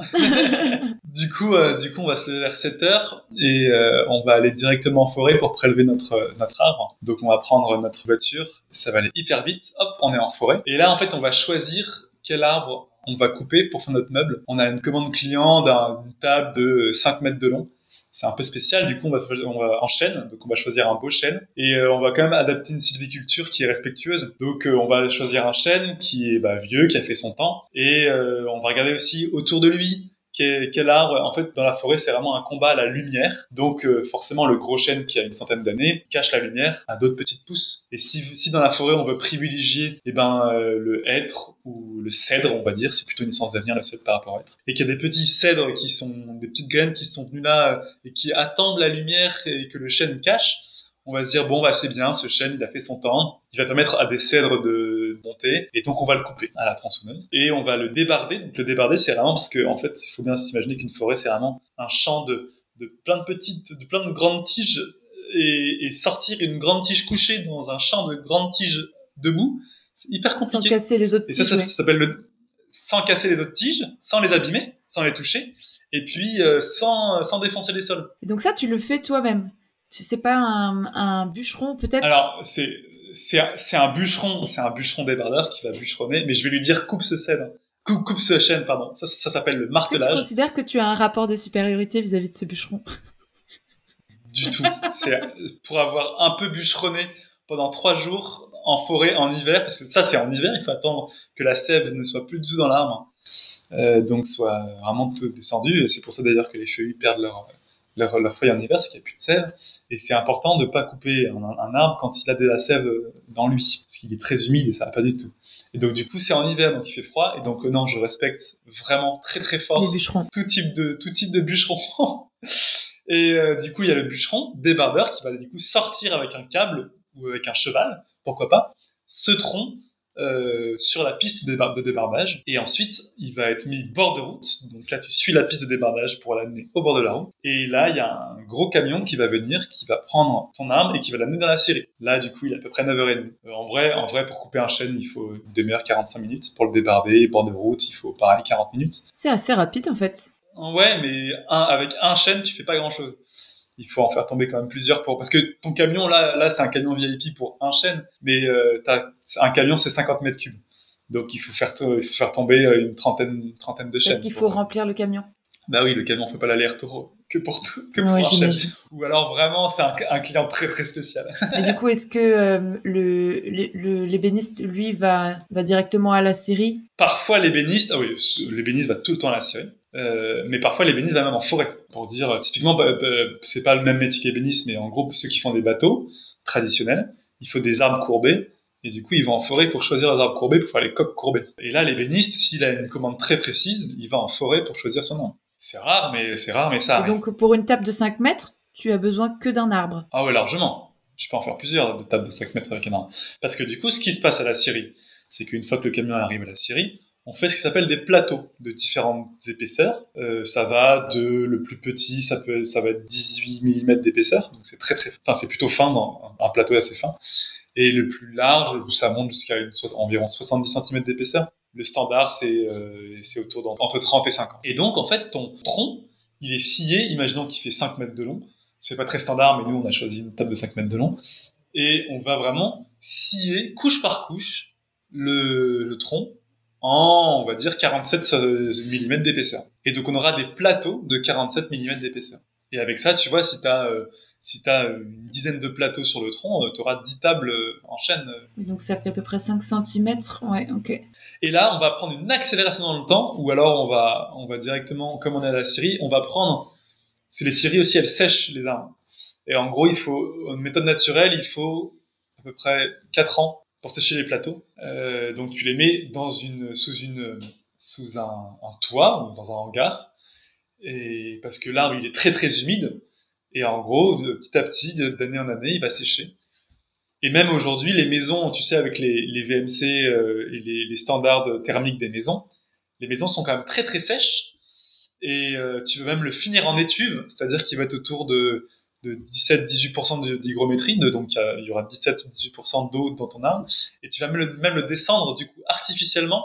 du, coup, euh, du coup, on va se lever vers sept heures et euh, on va aller directement en forêt pour prélever notre, notre arbre. Donc on va prendre notre voiture, ça va aller hyper vite, hop, on est en forêt. Et là, en fait, on va choisir quel arbre on va couper pour faire notre meuble. On a une commande client d'une table de cinq mètres de long. C'est un peu spécial, du coup on va, on va en chêne, donc on va choisir un beau chêne et euh, on va quand même adapter une sylviculture qui est respectueuse. Donc euh, on va choisir un chêne qui est bah, vieux, qui a fait son temps et euh, on va regarder aussi autour de lui quel, quel arbre. En fait, dans la forêt, c'est vraiment un combat à la lumière. Donc euh, forcément, le gros chêne qui a une centaine d'années cache la lumière à d'autres petites pousses. Et si, si dans la forêt, on veut privilégier eh ben, euh, le hêtre ou le cèdre, on va dire, c'est plutôt une essence d'avenir, le cèdre par rapport à hêtre. Et qu'il y a des petits cèdres qui sont, des petites graines qui sont venues là euh, et qui attendent la lumière et que le chêne cache, on va se dire, bon, bah, c'est bien, ce chêne, il a fait son temps, il va permettre à des cèdres de monter, et donc on va le couper à la tronçonneuse, et on va le débarder. Donc le débarder, c'est vraiment parce que, en fait, il faut bien s'imaginer qu'une forêt, c'est vraiment un champ de, de plein de petites, de plein de grandes tiges, et, et sortir une grande tige couchée dans un champ de grandes tiges debout, c'est hyper compliqué. Sans casser les autres tiges. Et ça, ça, ouais. ça s'appelle le, sans casser les autres tiges, sans les abîmer, sans les toucher, et puis euh, sans, sans défoncer les sols. Et donc ça, tu le fais toi-même? Tu sais pas, un, un bûcheron peut-être? Alors, c'est, c'est, c'est un bûcheron, c'est un bûcheron débardeur qui va bûcheronner, mais je vais lui dire coupe ce cèdre, coupe, coupe ce chêne, pardon. Ça, ça s'appelle le martelage. Est-ce que tu considères que tu as un rapport de supériorité vis-à-vis de ce bûcheron? Du tout. C'est pour avoir un peu bûcheronné pendant trois jours en forêt en hiver, parce que ça, c'est en hiver, il faut attendre que la sève ne soit plus du tout dans l'arbre, euh, donc soit vraiment tout descendu. Et c'est pour ça d'ailleurs que les feuillus perdent leur Leur, leur feuille en hiver, c'est qu'il n'y a plus de sève, et c'est important de ne pas couper un, un arbre quand il a de la sève dans lui, parce qu'il est très humide et ça va pas du tout. Et donc du coup c'est en hiver, donc il fait froid, et donc euh, non, je respecte vraiment très très fort les bûcherons. tout type de tout type de bûcheron. Et euh, du coup il y a le bûcheron débardeur qui va du coup sortir avec un câble ou avec un cheval, pourquoi pas, ce tronc euh, sur la piste de, débar- de débardage. Et ensuite, il va être mis bord de route. Donc là, tu suis la piste de débardage pour l'amener au bord de la route. Et là, il y a un gros camion qui va venir, qui va prendre ton arme et qui va l'amener dans la scierie. Là, du coup, il est à peu près neuf heures trente. Euh, en vrai, en vrai, pour couper un chêne, il faut une demi-heure, quarante-cinq minutes. Pour le débarder, bord de route, il faut pareil, quarante minutes. C'est assez rapide en fait. Ouais, mais un, avec un chêne, tu fais pas grand-chose. Il faut en faire tomber quand même plusieurs pour... Parce que ton camion, là, là c'est un camion V I P pour un chêne, mais euh, t'as... un camion, c'est cinquante mètres cubes. Donc il faut faire, to- il faut faire tomber une trentaine, une trentaine de chênes. Parce qu'il faut pour... remplir le camion. Bah oui, le camion fait pas l'aller-retour que pour, tout, que pour Ouais, un chêne. j'imagine. Ou alors vraiment, c'est un, un client très très spécial. Et du coup, est-ce que euh, le, le, le- l'ébéniste, lui, va, va directement à la scierie? Parfois, l'ébéniste... Ah oui, l'ébéniste va tout le temps à la scierie. Euh, mais parfois l'ébéniste va même en forêt pour dire euh, typiquement bah, bah, c'est pas le même métier qu'ébéniste, mais en gros ceux qui font des bateaux traditionnels, il faut des arbres courbés et du coup ils vont en forêt pour choisir les arbres courbés pour faire les coques courbées. Et là l'ébéniste, s'il a une commande très précise, il va en forêt pour choisir son arbre. C'est rare, mais c'est rare, mais ça Et arrive. donc, pour une table de cinq mètres, tu as besoin que d'un arbre. Ah ouais, largement. Je peux en faire plusieurs de tables de cinq mètres avec un arbre. Parce que du coup, ce qui se passe à la scierie, c'est qu'une fois que le camion arrive à la scierie, on fait ce qui s'appelle des plateaux de différentes épaisseurs. Euh, ça va de le plus petit, ça peut, ça va être dix-huit millimètres d'épaisseur, donc c'est très très, enfin c'est plutôt fin, dans, un plateau assez fin. Et le plus large, ça monte jusqu'à une, environ soixante-dix centimètres d'épaisseur. Le standard, c'est, euh, c'est autour d'entre trente et cinquante. Et donc en fait, ton tronc, il est scié, imaginons qu'il fait cinq mètres de long. C'est pas très standard, mais nous on a choisi une table de cinq mètres de long. Et on va vraiment scier, couche par couche, le, le tronc en, on va dire, quarante-sept millimètres d'épaisseur. Et donc, on aura des plateaux de quarante-sept millimètres d'épaisseur. Et avec ça, tu vois, si tu as euh, si t'as une dizaine de plateaux sur le tronc, euh, tu auras dix tables en chaîne. Et donc, ça fait à peu près cinq centimètres. Ouais, ok. Et là, on va prendre une accélération dans le temps, ou alors on va, on va directement, comme on est à la scierie, on va prendre... Parce que les scieries aussi, elles sèchent les arbres. Et en gros, il faut, une méthode naturelle, il faut à peu près quatre ans pour sécher les plateaux. Euh, donc tu les mets dans une, sous, une, sous un, un toit ou dans un hangar, et parce que l'arbre il est très très humide, et en gros, petit à petit, d'année en année, il va sécher. Et même aujourd'hui, les maisons, tu sais, avec les, les V M C euh, et les, les standards thermiques des maisons, les maisons sont quand même très très sèches, et euh, tu veux même le finir en étuve, c'est-à-dire qu'il va être autour de de dix-sept à dix-huit pour cent d'hygrométrie, de, donc il y aura dix-sept ou dix-huit pour cent d'eau dans ton arbre, et tu vas même le, même le descendre du coup artificiellement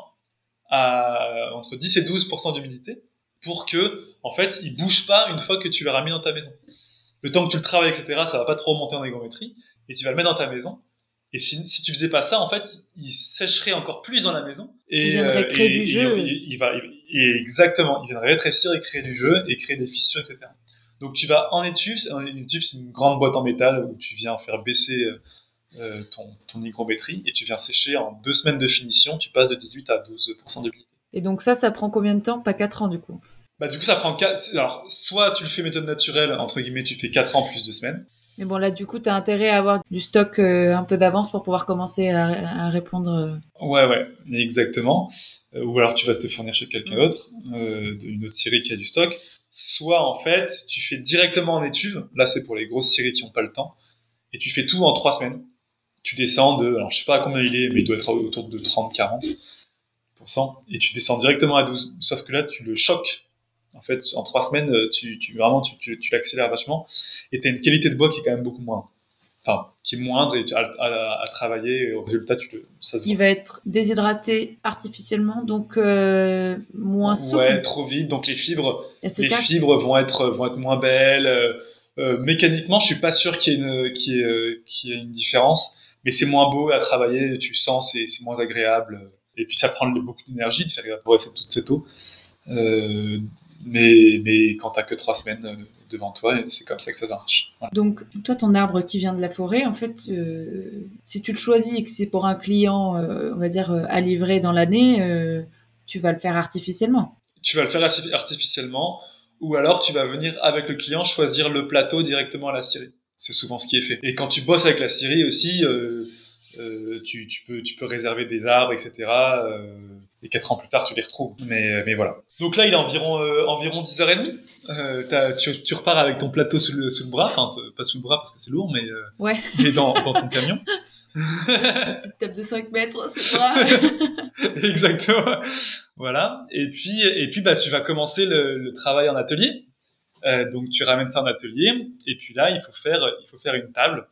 à entre dix et douze pour cent d'humidité pour que en fait il bouge pas une fois que tu l'auras mis dans ta maison. Le temps que tu le travailles, et cetera, ça va pas trop monter en hygrométrie, et tu vas le mettre dans ta maison. Et si, si tu faisais pas ça, en fait, il sécherait encore plus dans la maison. Et, il viendrait créer et, du et, jeu. Il, il, il va, il, exactement, il viendrait rétrécir et créer du jeu et créer des fissures, et cetera. Donc tu vas en étuve, une étuve c'est une grande boîte en métal où tu viens faire baisser euh, ton, ton hygrométrie et tu viens sécher en deux semaines de finition, tu passes de dix-huit à douze pour cent d'humidité. Et donc ça, ça prend combien de temps? Pas quatre ans du coup. Bah du coup ça prend quatre... Alors soit tu le fais méthode naturelle, entre guillemets tu fais quatre ans plus deux semaines. Mais bon là du coup t'as intérêt à avoir du stock euh, un peu d'avance pour pouvoir commencer à, à répondre. Euh... Ouais ouais, exactement. Euh, ou alors tu vas te fournir chez quelqu'un d'autre, euh, d'une autre scierie qui a du stock. Soit en fait, tu fais directement en étuve, là c'est pour les grosses scieries qui n'ont pas le temps, et tu fais tout en trois semaines. Tu descends de, alors je sais pas à combien il est, mais il doit être autour de trente à quarante pour cent, et tu descends directement à douze. Sauf que là, tu le choques. En fait, en trois semaines, tu, tu, vraiment, tu, tu, tu l'accélères vachement, et tu as une qualité de bois qui est quand même beaucoup moindre. Enfin, qui est moindre et à, à, à travailler, et au résultat, tu le, ça se voit. Il va être déshydraté artificiellement, donc euh, moins souple. Ouais, trop vite, donc les fibres, les casse. fibres vont être, vont être moins belles. Euh, euh, mécaniquement, je suis pas sûr qu'il y ait une, qu'il y ait, euh, qu'il y ait une différence, mais c'est moins beau à travailler, tu le sens, c'est, c'est moins agréable. Et puis ça prend beaucoup d'énergie de faire évaporer cette, toute cette eau. Euh, mais, mais quand t'as que trois semaines devant toi, c'est comme ça que ça marche. Voilà. Donc, toi, ton arbre qui vient de la forêt, en fait, euh, si tu le choisis et que c'est pour un client, euh, on va dire, euh, à livrer dans l'année, euh, tu vas le faire artificiellement. Tu vas le faire artificiellement, ou alors tu vas venir avec le client choisir le plateau directement à la scierie. C'est souvent ce qui est fait. Et quand tu bosses avec la scierie aussi, euh, euh, tu, tu, peux, tu peux réserver des arbres, et cetera. Euh, et quatre ans plus tard, tu les retrouves. Mais, mais voilà. Donc là, il est environ, euh, environ dix heures trente. Euh, t'as, tu, tu repars avec ton plateau sous le, sous le bras. Enfin, pas sous le bras parce que c'est lourd, mais, euh, ouais. mais dans, dans ton camion. Une petite table de cinq mètres, c'est pas... Exactement. Voilà. Et puis, et puis bah, tu vas commencer le, le travail en atelier. Euh, donc, tu ramènes ça en atelier. Et puis là, il faut faire, il faut faire une table.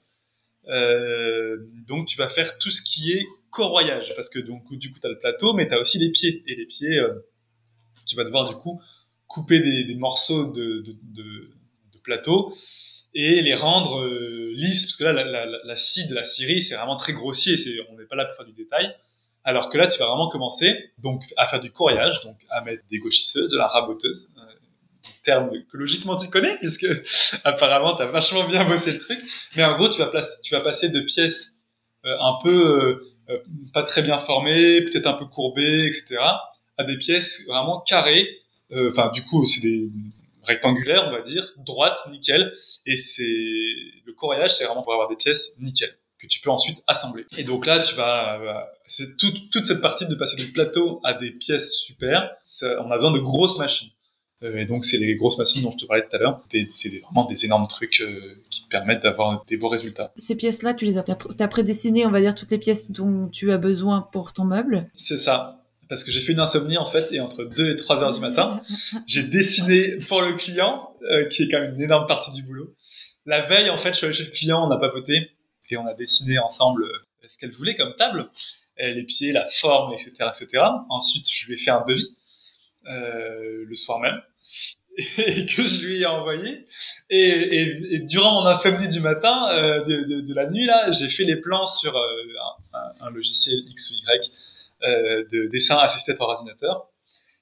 Euh, donc, tu vas faire tout ce qui est corroyage. Parce que donc, du coup, tu as le plateau, mais tu as aussi les pieds. Et les pieds, euh, tu vas devoir du coup couper des, des morceaux de, de, de, de plateau et les rendre euh, lisses. Parce que là, la, la, la, la scie de la scierie, c'est vraiment très grossier. C'est, on n'est pas là pour faire du détail. Alors que là, tu vas vraiment commencer donc, à faire du corroyage, donc à mettre des gauchisseuses, de la raboteuse, euh, terme que logiquement tu connais, puisque apparemment tu as vachement bien bossé le truc. Mais en gros, tu vas, placer, tu vas passer de pièces euh, un peu euh, pas très bien formées, peut-être un peu courbées, et cetera, à des pièces vraiment carrées. Enfin, euh, du coup, c'est des rectangulaires, on va dire, droites, nickel. Et c'est le corroyage, c'est vraiment pour avoir des pièces nickel que tu peux ensuite assembler. Et donc là, tu vas, euh, c'est tout, toute cette partie de passer du plateau à des pièces super. Ça, on a besoin de grosses machines. Euh, et donc, c'est les grosses machines dont je te parlais tout à l'heure. Des, c'est vraiment des énormes trucs euh, qui te permettent d'avoir des beaux résultats. Ces pièces-là, tu les as, t'as prédessiné, on va dire, toutes les pièces dont tu as besoin pour ton meuble. C'est ça. Parce que j'ai fait une insomnie, en fait, et entre deux et trois heures du matin, j'ai dessiné pour le client, euh, qui est quand même une énorme partie du boulot. La veille, en fait, je suis allé chez le client, on a papoté, et on a dessiné ensemble euh, ce qu'elle voulait comme table, et les pieds, la forme, et cetera, et cetera. Ensuite, je lui ai fait un devis, euh, le soir même, et que je lui ai envoyé. Et, et, et durant mon insomnie du matin, euh, de, de, de la nuit, là, j'ai fait les plans sur euh, un, un, un logiciel X ou Y euh, de dessin assisté par ordinateur.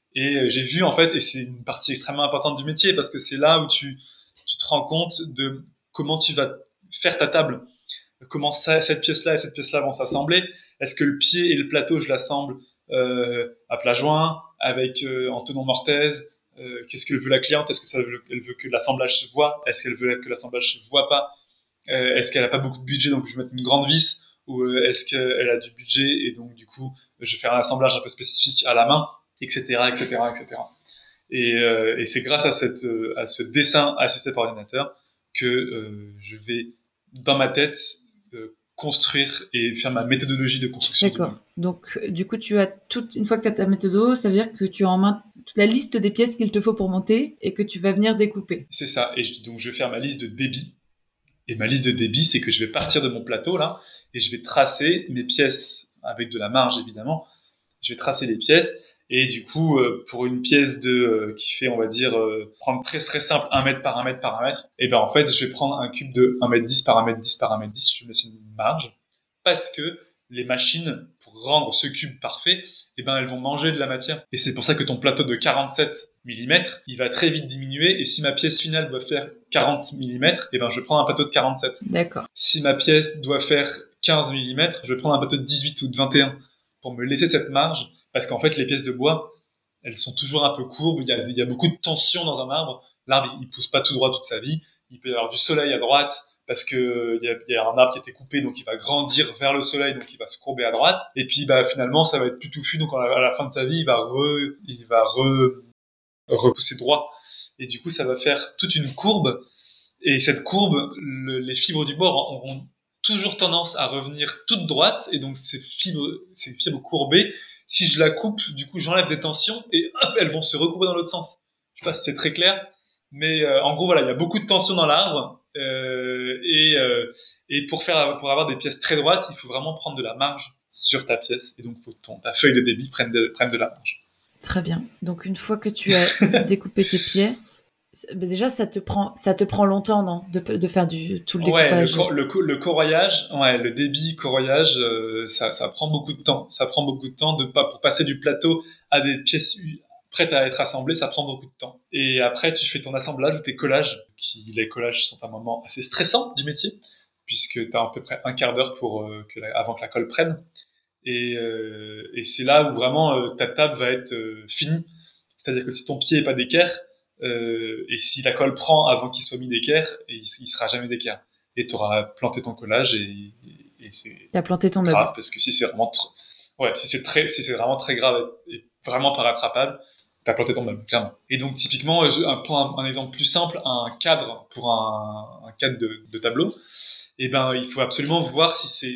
Et j'ai vu, en fait, et c'est une partie extrêmement importante du métier, parce que c'est là où tu, tu te rends compte de comment tu vas faire ta table. Comment ça, cette pièce-là et cette pièce-là vont s'assembler. Est-ce que le pied et le plateau, je l'assemble euh, à plat joint, avec, euh, en tenon mortaise? Euh, qu'est-ce que veut la cliente? Est-ce que ça veut, elle veut que l'assemblage se voit? Est-ce qu'elle veut que l'assemblage se voit pas? euh, Est-ce qu'elle a pas beaucoup de budget, donc je vais mettre une grande vis? Ou euh, est-ce qu'elle a du budget et donc du coup je vais faire un assemblage un peu spécifique à la main, et cetera, et cetera, et cetera. Et, euh, et c'est grâce à, cette, euh, à ce dessin assisté par ordinateur que euh, je vais, dans ma tête, euh, construire et faire ma méthodologie de construction. D'accord. Donc, du coup, tu as toute, une fois que tu as ta méthode, ça veut dire que tu as en main toute la liste des pièces qu'il te faut pour monter et que tu vas venir découper. C'est ça. Et je, donc, je vais faire ma liste de débit. Et ma liste de débit, c'est que je vais partir de mon plateau, là, et je vais tracer mes pièces avec de la marge, évidemment. Je vais tracer les pièces. Et du coup, euh, pour une pièce de euh, qui fait, on va dire, euh, prendre très très simple, un mètre par un mètre par un mètre, et ben en fait, je vais prendre un cube de un mètre dix par un mètre dix par un mètre dix, je vais laisser une marge, parce que les machines, pour rendre ce cube parfait, et ben elles vont manger de la matière. Et c'est pour ça que ton plateau de quarante-sept millimètres, il va très vite diminuer, et si ma pièce finale doit faire quarante millimètres, et ben je prends un plateau de quarante-sept. D'accord. Si ma pièce doit faire quinze millimètres, je vais prendre un plateau de dix-huit ou de vingt et un, pour me laisser cette marge. Parce qu'en fait, les pièces de bois, elles sont toujours un peu courbes. Il y a, il y a beaucoup de tension dans un arbre. L'arbre, il pousse pas tout droit toute sa vie. Il peut y avoir du soleil à droite parce que il y a, il y a un arbre qui a été coupé, donc il va grandir vers le soleil, donc il va se courber à droite. Et puis, bah, finalement, ça va être plus touffu. Donc, à la fin de sa vie, il va re, il va re, repousser droit. Et du coup, ça va faire toute une courbe. Et cette courbe, le, les fibres du bois auront toujours tendance à revenir toutes droites. Et donc, ces fibres, ces fibres courbées, si je la coupe, du coup, j'enlève des tensions et hop, elles vont se recouper dans l'autre sens. Je sais pas si c'est très clair, mais euh, en gros, voilà, il y a beaucoup de tension dans l'arbre euh, et, euh, et pour faire, pour avoir des pièces très droites, il faut vraiment prendre de la marge sur ta pièce et donc faut que ton, ta feuille de débit prenne de, prenne de la marge. Très bien. Donc une fois que tu as découpé tes pièces, déjà ça te prend, ça te prend longtemps, non, de, de faire du tout le découpage. Ouais, le, le, le corroyage, ouais, le débit corroyage, euh, ça, ça prend beaucoup de temps. Ça prend beaucoup de temps de pas pour passer du plateau à des pièces prêtes à être assemblées, ça prend beaucoup de temps. Et après, tu fais ton assemblage ou tes collages. Qui, les collages sont un moment assez stressant du métier, puisque tu as à peu près un quart d'heure pour euh, que la, avant que la colle prenne. Et, euh, et c'est là où vraiment euh, ta table va être euh, finie. C'est-à-dire que si ton pied est pas d'équerre, Euh, et si la colle prend avant qu'il soit mis d'équerre, il, il sera jamais d'équerre. Et tu auras planté ton collage et, et, et c'est T'as planté ton grave meuble. parce que si c'est vraiment tr... ouais, si c'est très, si c'est vraiment très grave et vraiment pas rattrapable, t'as planté ton meuble, clairement. Et donc typiquement, un, pour un, un exemple plus simple, un cadre pour un, un cadre de, de tableau, et ben il faut absolument voir si c'est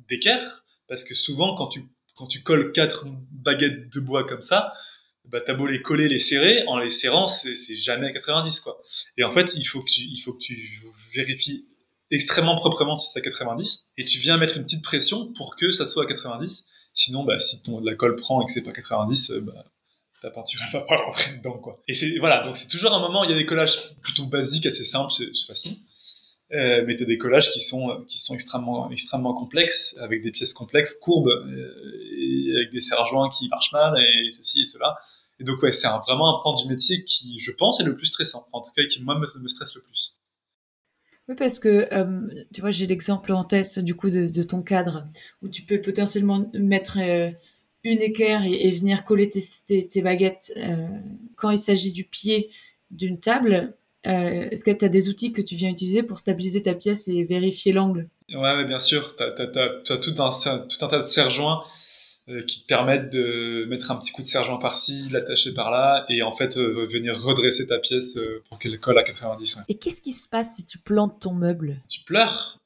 d'équerre, parce que souvent, quand tu, quand tu colles quatre baguettes de bois comme ça, bah, t'as beau les coller, les serrer, en les serrant, c'est, c'est jamais à quatre-vingt-dix, quoi. Et en fait, il faut que tu, il faut que tu vérifies extrêmement proprement si c'est à quatre-vingt-dix, et tu viens mettre une petite pression pour que ça soit à quatre-vingt-dix. Sinon, bah, si ton, la colle prend et que c'est pas quatre-vingt-dix, euh, bah, ta peinture elle va pas rentrer dedans, quoi. Et c'est, voilà, donc c'est toujours un moment, il y a des collages plutôt basiques, assez simples, c'est, c'est facile. Euh, mais t'as des collages qui sont, qui sont extrêmement, extrêmement complexes, avec des pièces complexes, courbes, euh, et avec des serre-joints qui marchent mal, et ceci et cela. Et donc, ouais, c'est un, vraiment un pan du métier qui, je pense, est le plus stressant. En tout cas, qui, moi, me, me stresse le plus. Oui, parce que, euh, tu vois, j'ai l'exemple en tête, du coup, de, de ton cadre, où tu peux potentiellement mettre euh, une équerre et, et venir coller tes, tes, tes baguettes. Euh, quand il s'agit du pied d'une table, euh, est-ce que tu as des outils que tu viens utiliser pour stabiliser ta pièce et vérifier l'angle? Ouais, mais bien sûr, t'as, t'as, t'as, t'as tout, un, tout un tas de serre-joints euh, qui te permettent de mettre un petit coup de serre-joint par-ci, l'attacher par-là, et en fait euh, venir redresser ta pièce euh, pour qu'elle colle à quatre-vingt-dix. Ouais. Et qu'est-ce qui se passe si tu plantes ton meuble? Tu pleures.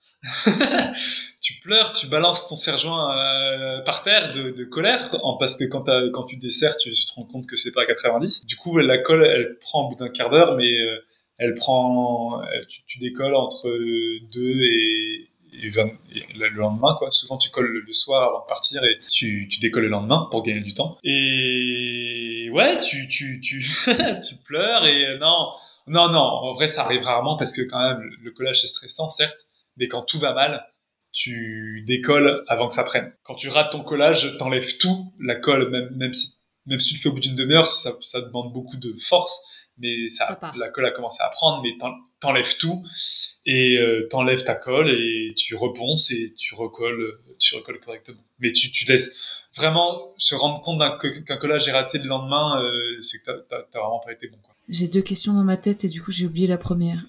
Tu pleures, tu balances ton serre-joint euh, par terre de, de colère, en, parce que quand, quand tu desserres, tu, tu te rends compte que c'est pas à quatre-vingt-dix. Du coup, la colle, elle prend au bout d'un quart d'heure, mais euh, elle prend, elle, tu, tu décolles entre deux et, et, vingt, et le lendemain, quoi. Souvent, tu colles le, le soir avant de partir et tu, tu décolles le lendemain pour gagner du temps. Et ouais, tu, tu, tu, tu pleures et euh, non, non, non. En vrai, ça arrive rarement parce que quand même, le, le collage c'est stressant, certes, mais quand tout va mal, tu décolles avant que ça prenne. Quand tu rates ton collage, t'enlèves tout, la colle, même, même si, même si tu le fais au bout d'une demi-heure, ça, ça demande beaucoup de force, mais ça, Ça part. la colle a commencé à prendre, mais t'enlèves tout, et euh, t'enlèves ta colle, et tu reponces, et tu recolles, tu recolles correctement. Mais tu, tu laisses vraiment se rendre compte d'un, qu'un collage est raté le lendemain, euh, c'est que t'as, t'as, t'as vraiment pas été bon, quoi. J'ai deux questions dans ma tête et du coup j'ai oublié la première.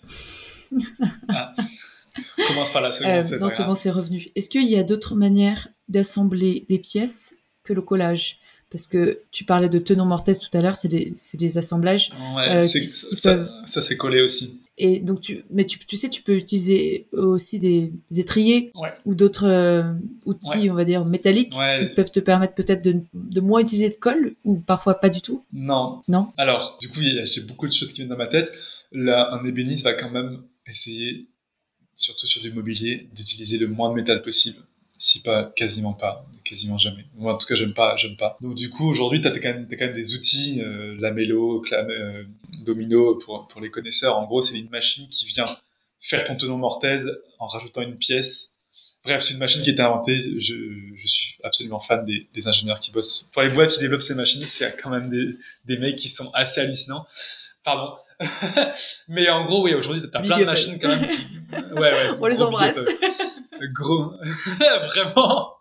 Ah. Commence par la seconde. Euh, c'est non, c'est bon, c'est revenu. Est-ce qu'il y a d'autres manières d'assembler des pièces que le collage? Parce que tu parlais de tenons mortaise tout à l'heure, c'est des, c'est des assemblages ouais, euh, c'est, qui, ça, qui peuvent... Ça, c'est collé aussi. Et donc, tu, mais tu, tu sais, tu peux utiliser aussi des étriers ouais. ou d'autres euh, outils, ouais. on va dire, métalliques ouais. qui peuvent te permettre peut-être de, de moins utiliser de colle ou parfois pas du tout? Non. Non. Alors, du coup, j'ai beaucoup de choses qui viennent dans ma tête. Là, un ébéniste va quand même essayer, surtout sur du mobilier, d'utiliser le moins de métal possible, si pas quasiment pas, quasiment jamais. Moi, en tout cas, j'aime pas, j'aime pas. Donc du coup, aujourd'hui, t'as quand même, t'as quand même des outils, euh, Lamello, Clam, euh, Domino pour pour les connaisseurs. En gros, c'est une machine qui vient faire ton tenon mortaise en rajoutant une pièce. Bref, c'est une machine qui a été inventée. Je, je suis absolument fan des, des ingénieurs qui bossent pour les boîtes qui développent ces machines. C'est quand même des, des mecs qui sont assez hallucinants. Pardon. Mais en gros, oui, aujourd'hui, t'as plein de machines quand même. Qui... Ouais, ouais. On les embrasse. Gros. Vraiment.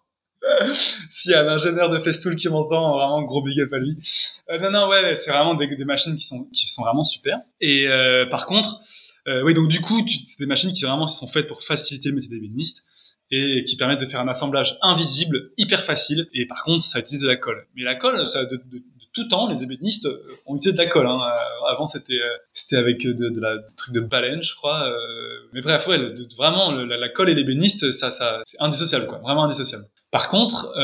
S'il y a un ingénieur de Festool qui m'entend, vraiment gros big up à lui. Euh, non, non, ouais, c'est vraiment des, des machines qui sont, qui sont vraiment super. Et euh, par contre, euh, oui, donc du coup, tu, c'est des machines qui vraiment sont faites pour faciliter le métier d'ébéniste et qui permettent de faire un assemblage invisible, hyper facile. Et par contre, ça utilise de la colle. Mais la colle, ça, de, de, de tout temps, les ébénistes ont utilisé de la colle. Hein. Euh, avant, c'était, euh, c'était avec de, de la de truc de baleine, je crois. Euh, mais bref, ouais, de, de, vraiment, le, la, la colle et l'ébéniste, ça, ça, c'est indissociable, quoi. Vraiment indissociable. Par contre,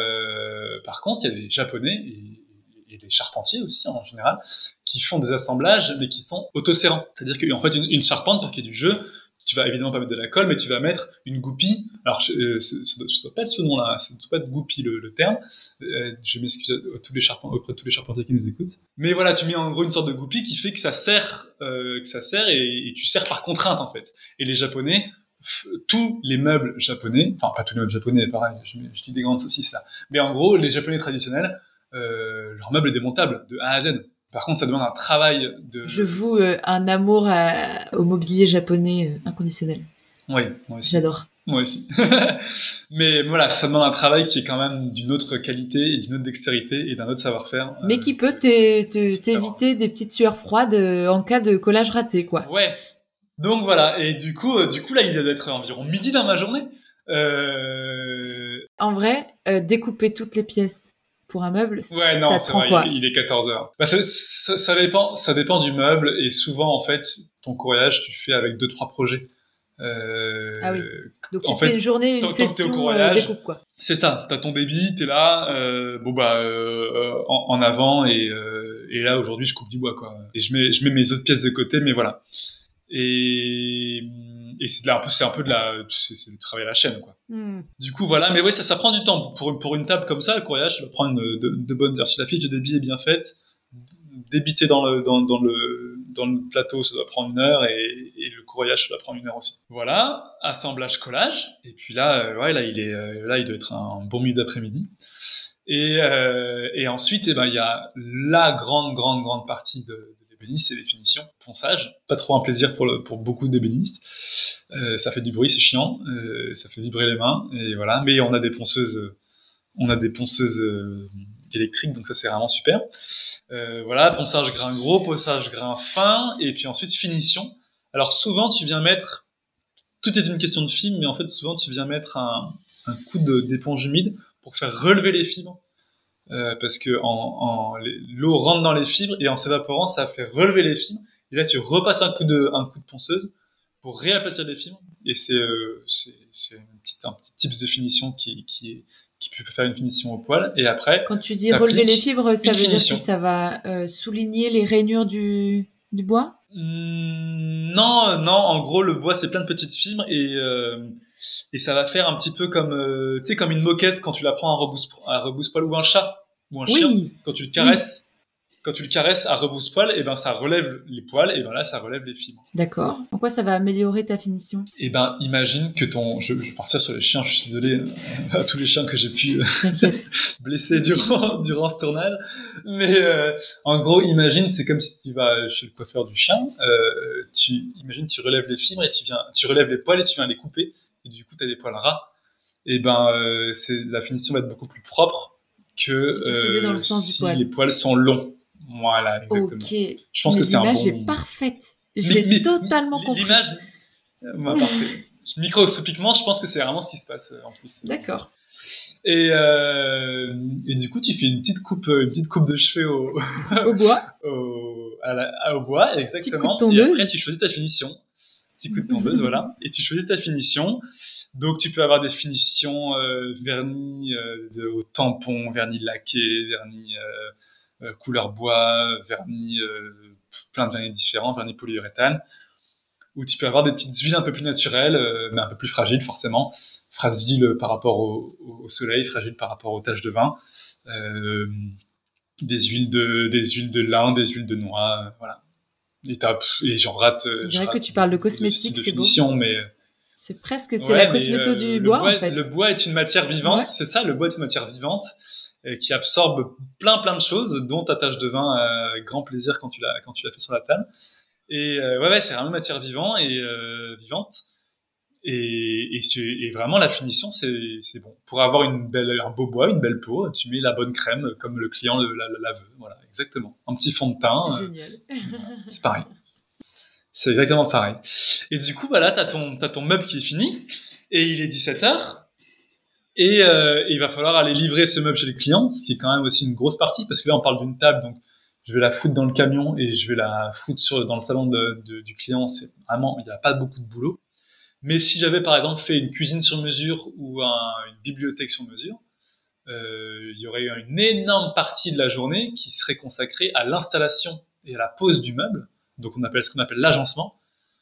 euh, par contre, il y a des Japonais et, et des charpentiers aussi en général qui font des assemblages, mais qui sont autoserrants. C'est-à-dire qu'en fait, une, une charpente pour qu'il y ait du jeu, tu vas évidemment pas mettre de la colle, mais tu vas mettre une goupille. Alors, euh, ça ne doit pas être ce nom-là, ça ne doit pas être goupille le, le terme. Euh, je m'excuse à, à tous les charpent- auprès de tous les charpentiers qui nous écoutent. Mais voilà, tu mets en gros une sorte de goupille qui fait que ça serre, euh, que ça serre et, et tu serres par contrainte en fait. Et les Japonais, f- tous les meubles japonais, enfin pas tous les meubles japonais, pareil, je, je dis des grandes saucisses là. Mais en gros, les Japonais traditionnels, euh, leur meuble est démontable de A à Z. Par contre, ça demande un travail de... Je voue euh, un amour à, au mobilier japonais euh, inconditionnel. Oui, moi aussi. J'adore. Moi aussi. Mais voilà, ça demande un travail qui est quand même d'une autre qualité et d'une autre dextérité et d'un autre savoir-faire. Mais euh, qui peut t'é, t'é, t'éviter des petites sueurs froides euh, en cas de collage raté, quoi. Ouais. Donc voilà, et du coup, euh, du coup là, il doit être environ midi dans ma journée. Euh... En vrai, euh, découper toutes les pièces pour un meuble, ouais, non, ça te prend vrai, quoi? Il, il est quatorze heures. Bah, ça, ça, ça, dépend, ça dépend du meuble et souvent, en fait, ton courriage, tu fais avec deux, trois projets. Euh, Ah oui. Donc tu en te fait, fais une journée, une tant- tant que t'es au session euh, courriage, découpe, quoi. c'est ça, t'as ton baby, t'es là, euh, bon bah euh, en, en avant et, euh, et là aujourd'hui je coupe du bois quoi. Et je mets je mets mes autres pièces de côté, mais voilà. Et et c'est de la, un peu c'est un peu de la c'est, c'est du travail à la chaîne quoi. Hmm. Du coup voilà, mais ouais ça ça prend du temps pour pour une table comme ça, le courriage ça va prendre de, de, de bonnes heures. Si la fiche de débit est bien faite, débiter dans le dans, dans le dans le plateau ça doit prendre une heure et, et le courriage ça doit prendre une heure aussi. Voilà, assemblage collage et puis là euh, ouais là il est euh, là il doit être un bon milieu d'après-midi et euh, et ensuite eh ben il y a la grande grande grande partie de, de l'ébéniste, c'est les finitions, ponçage, pas trop un plaisir pour le pour beaucoup d'ébénistes. Euh, ça fait du bruit, c'est chiant, euh, ça fait vibrer les mains et voilà, mais on a des ponceuses on a des ponceuses euh, électriques donc ça c'est vraiment super. Euh, voilà, ponçage grain gros, ponçage grain fin, et puis ensuite finition. Alors souvent tu viens mettre, tout est une question de fibre, mais en fait souvent tu viens mettre un, un coup de, d'éponge humide pour faire relever les fibres, euh, parce que en, en, les, l'eau rentre dans les fibres et en s'évaporant ça fait relever les fibres. Et là tu repasses un coup de, un coup de ponceuse pour réaplatir les fibres. Et c'est, euh, c'est, c'est une petite, un petit tips de finition qui, qui est qui peut faire une finition au poil, et après Quand tu dis relever les fibres, ça une veut finition. dire que ça va euh, souligner les rainures du, du bois? Mmh, non, non, en gros, le bois, c'est plein de petites fibres et, euh, et ça va faire un petit peu comme, euh, tu sais, comme une moquette quand tu la prends à rebousse, à rebousse-poil ou un chat ou un chien, Oui, quand tu le oui. caresses, quand tu le caresses à rebousse-poil, et ben ça relève les poils et ben là ça relève les fibres. D'accord. En quoi ça va améliorer ta finition? Et ben imagine que ton, je, je vais partir sur les chiens, je suis désolé euh, à tous les chiens que j'ai pu euh, T'inquiète. blesser durant durant ce tournage, mais euh, en gros imagine c'est comme si tu vas chez le coiffeur du chien, euh, tu imagine tu relèves les fibres et tu viens, tu relèves les poils et tu viens les couper et du coup t'as des poils ras. Et ben euh, c'est la finition va être beaucoup plus propre que Si tu faisais dans le euh, sens du si poil. les poils sont longs. Voilà, exactement. Ok. Je pense Mais que c'est un l'image bon. est parfaite. J'ai Mais- mais- totalement compris. L'image, euh, moi, parfait. Microscopiquement, je pense que c'est vraiment ce qui se passe euh, en plus. D'accord. Et, euh, et du coup, tu fais une petite coupe, une petite coupe de cheveux au, Au bois. au, à la- au bois, exactement. Petit coup de Et tondeuse. après, tu choisis ta finition. Petit coup de tondeuse, voilà. Et tu choisis ta finition. Donc, tu peux avoir des finitions euh, vernis euh, de, au tampon, vernis laqué, vernis euh, euh, couleur bois, vernis, euh, plein de vernis différents, vernis polyuréthane. Ou tu peux avoir des petites huiles un peu plus naturelles, euh, mais un peu plus fragiles forcément. Fragiles par rapport au, au soleil, fragiles par rapport aux taches de vin. Euh, des huiles de, des huiles de lin, des huiles de noix, euh, voilà. Et, et j'en rate. Je dirais que tu parles de cosmétique, de c'est beau. finition, mais c'est presque, c'est ouais, la mais, cosméto euh, du le bois, bois en fait. Le bois est une matière vivante, Ouais. c'est ça. Le bois est une matière vivante euh, qui absorbe plein plein de choses, dont ta tache de vin, euh, grand plaisir quand tu l'as quand tu l'as fait sur la table. Et euh, ouais, ouais, c'est vraiment une matière vivante et euh, vivante. Et, et, et vraiment la finition c'est, c'est bon pour avoir une belle, un beau bois, une belle peau, tu mets la bonne crème comme le client le, la, la, la veut, voilà, exactement, un petit fond de teint, génial. Euh, c'est pareil, c'est exactement pareil. Et du coup voilà, t'as ton, t'as ton meuble qui est fini et il est dix-sept heures et, euh, et il va falloir aller livrer ce meuble chez le client, ce qui est quand même aussi une grosse partie parce que là on parle d'une table, donc je vais la foutre dans le camion et je vais la foutre sur, dans le salon de, de, du client, c'est vraiment, il n'y a pas beaucoup de boulot. Mais si j'avais par exemple fait une cuisine sur mesure ou un, une bibliothèque sur mesure, euh, il y aurait une énorme partie de la journée qui serait consacrée à l'installation et à la pose du meuble, donc on appelle ce qu'on appelle l'agencement.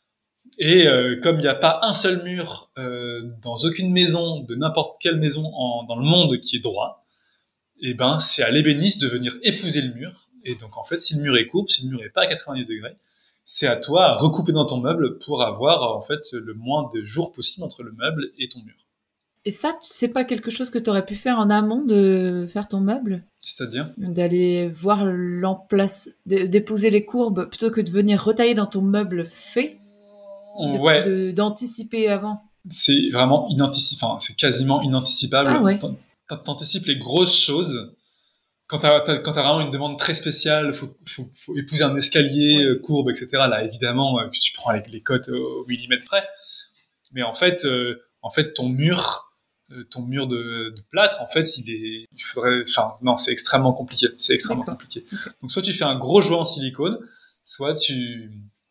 Et euh, comme il n'y a pas un seul mur euh, dans aucune maison, de n'importe quelle maison en, dans le monde qui est droit, et ben c'est à l'ébéniste de venir épouser le mur. Et donc en fait, si le mur est courbe, si le mur n'est pas à quatre-vingt-dix degrés, c'est à toi à recouper dans ton meuble pour avoir en fait le moins de jours possible entre le meuble et ton mur. Et ça, c'est pas quelque chose que tu aurais pu faire en amont de faire ton meuble? C'est-à-dire? D'aller voir l'emplace, d'épouser les courbes plutôt que de venir retailler dans ton meuble fait? De, Ouais. de, d'anticiper avant? C'est vraiment inanticipable, enfin, c'est quasiment inanticipable. Ah ouais. T'anticipes les grosses choses. Quand t'as, t'as, quand t'as vraiment une demande très spéciale, faut, faut, faut épouser un escalier, oui. courbe, et cetera. Là, évidemment, euh, que tu prends les, les cotes au millimètre près. Mais en fait, euh, en fait, ton mur, euh, ton mur de, de plâtre, en fait, il est, il faudrait, enfin, non, c'est extrêmement compliqué. C'est extrêmement D'accord. compliqué. Okay. Donc, soit tu fais un gros joint en silicone, soit tu,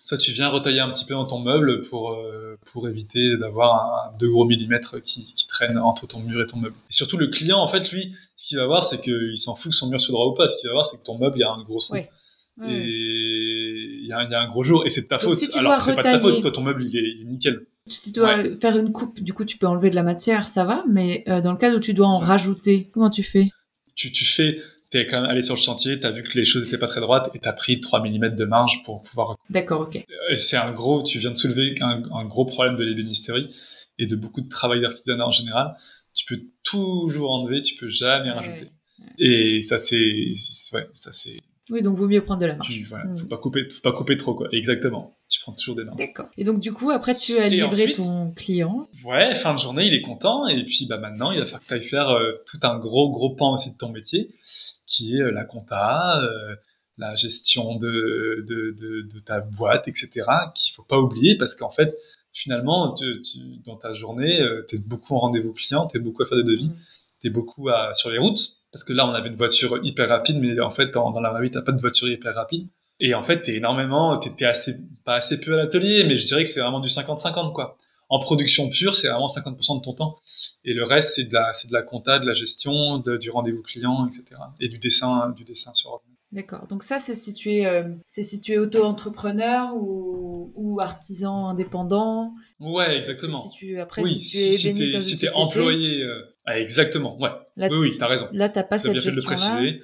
soit tu viens retailler un petit peu dans ton meuble pour, euh, pour éviter d'avoir un, deux gros millimètres qui, qui traînent entre ton mur et ton meuble. Et surtout, le client, en fait, lui, ce qu'il va voir, c'est qu'il s'en fout que son mur soit droit ou pas. Ce qu'il va voir, c'est que ton meuble, il y a un gros trou. Ouais. Ouais. Et il y, a, il y a un gros jour. Et c'est de ta Donc, faute. si tu Alors, dois c'est retailler... pas de ta faute. Toi, ton meuble, il est, il est nickel. Si tu dois ouais. faire une coupe, du coup, tu peux enlever de la matière, ça va. Mais euh, dans le cas où tu dois en ouais. rajouter, comment tu fais? Tu, tu fais... T'es quand même allé sur le chantier, t'as vu que les choses étaient pas très droites et t'as pris trois millimètres de marge pour pouvoir... D'accord, ok. Et c'est un gros... Tu viens de soulever un, un gros problème de l'ébénisterie et de beaucoup de travail d'artisanat en général. Tu peux toujours enlever, tu peux jamais ouais, rajouter. Ouais. Et ça, c'est... c'est ouais, ça, c'est... Oui, donc vaut mieux prendre de la marge. Tu, voilà, mmh. faut pas couper, faut pas couper trop, quoi. Exactement. Tu prends toujours des marges. D'accord. Et donc, du coup, après, tu as et livré ensuite, ton client. Ouais, fin de journée, il est content. Et puis, bah, maintenant, il va falloir que tu ailles faire euh, tout un gros, gros pan aussi de ton métier, qui est euh, la compta, euh, la gestion de, de, de, de ta boîte, et cetera, qu'il faut pas oublier parce qu'en fait, finalement, tu, tu, dans ta journée, euh, tu es beaucoup en rendez-vous client, tu es beaucoup à faire des devis, mmh. tu es beaucoup à, sur les routes. Parce que là, on avait une voiture hyper rapide, mais en fait, dans, dans la vraie vie, t'as pas de voiture hyper rapide. Et en fait, t'es énormément, t'es, t'es assez, pas assez peu à l'atelier, mais je dirais que c'est vraiment du cinquante cinquante, quoi. En production pure, c'est vraiment cinquante pour cent de ton temps. Et le reste, c'est de la, c'est de la compta, de la gestion, de, du rendez-vous client, et cetera. Et du dessin, du dessin sur ordinateur. D'accord. Donc ça, c'est situé, euh, c'est situé auto-entrepreneur ou, ou artisan indépendant. Ouais, exactement. Si tu, après, oui, si tu es si, ébéniste si dans si une t'es société. employé, euh... ah, exactement, ouais. Là, oui, oui, t'as raison. Là, t'as pas t'as cette bien fait de le gestion-là. préciser.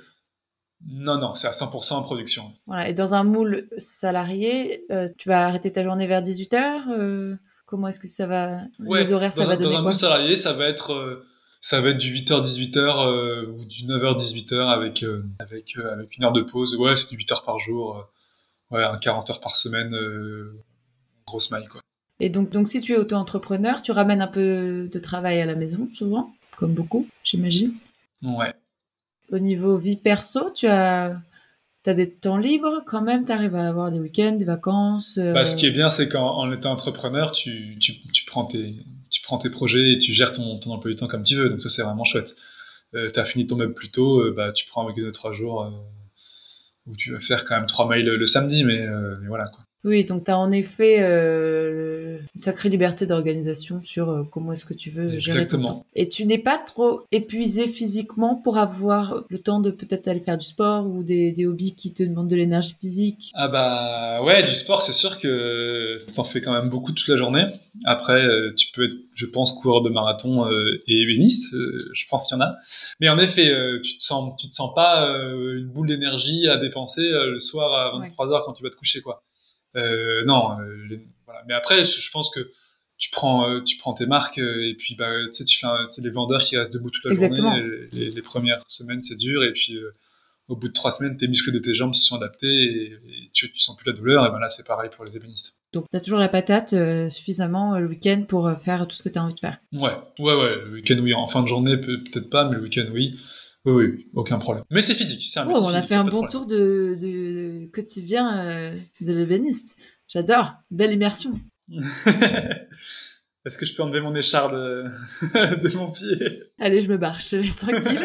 Non, non, c'est à cent pour cent en production. Voilà. Et dans un moule salarié, euh, tu vas arrêter ta journée vers dix-huit heures euh, Comment est-ce que ça va ouais, les horaires, ça un, va donner quoi? Dans un moule salarié, ça va être... Euh... Ça va être du huit heures dix-huit heures euh, ou du neuf heures dix-huit heures avec, euh, avec, euh, avec une heure de pause. Ouais, c'est du huit heures par jour. Euh, ouais, un quarante heures par semaine. Euh, grosse maille, quoi. Et donc, donc, si tu es auto-entrepreneur, tu ramènes un peu de travail à la maison, souvent, comme beaucoup, j'imagine. Ouais. Au niveau vie perso, tu as, t'as des temps libres quand même, tu arrives à avoir des week-ends, des vacances. Euh... Bah, ce qui est bien, c'est qu'en en étant entrepreneur, tu, tu, tu prends tes... tu prends tes projets et tu gères ton, ton emploi du temps comme tu veux, donc ça c'est vraiment chouette. Euh, t'as fini ton meuble plus tôt, euh, bah, tu prends un week-end de trois jours euh, où tu vas faire quand même trois mails le, le samedi, mais, euh, mais voilà, quoi. Oui, donc tu as en effet euh, une sacrée liberté d'organisation sur euh, comment est-ce que tu veux gérer Exactement. ton temps. Et tu n'es pas trop épuisé physiquement pour avoir le temps de peut-être aller faire du sport ou des, des hobbies qui te demandent de l'énergie physique? Ah bah ouais, du sport, c'est sûr que t'en fais quand même beaucoup toute la journée. Après, euh, tu peux être, je pense, coureur de marathon euh, et ébéniste, euh, je pense qu'il y en a. Mais en effet, euh, tu te sens, tu te sens pas euh, une boule d'énergie à dépenser euh, le soir à vingt-trois heures ouais. quand tu vas te coucher, quoi. Euh, non, euh, les, voilà. Mais après, je pense que tu prends, euh, tu prends tes marques euh, et puis bah, tu sais, tu fais, un, c'est les vendeurs qui restent debout toute la Exactement. journée. Les, les, les premières semaines, c'est dur et puis euh, au bout de trois semaines, tes muscles de tes jambes se sont adaptés et, et tu, tu sens plus la douleur. Et ben là, c'est pareil pour les ébénistes. Donc, tu as toujours la patate euh, suffisamment euh, le week-end pour euh, faire tout ce que tu as envie de faire. Ouais, ouais, ouais. Le week-end, oui. En fin de journée, peut, peut-être pas, mais le week-end, oui. Oui, oui, oui, aucun problème. Mais c'est physique. C'est un oh, on a fait un bon tour de, de, de quotidien euh, de l'ébéniste. J'adore. Belle immersion. Est-ce que je peux enlever mon écharde de, de mon pied? Allez, je me barre. Je te laisse tranquille.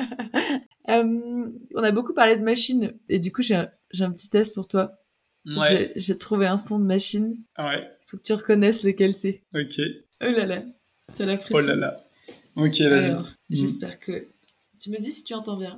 euh, on a beaucoup parlé de machines. Et du coup, j'ai un, j'ai un petit test pour toi. Ouais. J'ai, j'ai trouvé un son de machine. Ouais. Faut que tu reconnaisses lequel c'est. Ok. Oh là là. T'as la pression. Oh là là. Ok, vas-y. Alors, mmh. j'espère que... Tu me dis si tu entends bien.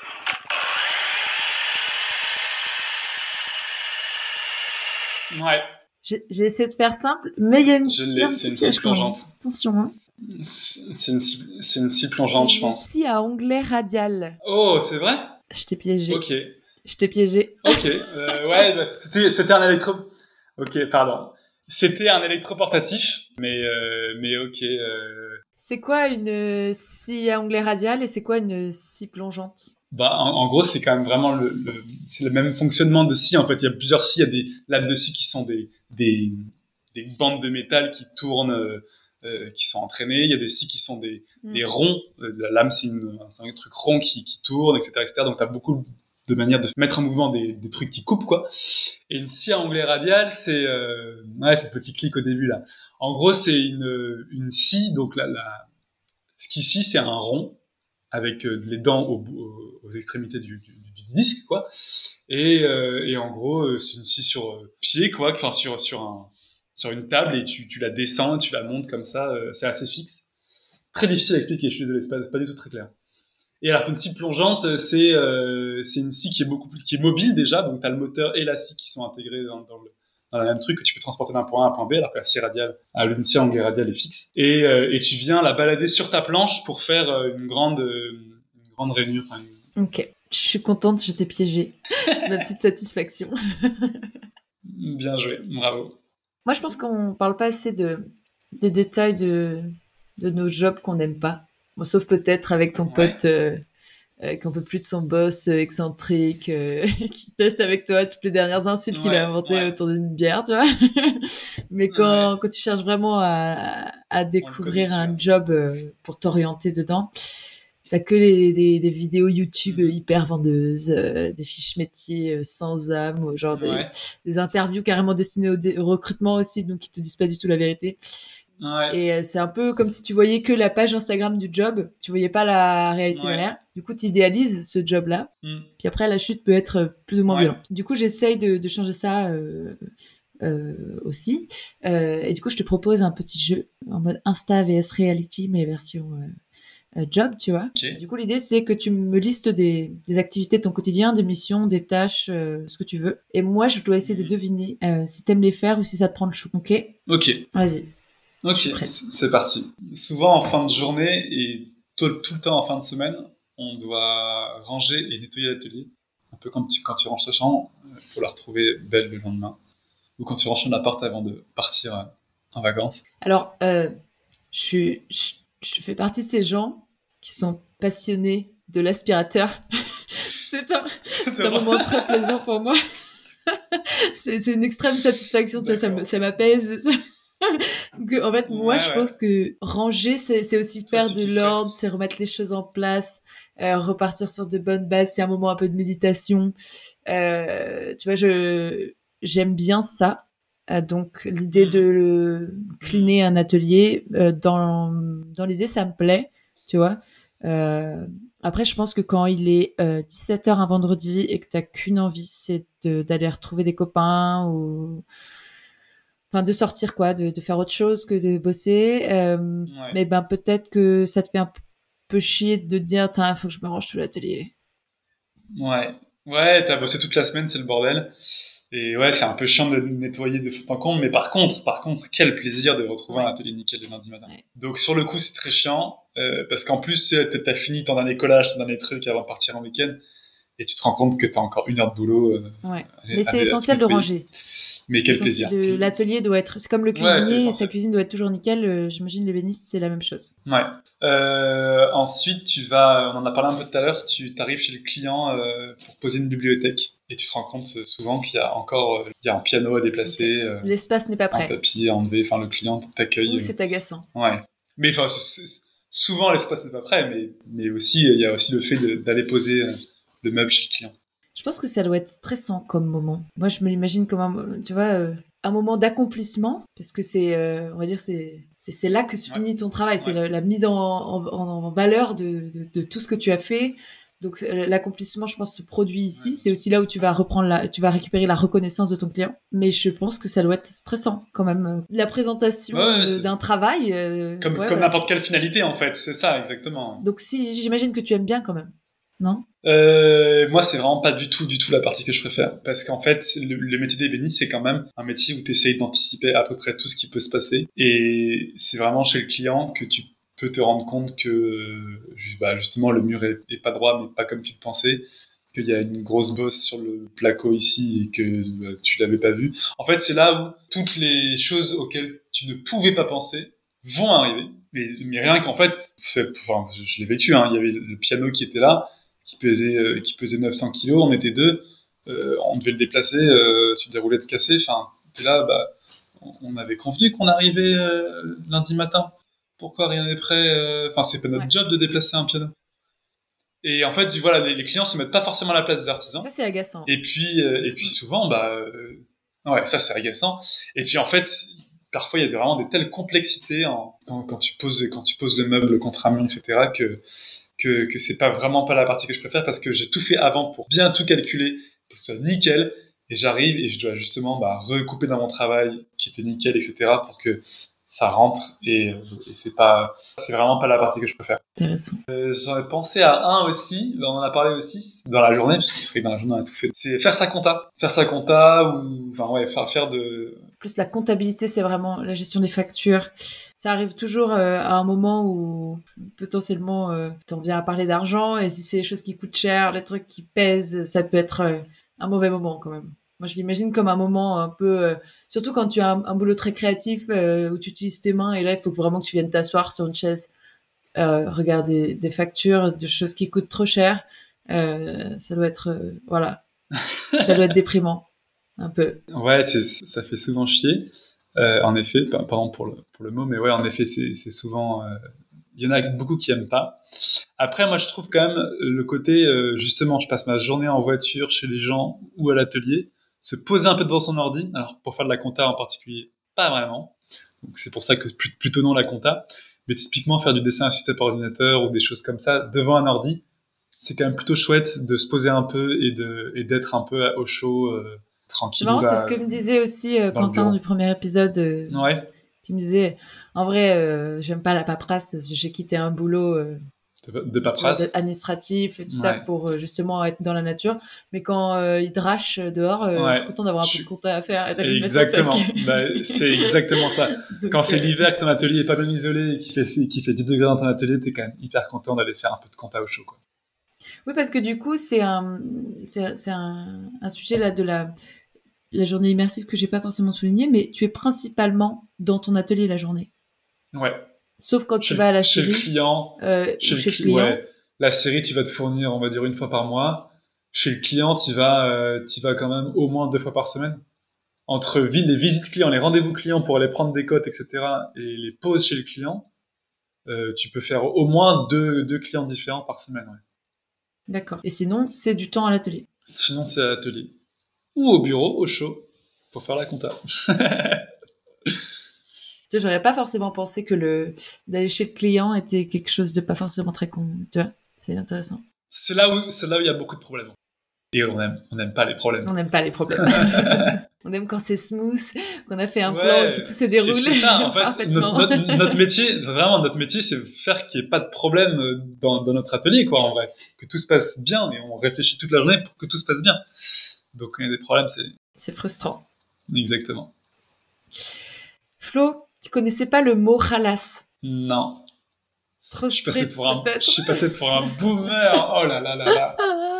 Ouais. J'ai, j'ai essayé de faire simple, mais il y a une, je l'ai, un petit c'est piège quand même. Attention. Hein. C'est, une, c'est une scie plongeante, c'est je pense. C'est une scie à onglet radial. Oh, c'est vrai? Je t'ai piégé. Ok. Je t'ai piégé. Ok. Euh, ouais, bah, c'était, c'était un électro... Ok, pardon. C'était un électroportatif, mais, euh, mais ok. Euh... C'est quoi une scie à onglet radial et c'est quoi une scie plongeante? Bah, en, en gros, c'est quand même vraiment le, le, c'est le même fonctionnement de scie. En fait, il y a plusieurs scies. Il y a des lames de scie qui sont des, des, des bandes de métal qui tournent, euh, euh, qui sont entraînées. Il y a des scies qui sont des, mm. des ronds. La lame, c'est une, un truc rond qui, qui tourne, et cetera, et cetera. Donc, tu as beaucoup de manières de mettre en mouvement des, des trucs qui coupent, quoi. Et une scie à onglet radial, c'est, euh, ouais, c'est ce petit clic au début, là. En gros, c'est une, une scie, donc la, la, ce qu'ici, c'est un rond avec euh, les dents au, au, aux extrémités du, du, du disque, quoi. Et, euh, et en gros, euh, c'est une scie sur euh, pied, quoi, enfin sur sur un sur une table et tu tu la descends, tu la montes comme ça, euh, c'est assez fixe. Très difficile à expliquer, je suis désolé, c'est pas, c'est pas du tout très clair. Et alors qu'une scie plongeante, c'est euh, c'est une scie qui est beaucoup plus qui est mobile déjà, donc tu as le moteur et la scie qui sont intégrés dans, dans, le, dans le même truc que tu peux transporter d'un point A à un point B, alors que la scie radiale, une scie à onglet radial est fixe. Et, euh, et tu viens la balader sur ta planche pour faire euh, une grande euh, une grande rainure. Enfin, une... Ok, je suis contente, je t'ai piégée. C'est ma petite satisfaction. Bien joué, bravo. Moi, je pense qu'on parle pas assez de des détails de de nos jobs qu'on n'aime pas. Bon, sauf peut-être avec ton Ouais. pote euh, euh, qui en peut plus de son boss euh, excentrique, euh, qui se teste avec toi toutes les dernières insultes qu'il Ouais, a inventées ouais. autour d'une bière, tu vois. Mais quand, Ouais. quand tu cherches vraiment à, à découvrir connaît, un job euh, pour t'orienter dedans, t'as que des, des, des vidéos YouTube Mhm. hyper vendeuses, euh, des fiches métiers euh, sans âme, ou genre Ouais. des, des interviews carrément destinées au, dé- au recrutement aussi, donc qui te disent pas du tout la vérité. Ouais. Et euh, c'est un peu comme si tu voyais que la page Instagram du job, tu voyais pas la réalité Ouais. derrière. Du coup, tu idéalises ce job-là. Mm. Puis après, la chute peut être plus ou moins Ouais. violente. Du coup, j'essaye de, de changer ça euh, euh, aussi. Euh, et du coup, je te propose un petit jeu en mode Insta vs Reality, mais version euh, euh, job, tu vois. Ok. Du coup, l'idée, c'est que tu me listes des, des activités de ton quotidien, des missions, des tâches, euh, ce que tu veux. Et moi, je dois essayer Mhm. de deviner euh, si t'aimes les faire ou si ça te prend le chou. Ok? Ok. Vas-y. Ok, Je suis prête. c- c'est parti. Souvent en fin de journée et tout, tout le temps en fin de semaine, on doit ranger et nettoyer l'atelier. Un peu comme tu, quand tu ranges ta chambre, euh, pour la retrouver belle le lendemain. Ou quand tu ranges ton appart avant de partir euh, en vacances. Alors, euh, je, suis- je, je fais partie de ces gens qui sont passionnés de l'aspirateur. c'est un, c'est un moment très plaisant pour moi. c'est, c'est une extrême satisfaction, tu vois, ça, me, ça m'apaise. Donc, en fait, moi, Ouais, je ouais. pense que ranger, c'est, c'est aussi Toi, faire tu de kifferais. l'ordre, c'est remettre les choses en place, euh, repartir sur de bonnes bases, c'est un moment un peu de méditation. Euh, tu vois, je, j'aime bien ça. Euh, donc, l'idée de Mhm. le Mhm. cleaner un atelier, euh, dans, dans l'idée, ça me plaît, tu vois. Euh, après, je pense que quand il est euh, dix-sept heures un vendredi et que t'as qu'une envie, c'est de, d'aller retrouver des copains ou enfin de sortir quoi, de, de faire autre chose que de bosser. Euh, Ouais. mais ben peut-être que ça te fait un p- peu chier de te dire, il faut que je me range tout l'atelier. Ouais. Ouais, t'as bossé toute la semaine, c'est le bordel. Et ouais, c'est un peu chiant de nettoyer de fond en comble, mais par contre, par contre, quel plaisir de retrouver un Ouais. atelier nickel le lundi matin. Ouais. Donc sur le coup, c'est très chiant, euh, parce qu'en plus, tu sais, t'as t'as fini ton dernier collage, ton dernier truc avant de partir en week-end, et tu te rends compte que t'as encore une heure de boulot euh, Ouais. Mais à, c'est à, à tout essentiel de nettoyer. ranger. Mais quel Essentiel, plaisir. le- l'atelier doit être, c'est comme le Ouais, c'est cuisinier, sa essentiel. cuisine doit être toujours nickel. euh, J'imagine l'ébéniste, c'est la même chose. Ouais. Euh, ensuite, tu vas, on en a parlé un peu tout à l'heure, tu arrives chez le client euh, pour poser une bibliothèque, et tu te rends compte euh, souvent qu'il y a encore euh, il y a un piano à Ok. déplacer, euh, L'espace n'est pas un prêt. tapis à enlever, enfin le client t'accueille. Ou euh, c'est agaçant. Ouais. Mais enfin, c'est- c'est- souvent l'espace n'est pas prêt, mais, mais aussi, il y a aussi le fait de- d'aller poser euh, le meuble chez le client. Je pense que ça doit être stressant comme moment. Moi, je me l'imagine comme un, tu vois, euh, un moment d'accomplissement, parce que c'est, euh, on va dire, c'est, c'est, c'est là que se Ouais. finit ton travail, c'est Ouais. la, la mise en, en, en valeur de, de, de tout ce que tu as fait. Donc c'est- l'accomplissement, je pense, se produit ici. Ouais, C'est aussi là où tu vas reprendre la, tu vas récupérer la reconnaissance de ton client. Mais je pense que ça doit être stressant quand même. La présentation ouais, de- c'est d'un travail, euh, comme, ouais, comme voilà. n'importe quelle finalité en fait, c'est ça exactement. Donc si, j'imagine que tu aimes bien quand même, non? Euh, moi, c'est vraiment pas du tout, du tout la partie que je préfère. Parce qu'en fait, le, le métier d'ébéniste, c'est quand même un métier où tu essayes d'anticiper à peu près tout ce qui peut se passer. Et c'est vraiment chez le client que tu peux te rendre compte que euh, bah, justement le mur est, est pas droit, mais pas comme tu le pensais. Qu'il y a une grosse bosse sur le placo ici et que bah, tu l'avais pas vu. En fait, c'est là où toutes les choses auxquelles tu ne pouvais pas penser vont arriver. Mais, mais rien qu'en fait, c'est, enfin, je, je l'ai vécu, hein, il y avait le piano qui était là, qui pesait, euh, qui pesait neuf cents kilos, on était deux, euh, on devait le déplacer euh, sur des roulettes cassées, enfin, et là, bah, on, on avait convenu qu'on arrivait euh, lundi matin. Pourquoi rien n'est prêt euh, Enfin, c'est pas notre Ouais. job de déplacer un piano. Et en fait, voilà, les, les clients se mettent pas forcément à la place des artisans. Ça, c'est agaçant. Et puis, euh, et puis souvent, bah, euh, ouais, ça c'est agaçant. Et puis en fait, parfois il y a vraiment des telles complexités en, quand, quand tu poses, quand tu poses le meuble contre un mur, et cetera, que que, que c'est pas vraiment pas la partie que je préfère parce que j'ai tout fait avant pour bien tout calculer, pour que ce soit nickel. Et j'arrive et je dois justement bah, recouper dans mon travail qui était nickel, et cetera pour que ça rentre et, et c'est pas, c'est vraiment pas la partie que je préfère. Intéressant. Euh, j'en ai pensé à un aussi, on en a parlé aussi dans la journée, parce que c'est vrai que dans la journée on a tout fait. C'est faire sa compta, faire sa compta ou enfin ouais, faire faire de. Plus la comptabilité, c'est vraiment la gestion des factures. Ça arrive toujours euh, à un moment où potentiellement euh, t'en viens à parler d'argent et si c'est des choses qui coûtent cher, les trucs qui pèsent, ça peut être euh, un mauvais moment quand même. Moi, je l'imagine comme un moment un peu, euh, surtout quand tu as un, un boulot très créatif euh, où tu utilises tes mains et là, il faut vraiment que tu viennes t'asseoir sur une chaise, euh, regarder des factures de choses qui coûtent trop cher. Euh, ça doit être, euh, voilà, ça doit être déprimant, un peu. Ouais, c'est, ça fait souvent chier. Euh, en effet, pardon pour le, pour le mot, mais ouais, en effet, c'est, c'est souvent. Il euh, y en a beaucoup qui aiment pas. Après, moi, je trouve quand même le côté, euh, justement, je passe ma journée en voiture chez les gens ou à l'atelier, se poser un peu devant son ordi. Alors, pour faire de la compta en particulier, pas vraiment. Donc, c'est pour ça que plutôt non la compta. Mais typiquement, faire du dessin assisté par ordinateur ou des choses comme ça devant un ordi, c'est quand même plutôt chouette de se poser un peu et, de, et d'être un peu au chaud, euh, tranquille. C'est marrant, c'est ce que me disait aussi euh, Quentin du premier épisode. Euh, ouais. Qui me disait, en vrai, euh, j'aime pas la paperasse. J'ai quitté un boulot euh, de, de paperasse, administratif et tout ouais. ça pour euh, justement être dans la nature. Mais quand euh, il drache dehors, euh, ouais. je suis content d'avoir un peu de compta à faire. Et exactement. Bah, c'est exactement ça. Donc, quand c'est euh... l'hiver, que ton atelier est pas bien isolé et qu'il fait, qu'il fait dix degrés dans ton atelier, t'es quand même hyper content d'aller faire un peu de compta au chaud, quoi. Oui, parce que du coup, c'est un, c'est, c'est un, un sujet là de la, la journée immersive que j'ai pas forcément souligné, mais tu es principalement dans ton atelier la journée. Ouais. Sauf quand chez, tu vas à la chez série. Le client, euh, chez, chez le, le client. Ouais. La série, tu vas te fournir, on va dire, une fois par mois. Chez le client, tu vas, euh, tu vas quand même au moins deux fois par semaine. Entre les visites clients, les rendez-vous clients pour aller prendre des cotes, et cetera, et les pauses chez le client, euh, tu peux faire au moins deux, deux clients différents par semaine. Ouais. D'accord. Et sinon, c'est du temps à l'atelier. Sinon, c'est à l'atelier. Ou au bureau, au chaud, pour faire la compta. Tu sais, j'aurais pas forcément pensé que le d'aller chez le client était quelque chose de pas forcément très con. Tu vois, c'est intéressant. C'est là où, c'est là où il y a beaucoup de problèmes. Et on aime, on n'aime pas les problèmes. On n'aime pas les problèmes. On aime quand c'est smooth, qu'on a fait un ouais, plan et que tout se déroule c'est ça, en fait, parfaitement. Notre, notre, notre métier, vraiment, notre métier, c'est faire qu'il n'y ait pas de problème dans, dans notre atelier, quoi, en vrai. Que tout se passe bien, et on réfléchit toute la journée pour que tout se passe bien. Donc, quand il y a des problèmes, c'est... C'est frustrant. Exactement. Flo, tu connaissais pas le mot khalas? Non. Trop strict, peut-être. Je suis passé pour un boomer. Oh là là là là.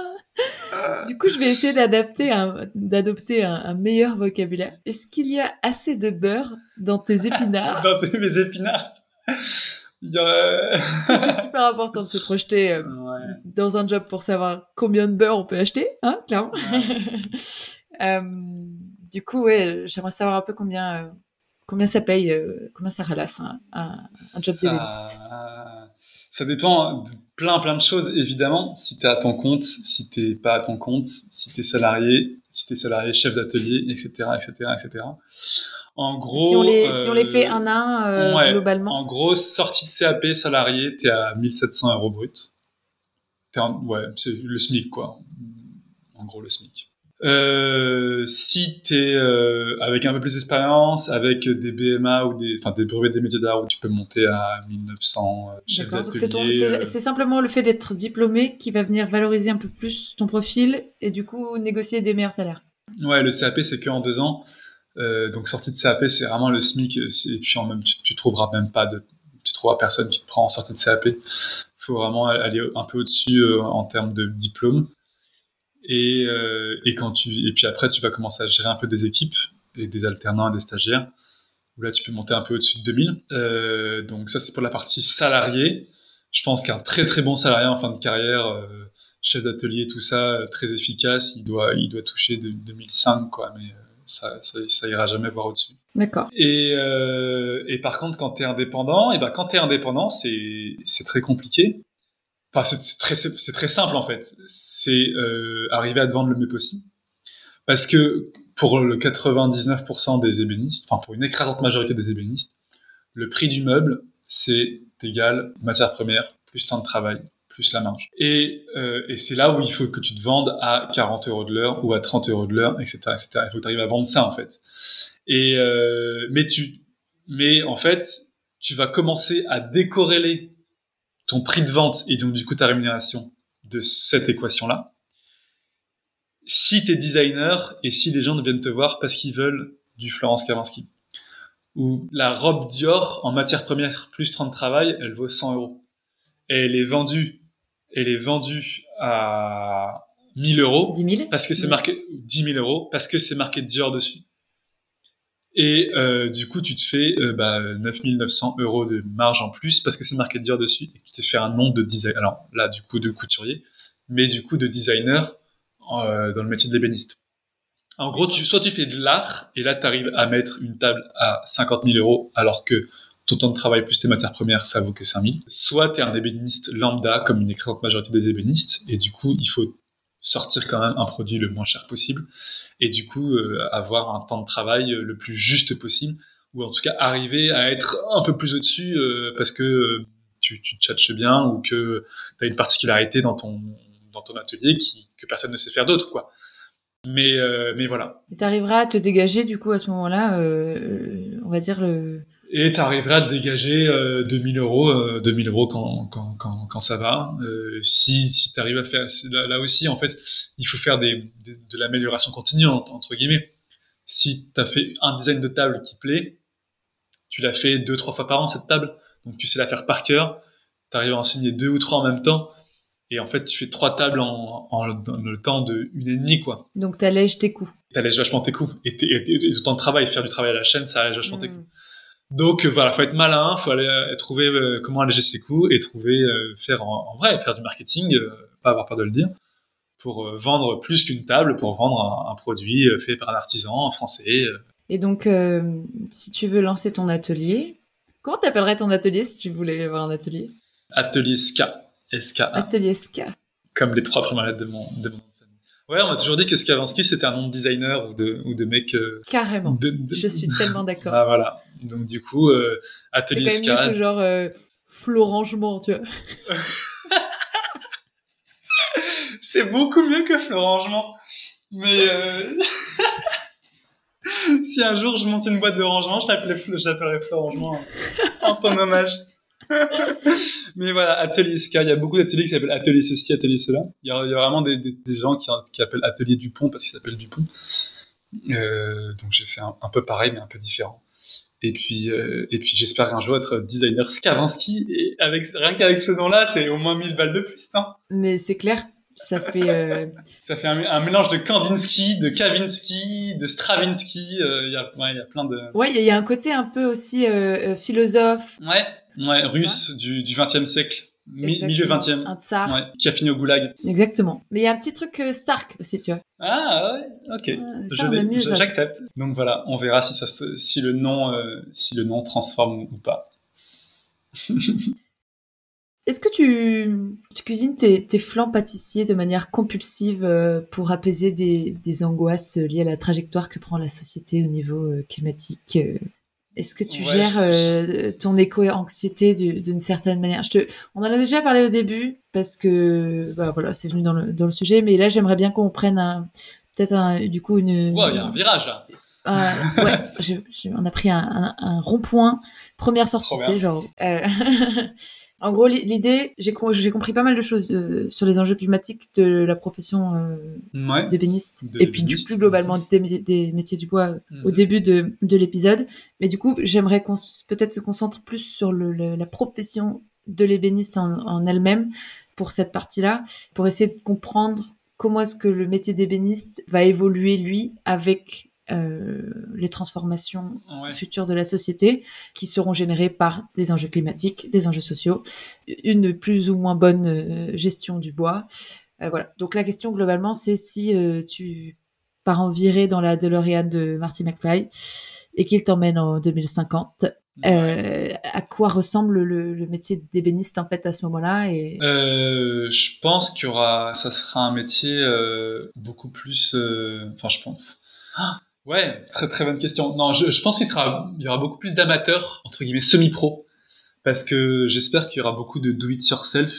Du coup, je vais essayer d'adapter un, d'adopter un, un meilleur vocabulaire. Est-ce qu'il y a assez de beurre dans tes épinards? Dans mes épinards Il y a... C'est super important de se projeter euh, ouais. dans un job pour savoir combien de beurre on peut acheter, hein, clairement. Ouais. euh, du coup, ouais, j'aimerais savoir un peu combien, euh, combien ça paye, euh, combien ça ralasse un, un, un job ça... d'ébéniste. Ça dépend de plein plein de choses, évidemment. Si t'es à ton compte, si t'es pas à ton compte, si t'es salarié, si t'es salarié, chef d'atelier, et cetera, et cetera, et cetera. En gros, si on les, euh, si on les fait un à un euh, ouais, globalement. En gros, sortie de C A P, salarié, t'es à mille sept cents euros brut. T'es en, ouais, c'est le SMIC, quoi. En gros, le SMIC. Euh, si t'es euh, avec un peu plus d'expérience, avec des B M A ou des, enfin des brevets des métiers d'art où tu peux monter à mille neuf cents euh, chef D'accord, d'atelier. c'est, ton, c'est, euh... c'est simplement le fait d'être diplômé qui va venir valoriser un peu plus ton profil et du coup négocier des meilleurs salaires. Ouais, le C A P c'est que en deux ans, euh, donc sortie de C A P c'est vraiment le SMIC et puis en même tu, tu trouveras même pas de, tu trouveras personne qui te prend en sortie de C A P. Il faut vraiment aller un peu au-dessus euh, en termes de diplôme. Et, euh, et, quand tu, et puis après, tu vas commencer à gérer un peu des équipes et des alternants et des stagiaires, où là, tu peux monter un peu au-dessus de deux mille. Euh, donc ça, c'est pour la partie salariée. Je pense qu'un très très bon salarié en fin de carrière, euh, chef d'atelier, tout ça, très efficace, il doit, il doit toucher de, deux mille cinq, quoi, mais ça, ça, ça ira jamais voir au-dessus. D'accord. Et, euh, et par contre, quand tu es indépendant, et ben, quand tu es indépendant, c'est, c'est très compliqué. Enfin, c'est, c'est, très, c'est, c'est très simple, en fait. C'est euh, arriver à te vendre le mieux possible. Parce que pour le quatre-vingt-dix-neuf pour cent des ébénistes, enfin pour une écrasante majorité des ébénistes, le prix du meuble, c'est égal matière première, plus temps de travail, plus plus la marge. Et, euh, et c'est là où il faut que tu te vendes à quarante euros de l'heure ou à trente euros de l'heure, et cetera, et cetera. Il faut que tu arrives à vendre ça, en fait. Et, euh, mais tu, mais en fait, tu vas commencer à décorréler ton prix de vente et donc, du coup, ta rémunération de cette équation-là. Si t'es designer et si les gens viennent te voir parce qu'ils veulent du Florence Kavinsky. Ou la robe Dior en matière première plus trente travail, elle vaut cent euros. Et elle est vendue, elle est vendue à mille euros. dix mille Parce que c'est marqué, dix mille euros, parce que c'est marqué Dior dessus. Et, euh, du coup, tu te fais, euh, bah, neuf mille neuf cents euros de marge en plus parce que c'est marqué Dior dessus et que tu t'es fait un nom de designer. Alors, là, du coup, de couturier, mais du coup, de designer, euh, dans le métier de l'ébéniste. En gros, tu, soit tu fais de l'art, et là, tu arrives à mettre une table à cinquante mille euros, alors que ton temps de travail plus tes matières premières, ça vaut que cinq mille. Soit tu es un ébéniste lambda, comme une écrasante majorité des ébénistes, et du coup, il faut sortir quand même un produit le moins cher possible, et du coup, euh, avoir un temps de travail le plus juste possible, ou en tout cas, arriver à être un peu plus au-dessus, euh, parce que euh, tu, tu tchatches bien, ou que tu as une particularité dans ton, dans ton atelier qui, que personne ne sait faire d'autre, quoi. Mais, euh, mais voilà. Et t'arriveras à te dégager, du coup, à ce moment-là, euh, on va dire le... Et t'arriveras à te dégager euh, deux mille euros, euh, deux mille euros quand, quand, quand, quand ça va. Euh, si, si t'arrives à faire, là, là aussi, en fait, il faut faire des, des, de l'amélioration continue, entre guillemets. Si t'as fait un design de table qui plaît, tu l'as fait deux, trois fois par an, cette table. Donc, tu sais la faire par cœur. T'arrives à en signer deux ou trois en même temps. Et en fait, tu fais trois tables en, en, dans le temps de une et demie, quoi. Donc, t'allèges tes coûts. T'allèges vachement tes coûts. Et, et, et, et le temps de travail, faire du travail à la chaîne, ça allège vachement mmh. tes coûts. Donc, euh, voilà, faut être malin, faut aller euh, trouver euh, comment alléger ses coûts et trouver, euh, faire en, en vrai, faire du marketing, euh, pas avoir peur de le dire, pour euh, vendre plus qu'une table, pour vendre un, un produit euh, fait par un artisan français. Euh. Et donc, euh, si tu veux lancer ton atelier, comment t'appellerais ton atelier si tu voulais avoir un atelier? Atelier S K A. S K A. Atelier S K A. Comme les trois premières lettres de mon, de mon nom de famille. Ouais, on m'a toujours dit que Skavinsky, c'était un nom de designer ou de, ou de mec... Euh, Carrément. De, de... Je suis tellement d'accord. Ah, voilà. Donc, du coup, euh, Atelier S K A... C'est quand même mieux que genre euh, Florangement, tu vois. C'est beaucoup mieux que Florangement. Mais... Euh... si un jour je monte une boîte de rangement, je l'appellerai, j'appellerai Florangement en ton hommage. Mais voilà, Atelier S K A, il y a beaucoup d'ateliers qui s'appellent Atelier ceci, Atelier cela. Il y a, il y a vraiment des, des, des gens qui, qui appellent Atelier Dupont parce qu'ils s'appellent Dupont. Euh, donc j'ai fait un, un peu pareil, mais un peu différent. Et puis, euh, et puis j'espère un jour être designer Skavinsky. Et avec, rien qu'avec ce nom-là, c'est au moins mille balles de plus, non? Mais c'est clair. Ça fait, euh... ça fait un, un mélange de Kandinsky, de Kavinsky, de Stravinsky. Il euh, y, a, ouais, y a plein de. Ouais, il y, y a un côté un peu aussi euh, philosophe. Ouais, ouais, russe du, du vingtième siècle. Mi- milieu vingtième. Un tsar. Ouais, qui a fini au goulag. Exactement. Mais il y a un petit truc euh, Stark aussi, tu vois. Ah ouais, ok. Euh, ça, je on aime mieux, ça. J'accepte. Donc voilà, on verra si, ça, si, le, nom, euh, si le nom transforme ou pas. Est-ce que tu, tu cuisines tes, tes flancs pâtissiers de manière compulsive euh, pour apaiser des, des angoisses liées à la trajectoire que prend la société au niveau euh, climatique euh, Est-ce que tu ouais, gères euh, ton éco-anxiété d'une certaine manière? Je te, on en a déjà parlé au début parce que bah voilà, c'est venu dans le dans le sujet, mais là j'aimerais bien qu'on prenne un peut-être un du coup une. Ouais, il y a un virage là. Euh, ouais, je, je, on a pris un, un, un rond-point, première sortie, tu sais, genre. Euh, en gros, l'idée, j'ai j'ai compris pas mal de choses euh, sur les enjeux climatiques de la profession euh, ouais, d'ébéniste de et puis du plus globalement des, des métiers du bois mmh. au début de, de l'épisode. Mais du coup, j'aimerais qu'on peut-être se concentre plus sur le, le, la profession de l'ébéniste en, en elle-même pour cette partie-là, pour essayer de comprendre comment est-ce que le métier d'ébéniste va évoluer lui avec Euh, les transformations ouais. futures de la société qui seront générées par des enjeux climatiques, des enjeux sociaux, une plus ou moins bonne euh, gestion du bois. Euh, voilà. Donc la question globalement, c'est si euh, tu pars en virée dans la DeLorean de Marty McFly et qu'il t'emmène en deux mille cinquante, ouais. euh, à quoi ressemble le, le métier d'ébéniste en fait à ce moment-là et... euh, Je pense qu'il y aura, ça sera un métier euh, beaucoup plus, enfin euh, je pense. Ah Ouais, très très bonne question. Non, je, je pense qu'il sera, il y aura beaucoup plus d'amateurs entre guillemets semi-pro, parce que j'espère qu'il y aura beaucoup de do it yourself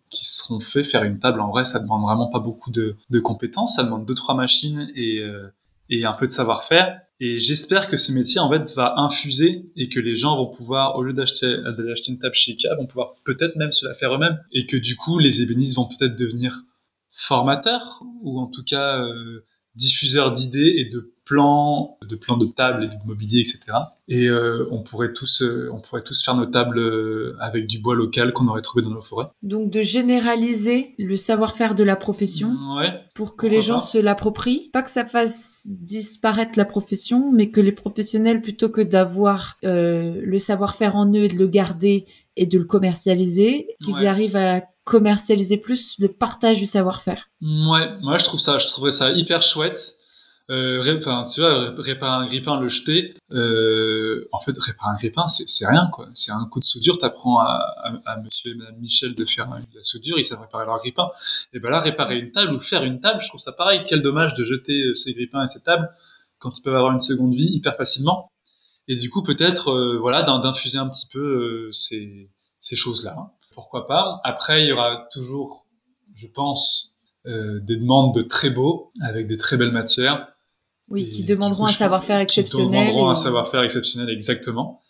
qui seront faits. Faire une table, en vrai, ça demande vraiment pas beaucoup de, de compétences. Ça demande deux, trois machines et, euh, et un peu de savoir-faire. Et j'espère que ce métier, en fait, va infuser et que les gens vont pouvoir, au lieu d'acheter, d'acheter une table chez Ikea, vont pouvoir peut-être même se la faire eux-mêmes. Et que du coup, les ébénistes vont peut-être devenir formateurs ou en tout cas euh, diffuseurs d'idées et de plans, de plans de table et de mobilier, et cetera. Et euh, on pourrait tous, euh, on pourrait tous faire nos tables euh, avec du bois local qu'on aurait trouvé dans nos forêts. Donc de généraliser le savoir-faire de la profession Ouais, pour que les gens pas. se l'approprient, pas que ça fasse disparaître la profession, mais que les professionnels, plutôt que d'avoir euh, le savoir-faire en eux et de le garder et de le commercialiser, qu'ils Ouais. arrivent à commercialiser plus le partage du savoir-faire. Ouais, moi je trouve ça, je trouverais ça hyper chouette. Euh, ré- enfin, tu vois, réparer un grippin, le jeter. Euh, en fait, réparer un grippin, c'est, c'est rien, quoi. C'est un coup de soudure. T'apprends à, à, à Monsieur et Madame Michel de faire de la soudure, ils savent réparer leur grippin. Et ben là, réparer une table ou faire une table, je trouve ça pareil. Quel dommage de jeter ces grippins et ces tables quand ils peuvent avoir une seconde vie hyper facilement. Et du coup, peut-être, euh, voilà, d'infuser un petit peu euh, ces, ces choses-là. Pourquoi pas. Après, il y aura toujours, je pense, euh, des demandes de très beaux, avec des très belles matières. Oui, Et qui demanderont coup, un savoir-faire exceptionnel. Qui demanderont et... un savoir-faire exceptionnel, exactement.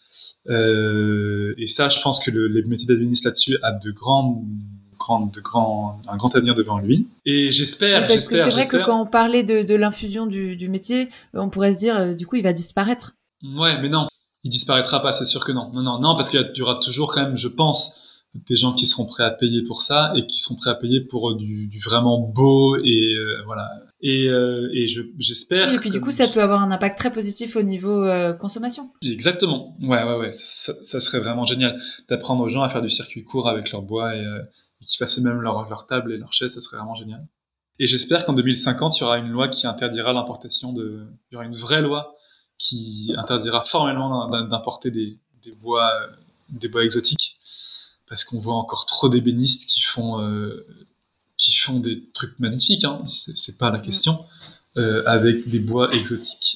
Euh, et ça, je pense que le, les métiers d'administre là-dessus a de grands, grands, de grands, un grand avenir devant lui. Et j'espère, Oui, parce j'espère, que c'est vrai j'espère... que quand on parlait de, de l'infusion du, du métier, on pourrait se dire, euh, du coup, il va disparaître. Ouais, mais non, il disparaîtra pas, c'est sûr que non. Non, non, non, parce qu'il y, y aura toujours quand même, je pense, des gens qui seront prêts à payer pour ça et qui seront prêts à payer pour du, du vraiment beau et euh, voilà. Et, euh, et je, j'espère. Oui, et puis du coup, ça peut avoir un impact très positif au niveau euh, consommation. Exactement. Ouais, ouais, ouais. Ça, ça, ça serait vraiment génial d'apprendre aux gens à faire du circuit court avec leur bois et, euh, et qu'ils fassent eux-mêmes leur, leur table et leur chaise. Ça serait vraiment génial. Et j'espère qu'en deux mille cinquante, il y aura une loi qui interdira l'importation de. Il y aura une vraie loi qui interdira formellement d'importer des, des bois, euh, des bois exotiques, parce qu'on voit encore trop d'ébénistes qui font, euh, qui font des trucs magnifiques. Hein. C'est, c'est pas la question, euh, avec des bois exotiques.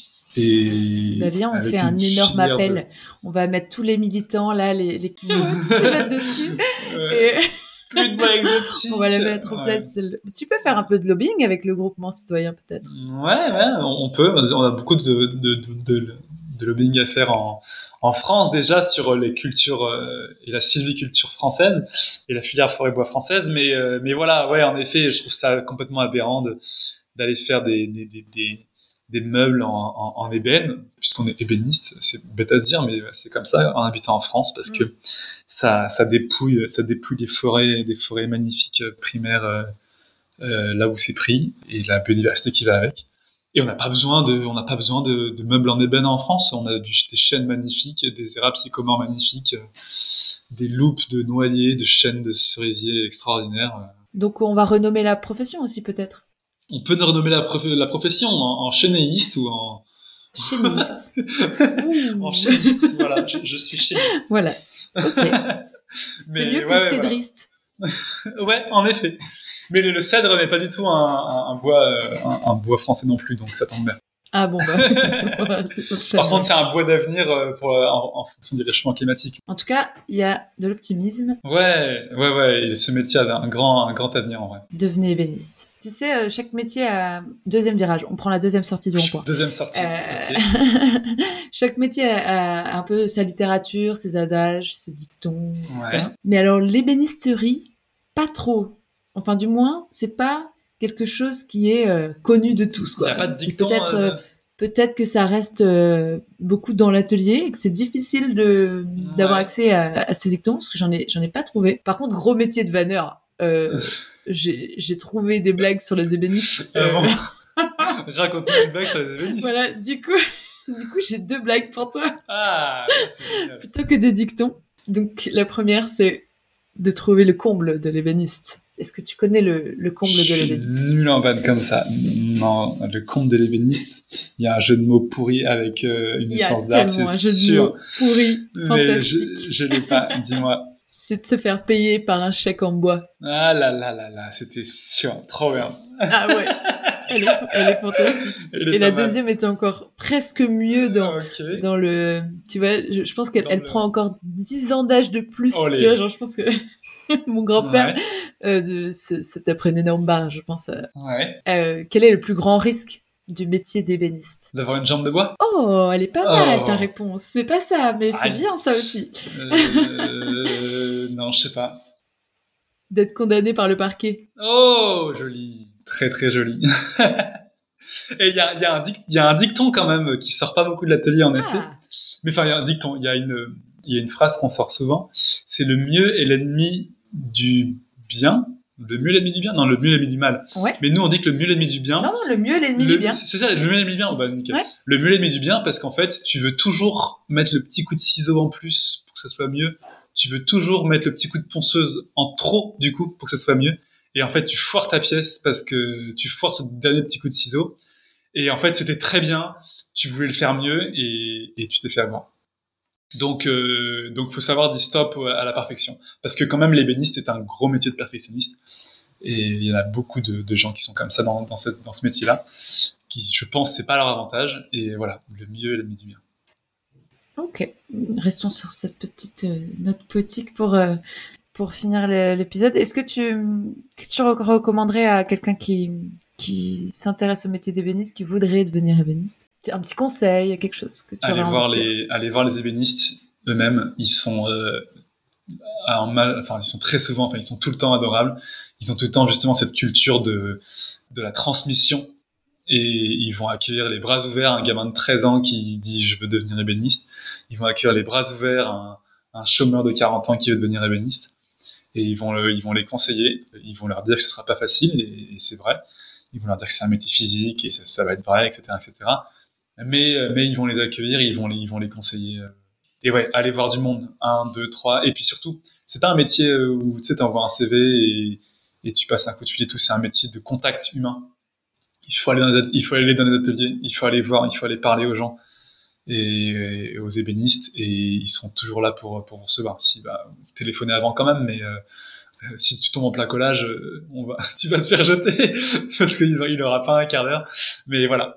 Et bah viens, on fait un énorme appel. De... On va mettre tous les militants là, les, les... on va tous se mettre dessus. Ouais. Et... Plus de bois exotiques. On va la mettre en ouais. place. Tu peux faire un peu de lobbying avec le groupement citoyen, peut-être. Ouais, ouais, on peut. On a beaucoup de, de, de, de, de lobbying à faire en, en France déjà sur les cultures euh, et la sylviculture française et la filière forêt-bois française. Mais, euh, mais voilà, ouais, en effet, je trouve ça complètement aberrant de, d'aller faire des, des, des, des, des meubles en, en, en ébène, puisqu'on est ébéniste. C'est bête à dire, mais c'est comme ça en habitant en France, parce mmh. que ça, ça dépouille, ça dépouille des forêts, des forêts magnifiques primaires euh, euh, là où c'est pris et la biodiversité qui va avec. Et on n'a pas besoin de, on n'a pas besoin de, de meubles en ébène en France. On a du, des chênes magnifiques, des érables sycomores magnifiques, des loupes de noyers, de chênes de cerisiers extraordinaires. Donc on va renommer la profession aussi peut-être. On peut renommer la, prof, la profession en, en chénéiste ou en chénéiste. En chénéiste, voilà. Je, je suis chénéiste. Voilà. Ok. C'est mieux ouais, que cédriste. Voilà. Ouais, en effet. Mais le, le cèdre n'est pas du tout un, un, un bois, euh, un, un bois français non plus, donc ça tombe bien. Ah bon, bah, c'est sur le chêne. Par contre, c'est un bois d'avenir pour, en, en fonction du réchauffement climatique. En tout cas, il y a de l'optimisme. Ouais, ouais, ouais. Et ce métier a un grand, un grand avenir en vrai. Devenez ébéniste. Tu sais, chaque métier a deuxième virage. On prend la deuxième sortie du rond-point. Deuxième sortie. Euh... Okay. Chaque métier a, a un peu sa littérature, ses adages, ses dictons, et cetera. Ouais. Mais alors, l'ébénisterie, pas trop. Enfin, du moins, c'est pas quelque chose qui est euh, connu de tous, quoi. Il n'y a pas de dicton, peut-être, euh... peut-être que ça reste euh, beaucoup dans l'atelier et que c'est difficile de ouais. d'avoir accès à, à ces dictons parce que j'en ai j'en ai pas trouvé. Par contre, gros métier de vanneur, euh, j'ai j'ai trouvé des blagues sur les ébénistes. Euh... Ah bon. Raconte-moi une blague sur les ébénistes. Voilà, du coup, du coup, j'ai deux blagues pour toi. Ah. Plutôt que des dictons. Donc la première, c'est de trouver le comble de l'ébéniste. Est-ce que tu connais le, le comble de l'ébéniste ? Je suis nul en vanne comme ça. Non, le comble de l'ébéniste, il y a un jeu de mots pourri avec euh, une essence d'arbre, c'est sûr. Il y a tellement un jeu de mots pourri, fantastique. Mais je, je l'ai pas, dis-moi. C'est de se faire payer par un chèque en bois. Ah là là là là, c'était sûr, trop bien. Ah ouais, elle est, elle est fantastique. Elle est Et la mal. Deuxième était encore presque mieux dans, okay. dans le... Tu vois, je, je pense qu'elle elle le... prend encore dix ans d'âge de plus. Oh, tu vois, genre je pense que... Mon grand-père Ouais. euh, de, se, se taperait une énorme barre, je pense. Euh, Ouais. Euh, quel est le plus grand risque du métier d'ébéniste? D'avoir une jambe de bois? Oh, elle est pas mal Oh. ta réponse. C'est pas ça, mais c'est Ah, bien ça aussi. Euh, non, je sais pas. D'être condamné par le parquet. Oh, joli. Très, très joli. Et il y a, y, a un dic- y a un dicton quand même qui sort pas beaucoup de l'atelier en effet. Ah, Mais enfin, il y a un dicton, il y a une, il y a une phrase qu'on sort souvent. C'est le mieux est l'ennemi du bien. Le mieux est l'ennemi du bien? Non, le mieux est l'ennemi du mal. ouais. Mais nous, on dit que le mieux est l'ennemi du bien. Non, non, le mieux est l'ennemi Le- du bien. C'est c'est ça, le mieux est l'ennemi du bien. Oh, bah, nickel. Ouais. Le mieux est l'ennemi du bien parce qu'en fait, tu veux toujours mettre le petit coup de ciseau en plus pour que ça soit mieux. Tu veux toujours mettre le petit coup de ponceuse en trop, du coup, pour que ça soit mieux. Et en fait, tu foires ta pièce parce que tu foires ce dernier petit coup de ciseau. Et en fait, c'était très bien. Tu voulais le faire mieux et, et tu t'es fait avoir. Donc, euh, donc, faut savoir dire stop à la perfection. Parce que quand même, l'ébéniste est un gros métier de perfectionniste. Et il y en a beaucoup de, de gens qui sont comme ça dans, dans, cette, dans ce métier-là, qui, je pense, c'est pas leur avantage. Et voilà, le mieux est l'ennemi du bien. Ok. Restons sur cette petite euh, note poétique pour, euh, pour finir le- l'épisode. Est-ce que tu, qu'est-ce que tu re- recommanderais à quelqu'un qui, qui s'intéresse au métier d'ébéniste, qui voudrait devenir ébéniste? Un petit conseil, quelque chose que tu Allez aurais voir, envie de dire. les, allez voir les ébénistes eux-mêmes. Ils sont, euh, en mal, enfin, ils sont très souvent, enfin, ils sont tout le temps adorables. Ils ont tout le temps justement cette culture de, de la transmission. Et ils vont accueillir les bras ouverts un gamin de treize ans qui dit je veux devenir ébéniste. Ils vont accueillir les bras ouverts un, un chômeur de quarante ans qui veut devenir ébéniste. Et ils vont, le, ils vont les conseiller. Ils vont leur dire que ce sera pas facile et, et c'est vrai. Ils vont leur dire que c'est un métier physique et ça, ça va être vrai, et cetera, et cetera. Mais, mais ils vont les accueillir, ils vont les, ils vont les conseiller. Et ouais, allez voir du monde. Un, deux, trois. Et puis surtout, c'est pas un métier où tu sais, t'envoies un C V et, et tu passes un coup de fil et tout. C'est un métier de contact humain. Il faut aller dans les, il faut aller dans les ateliers, il faut aller voir, il faut aller parler aux gens et, et aux ébénistes et ils seront toujours là pour, pour vous recevoir. Si, bah, téléphonez avant quand même, mais euh, si tu tombes en plein collage, on va, tu vas te faire jeter parce qu'il il aura pas un quart d'heure. Mais voilà.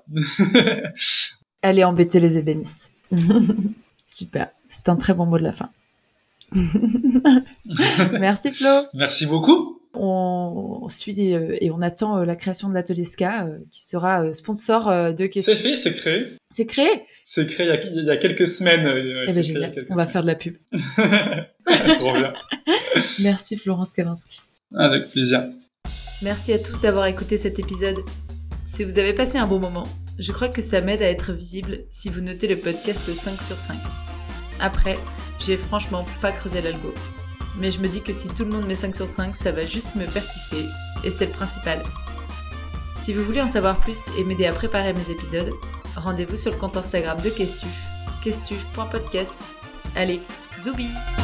Allez embêter les ébénistes. Super, c'est un très bon mot de la fin. Merci Flo. Merci beaucoup. On suit euh, et on attend euh, la création de l'atelier Ska euh, qui sera euh, sponsor euh, de C'est questions. fait, c'est créé. C'est créé. C'est créé il y a, il y a quelques semaines. Euh, Eh ben génial, on va faire de la pub. Trop bien. Merci Florence Kaminski. Avec plaisir. Merci à tous d'avoir écouté cet épisode. Si vous avez passé un bon moment, je crois que ça m'aide à être visible si vous notez le podcast cinq sur cinq. Après, j'ai franchement pas creusé l'algo. Mais je me dis que si tout le monde met cinq sur cinq, ça va juste me faire kiffer, et c'est le principal. Si vous voulez en savoir plus et m'aider à préparer mes épisodes, rendez-vous sur le compte Instagram de Questuf, questuf point podcast. Allez, zoubi!